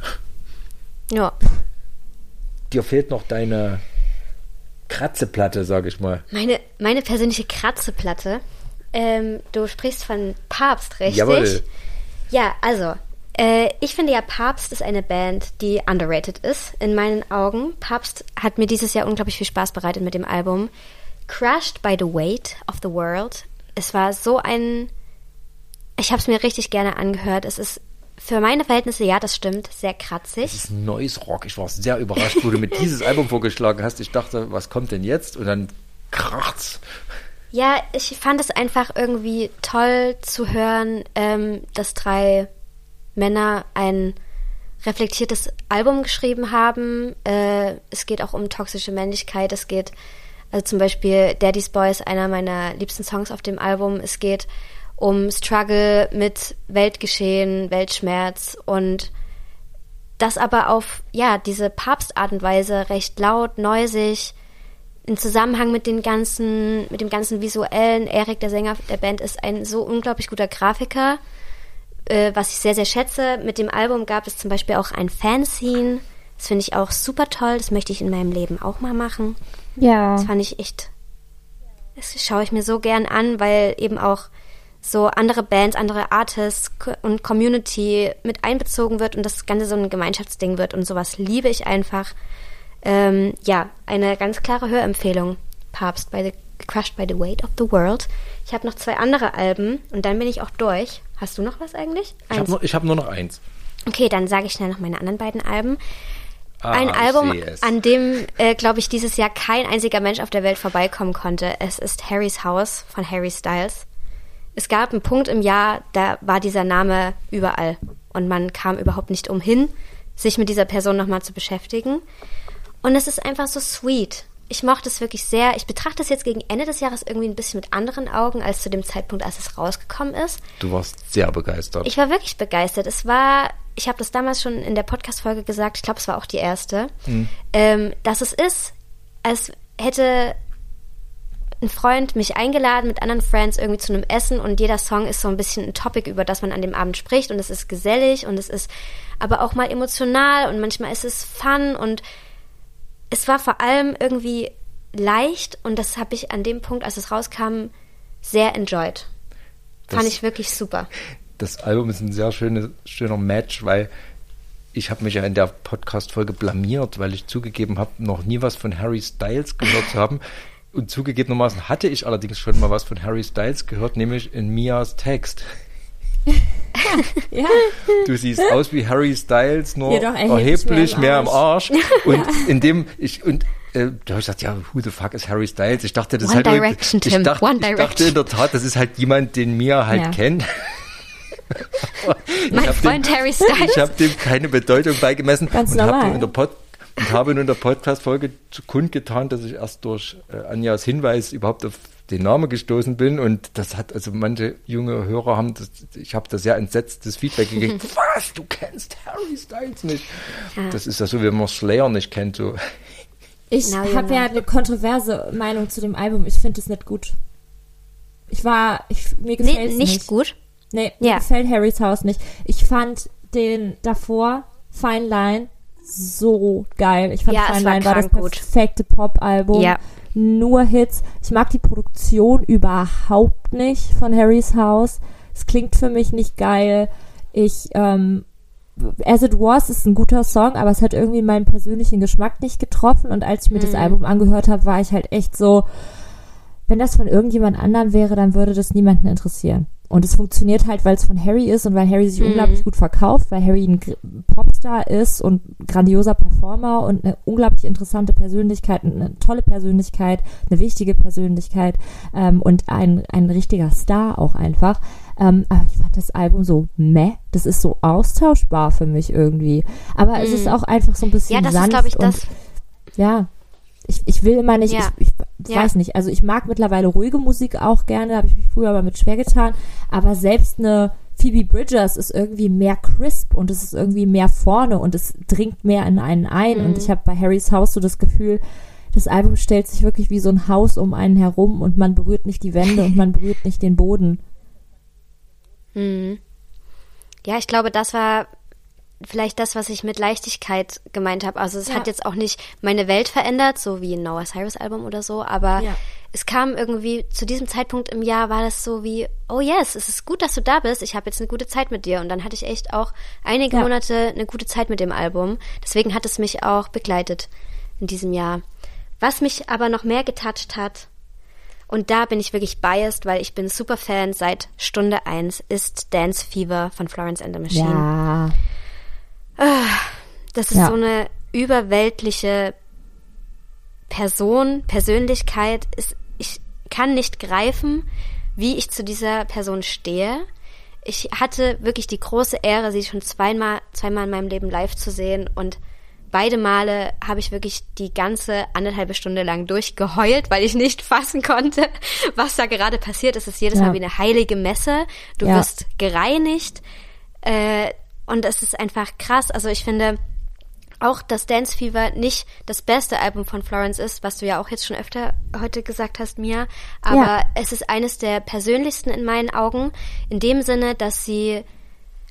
Ja. Dir fehlt noch deine Kratzeplatte, sage ich mal. Meine, meine persönliche Kratzeplatte. Ähm, du sprichst von Papst, richtig? Jawohl. Ja, also Äh, ich finde ja, Papst ist eine Band, die underrated ist, in meinen Augen. Papst hat mir dieses Jahr unglaublich viel Spaß bereitet mit dem Album. Crushed by the Weight of the World. Es war so ein... Ich habe es mir richtig gerne angehört. Es ist für meine Verhältnisse, ja, das stimmt, sehr kratzig. Es ist neues Rock. Ich war sehr überrascht, wo du mit dieses Album vorgeschlagen hast. Ich dachte, was kommt denn jetzt? Und dann kracht's. Ja, ich fand es einfach irgendwie toll zu hören, ähm, dass drei Männer ein reflektiertes Album geschrieben haben. Äh, es geht auch um toxische Männlichkeit. Es geht, also zum Beispiel Daddy's Boy ist einer meiner liebsten Songs auf dem Album. Es geht um Struggle mit Weltgeschehen, Weltschmerz und das aber auf, ja, diese Papstart und Weise recht laut, neusig, in Zusammenhang mit den ganzen, mit dem ganzen Visuellen. Erik, der Sänger der Band, ist ein so unglaublich guter Grafiker, äh, was ich sehr, sehr schätze. Mit dem Album gab es zum Beispiel auch ein Fanzine, Das finde ich auch super toll. Das möchte ich in meinem Leben auch mal machen. Ja. Das fand ich echt, das schaue ich mir so gern an, weil eben auch so andere Bands, andere Artists und Community mit einbezogen wird und das Ganze so ein Gemeinschaftsding wird und sowas liebe ich einfach. Ähm, ja, eine ganz klare Hörempfehlung. Papst by the Crushed by the Weight of the World. Ich habe noch zwei andere Alben und dann bin ich auch durch. Hast du noch was eigentlich? Eins. Ich habe nur, ich hab nur noch eins. Okay, dann sage ich schnell noch meine anderen beiden Alben. Ah, Ein Album, an dem, äh, glaube ich, dieses Jahr kein einziger Mensch auf der Welt vorbeikommen konnte. Es ist Harry's House von Harry Styles. Es gab einen Punkt im Jahr, da war dieser Name überall. Und man kam überhaupt nicht umhin, sich mit dieser Person nochmal zu beschäftigen. Und es ist einfach so sweet. Ich mochte es wirklich sehr. Ich betrachte es jetzt gegen Ende des Jahres irgendwie ein bisschen mit anderen Augen, als zu dem Zeitpunkt, als es rausgekommen ist. Du warst sehr begeistert. Ich war wirklich begeistert. Es war, ich habe das damals schon in der Podcast-Folge gesagt, ich glaube, es war auch die erste, mhm. ähm, dass es ist, als hätte ein Freund mich eingeladen mit anderen Friends irgendwie zu einem Essen und jeder Song ist so ein bisschen ein Topic, über das man an dem Abend spricht und es ist gesellig und es ist aber auch mal emotional und manchmal ist es fun und es war vor allem irgendwie leicht und das habe ich an dem Punkt, als es rauskam, sehr enjoyed. Das, fand ich wirklich super. Das Album ist ein sehr schöne, schöner Match, weil ich habe mich ja in der Podcast-Folge blamiert, weil ich zugegeben habe, noch nie was von Harry Styles gehört zu haben. Und zugegebenermaßen hatte ich allerdings schon mal was von Harry Styles gehört, nämlich in Mias Text. Ja. Du siehst aus wie Harry Styles, nur ja, erheblich mehr im Arsch. Mehr im Arsch. Und in dem, ich, und äh, da habe ich gesagt, ja, who the fuck is Harry Styles? Ich dachte, das One ist halt, Direction, ich, Tim. dachte, One ich Direction. dachte in der Tat, das ist halt jemand, den Mia halt ja. kennt. Mein Freund dem, Harry Styles. Ich habe dem keine Bedeutung beigemessen. Ganz und normal. Hab in der Pod, und habe in der Podcast-Folge kundgetan, dass ich erst durch äh, Anjas Hinweis überhaupt auf den Namen gestoßen bin und das hat, also manche junge Hörer haben das, ich habe da sehr entsetztes Feedback gegeben. Was, du kennst Harry Styles nicht? Ja. Das ist ja so, wie man Slayer nicht kennt. So. Ich habe ja eine kontroverse Meinung zu dem Album. Ich finde es nicht gut. Ich war, ich, mir gefällt es nee, nicht. Nicht gut? Nee, ja. mir gefällt Harry's House nicht. Ich fand den davor, Fine Line, so geil. Ich fand ja, Fine war Line war das gut. perfekte Pop-Album. Ja. Nur Hits. Ich mag die Produktion überhaupt nicht von Harry's House. Es klingt für mich nicht geil. Ich, ähm, As It Was ist ein guter Song, aber es hat irgendwie meinen persönlichen Geschmack nicht getroffen und als ich mir mhm. das Album angehört habe, war ich halt echt so, wenn das von irgendjemand anderem wäre, dann würde das niemanden interessieren. Und es funktioniert halt, weil es von Harry ist und weil Harry sich mhm. unglaublich gut verkauft, weil Harry ein Popstar ist und grandioser Performer und eine unglaublich interessante Persönlichkeit, eine tolle Persönlichkeit, eine wichtige Persönlichkeit ähm, und ein, ein richtiger Star auch einfach. Ähm, aber ich fand das Album so meh. Das ist so austauschbar für mich irgendwie. Aber mhm. es ist auch einfach so ein bisschen ja, das sanft ist, glaube ich, und das. Ja. Ich, ich will immer nicht, ja. ich, ich ja. weiß nicht, also ich mag mittlerweile ruhige Musik auch gerne, da habe ich mich früher aber mit schwer getan, aber selbst eine Phoebe Bridgers ist irgendwie mehr crisp und es ist irgendwie mehr vorne und es dringt mehr in einen ein mhm. und ich habe bei Harry's House so das Gefühl, das Album stellt sich wirklich wie so ein Haus um einen herum und man berührt nicht die Wände und man berührt nicht den Boden. Mhm. Ja, ich glaube, das war vielleicht das, was ich mit Leichtigkeit gemeint habe. Also es ja. hat jetzt auch nicht meine Welt verändert, so wie ein Noah Cyrus Album oder so, aber ja. es kam irgendwie, zu diesem Zeitpunkt im Jahr war das so wie, oh yes, es ist gut, dass du da bist, ich habe jetzt eine gute Zeit mit dir. Und dann hatte ich echt auch einige ja. Monate eine gute Zeit mit dem Album. Deswegen hat es mich auch begleitet in diesem Jahr. Was mich aber noch mehr getoucht hat, und da bin ich wirklich biased, weil ich bin super Fan seit Stunde eins, ist Dance Fever von Florence and the Machine. Ja. Das ist ja. so eine überweltliche Person, Persönlichkeit. Ist, ich kann nicht greifen, wie ich zu dieser Person stehe. Ich hatte wirklich die große Ehre, sie schon zweimal, zweimal in meinem Leben live zu sehen und beide Male habe ich wirklich die ganze anderthalbe Stunde lang durchgeheult, weil ich nicht fassen konnte, was da gerade passiert. Es ist jedes ja. Mal wie eine heilige Messe. Du ja. wirst gereinigt. Äh, Und es ist einfach krass. Also ich finde auch, dass Dance Fever nicht das beste Album von Florence ist, was du ja auch jetzt schon öfter heute gesagt hast, Mia. Aber ja. es ist eines der persönlichsten in meinen Augen. In dem Sinne, dass sie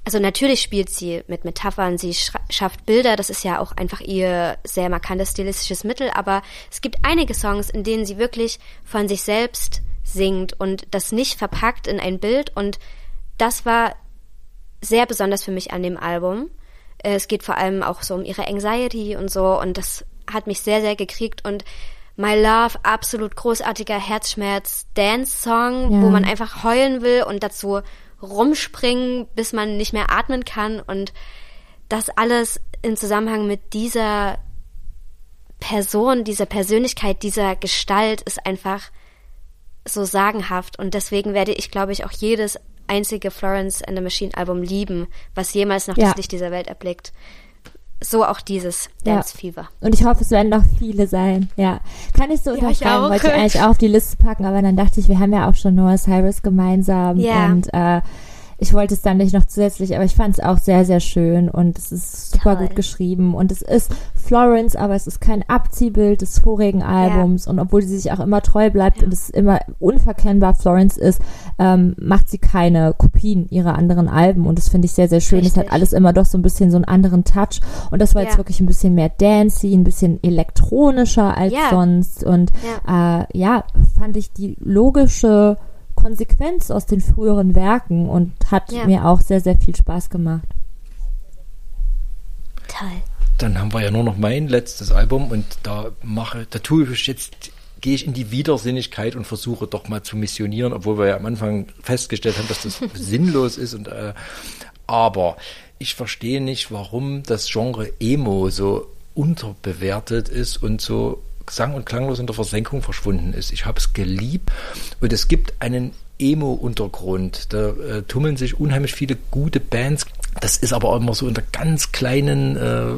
also natürlich spielt sie mit Metaphern, sie sch- schafft Bilder, das ist ja auch einfach ihr sehr markantes stilistisches Mittel, aber es gibt einige Songs, in denen sie wirklich von sich selbst singt und das nicht verpackt in ein Bild und das war sehr besonders für mich an dem Album. Es geht vor allem auch so um ihre Anxiety und so und das hat mich sehr, sehr gekriegt und My Love, absolut großartiger Herzschmerz-Dance-Song, ja. wo man einfach heulen will und dazu rumspringen, bis man nicht mehr atmen kann und das alles im Zusammenhang mit dieser Person, dieser Persönlichkeit, dieser Gestalt ist einfach so sagenhaft und deswegen werde ich, glaube ich, auch jedes einzige Florence and the Machine Album lieben, was jemals noch ja. das Licht dieser Welt erblickt. So auch dieses Dance ja. Fever. Und ich hoffe, es werden noch viele sein. Ja, kann ich so ja, unterschreiben. Ich wollte ich eigentlich auch auf die Liste packen, aber dann dachte ich, wir haben ja auch schon Noah Cyrus gemeinsam ja. und äh, ich wollte es dann nicht noch zusätzlich, aber ich fand es auch sehr, sehr schön und es ist super Toll. Gut geschrieben und es ist Florence, aber es ist kein Abziehbild des vorigen Albums ja. und obwohl sie sich auch immer treu bleibt ja. und es immer unverkennbar Florence ist, ähm, macht sie keine Kopien ihrer anderen Alben und das finde ich sehr, sehr schön. Richtig. Es hat alles immer doch so ein bisschen so einen anderen Touch und das war ja. jetzt wirklich ein bisschen mehr dancey, ein bisschen elektronischer als ja. sonst und ja. Äh, ja, fand ich die logische Konsequenz aus den früheren Werken und hat ja. mir auch sehr, sehr viel Spaß gemacht. Toll. Dann haben wir ja nur noch mein letztes Album und da mache, da tue ich jetzt, gehe ich in die Widersinnigkeit und versuche doch mal zu missionieren, obwohl wir ja am Anfang festgestellt haben, dass das sinnlos ist und äh, aber ich verstehe nicht, warum das Genre Emo so unterbewertet ist und so sang- und klanglos in der Versenkung verschwunden ist. Ich habe es geliebt und es gibt einen Emo-Untergrund. Da äh, tummeln sich unheimlich viele gute Bands. Das ist aber auch immer so in der ganz kleinen äh,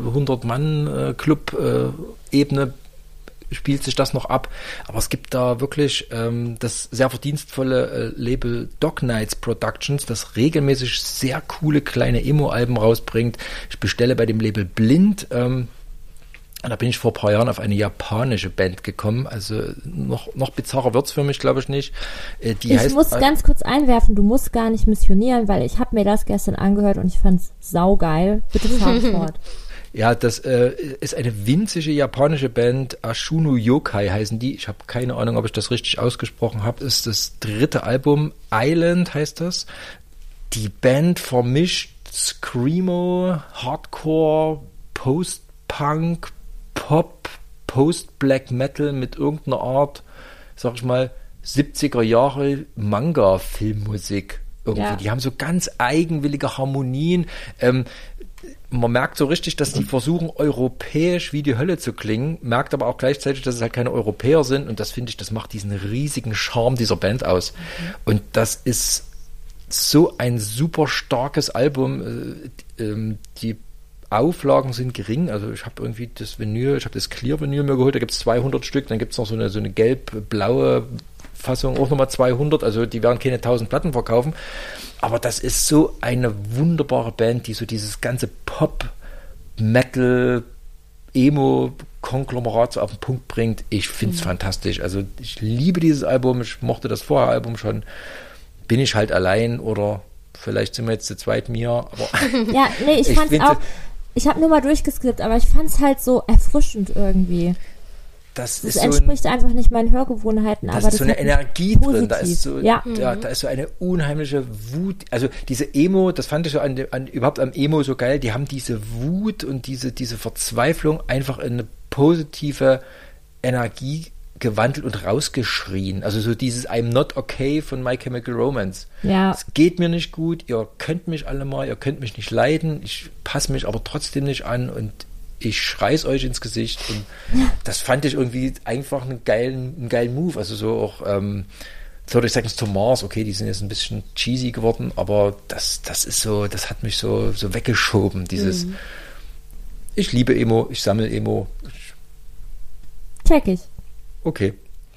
hundert-Mann-Club-Ebene äh, spielt sich das noch ab. Aber es gibt da wirklich ähm, das sehr verdienstvolle äh, Label Dog Nights Productions, das regelmäßig sehr coole kleine Emo-Alben rausbringt. Ich bestelle bei dem Label blind. Ähm, Da bin ich vor ein paar Jahren auf eine japanische Band gekommen. Also noch, noch bizarrer wird's für mich, glaube ich, nicht. Äh, die ich heißt, muss ganz kurz einwerfen, du musst gar nicht missionieren, weil ich habe mir das gestern angehört und ich fand's saugeil. Bitte fahr fort. Ja, das äh, ist eine winzige japanische Band, Ashunu Yokai heißen die. Ich habe keine Ahnung, ob ich das richtig ausgesprochen habe. Das ist das dritte Album, Island heißt das. Die Band vermischt Screamo, Hardcore, Post-Punk, Pop, Post-Black Metal mit irgendeiner Art, sag ich mal, siebziger Jahre Manga-Filmmusik irgendwie. Ja. Die haben so ganz eigenwillige Harmonien. Ähm, man merkt so richtig, dass die versuchen, europäisch wie die Hölle zu klingen, merkt aber auch gleichzeitig, dass es halt keine Europäer sind und das finde ich, das macht diesen riesigen Charme dieser Band aus. Mhm. Und das ist so ein super starkes Album. Äh, äh, die Auflagen sind gering, also ich habe irgendwie das Vinyl, ich habe das Clear-Vinyl mir geholt, da gibt es zweihundert Stück, dann gibt es noch so eine, so eine gelb-blaue Fassung, auch nochmal zweihundert, also die werden keine tausend Platten verkaufen, aber das ist so eine wunderbare Band, die so dieses ganze Pop, Metal, Emo-Konglomerat so auf den Punkt bringt. Ich finde es mhm. fantastisch, also ich liebe dieses Album, ich mochte das vorher Album schon, bin ich halt allein oder vielleicht sind wir jetzt zu zweit, Mia, aber ja, nee, ich, ich fand's auch, ich habe nur mal durchgeskippt, aber ich fand's halt so erfrischend irgendwie. Das, das ist entspricht so ein, einfach nicht meinen Hörgewohnheiten. Das aber ist das so eine Energie positiv. drin, da ist so, ja. da, da ist so eine unheimliche Wut. Also diese Emo, das fand ich so an, an überhaupt am Emo so geil, die haben diese Wut und diese, diese Verzweiflung einfach in eine positive Energie gewandelt und rausgeschrien. Also so dieses I'm not okay von My Chemical Romance. Ja. Es geht mir nicht gut, ihr könnt mich alle mal, ihr könnt mich nicht leiden, ich passe mich aber trotzdem nicht an und ich schrei's euch ins Gesicht und ja. das fand ich irgendwie einfach einen geilen, einen geilen Move. Also so auch ähm, thirty Seconds to Mars, okay, die sind jetzt ein bisschen cheesy geworden, aber das, das ist so, das hat mich so, so weggeschoben, dieses mhm. ich liebe Emo, ich sammle Emo. Ich, Check ich. Okay.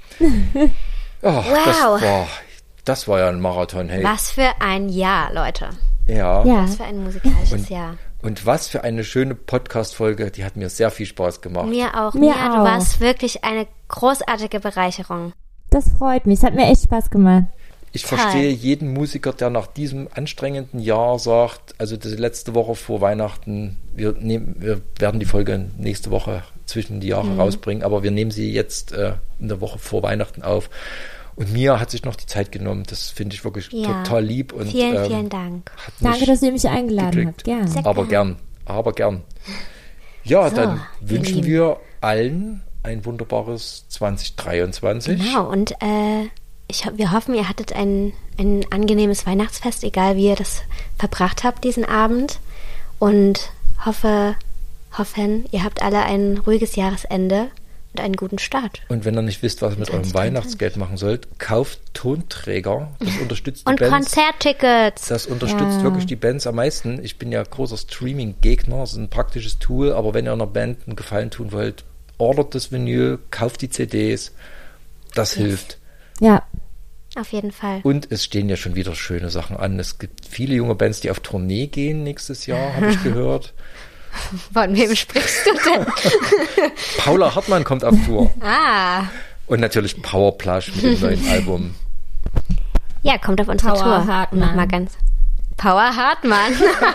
Ach, wow. Das war, das war ja ein Marathon, hey. Was für ein Jahr, Leute. Ja. ja. Was für ein musikalisches und, Jahr. Und was für eine schöne Podcast-Folge, die hat mir sehr viel Spaß gemacht. Mir auch. Mir Mia, auch. Du warst wirklich eine großartige Bereicherung. Das freut mich, es hat mir echt Spaß gemacht. Ich Toll. verstehe jeden Musiker, der nach diesem anstrengenden Jahr sagt, also die letzte Woche vor Weihnachten, wir, nehmen, wir werden die Folge nächste Woche zwischen die Jahre mhm. rausbringen, aber wir nehmen sie jetzt äh, in der Woche vor Weihnachten auf. Und Mia hat sich noch die Zeit genommen. Das finde ich wirklich ja. total lieb. Und, vielen, ähm, vielen Dank. Danke, dass ihr mich eingeladen habt. Gern. Aber gern, aber gern. Ja, so, dann wünschen wir allen ein wunderbares zwanzig dreiundzwanzig. Genau, und äh, ich, wir hoffen, ihr hattet ein, ein angenehmes Weihnachtsfest, egal wie ihr das verbracht habt diesen Abend. Und hoffe, hoffen, ihr habt alle ein ruhiges Jahresende und einen guten Start. Und wenn ihr nicht wisst, was ihr mit eurem Weihnachtsgeld machen sollt, kauft Tonträger. Das unterstützt die und Bands. Und Konzerttickets. Das unterstützt ja. wirklich die Bands am meisten. Ich bin ja großer Streaming-Gegner. Das ist ein praktisches Tool. Aber wenn ihr einer Band einen Gefallen tun wollt, ordert das Vinyl, kauft die C Ds. Das yes. hilft. Ja. Auf jeden Fall. Und es stehen ja schon wieder schöne Sachen an. Es gibt viele junge Bands, die auf Tournee gehen nächstes Jahr, habe ich gehört. Von wem sprichst du denn? Paula Hartmann kommt auf Tour. Ah. Und natürlich Powerplush mit dem neuen Album. Ja, kommt auf unsere Power Tour. Hartmann. Nochmal ganz. Power Hartmann.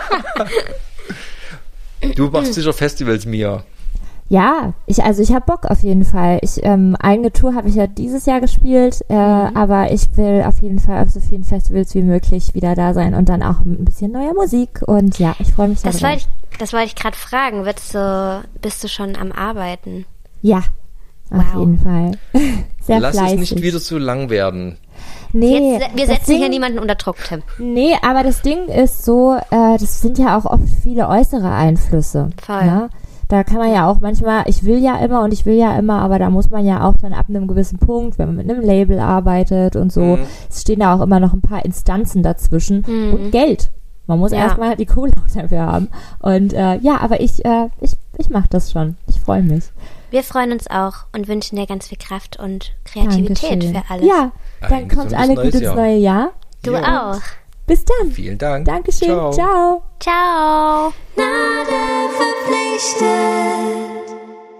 Du machst sicher Festivals, Mia. Ja, ich also ich habe Bock auf jeden Fall. Ich ähm, eigene Tour habe ich ja dieses Jahr gespielt, äh, mhm. aber ich will auf jeden Fall auf so vielen Festivals wie möglich wieder da sein und dann auch mit ein bisschen neuer Musik und ja, ich freue mich sehr das drauf. Wollte ich, das wollte ich gerade fragen. Willst du, bist du schon am Arbeiten? Ja, auf wow. jeden Fall. Sehr Lass fleißig. es nicht wieder zu lang werden. Nee, Jetzt, wir setzen Ding, hier niemanden unter Druck, Tim. Nee, aber das Ding ist so, äh, das sind ja auch oft viele äußere Einflüsse. Voll. Ne? Da kann man ja auch manchmal, ich will ja immer und ich will ja immer, aber da muss man ja auch dann ab einem gewissen Punkt, wenn man mit einem Label arbeitet und so, mhm. es stehen da auch immer noch ein paar Instanzen dazwischen mhm. und Geld. Man muss ja. erstmal die Kohle auch dafür haben. Und äh, ja, aber ich, äh, ich, ich mache das schon. Ich freue mich. Wir freuen uns auch und wünschen dir ganz viel Kraft und Kreativität Dankeschön. Für alles. Ja, dann ein kommt alle gut ins Jahr. neue Jahr. Du ja. auch. Bis dann. Vielen Dank. Dankeschön. Ciao. Ciao. Ciao. Nada verpflichtet.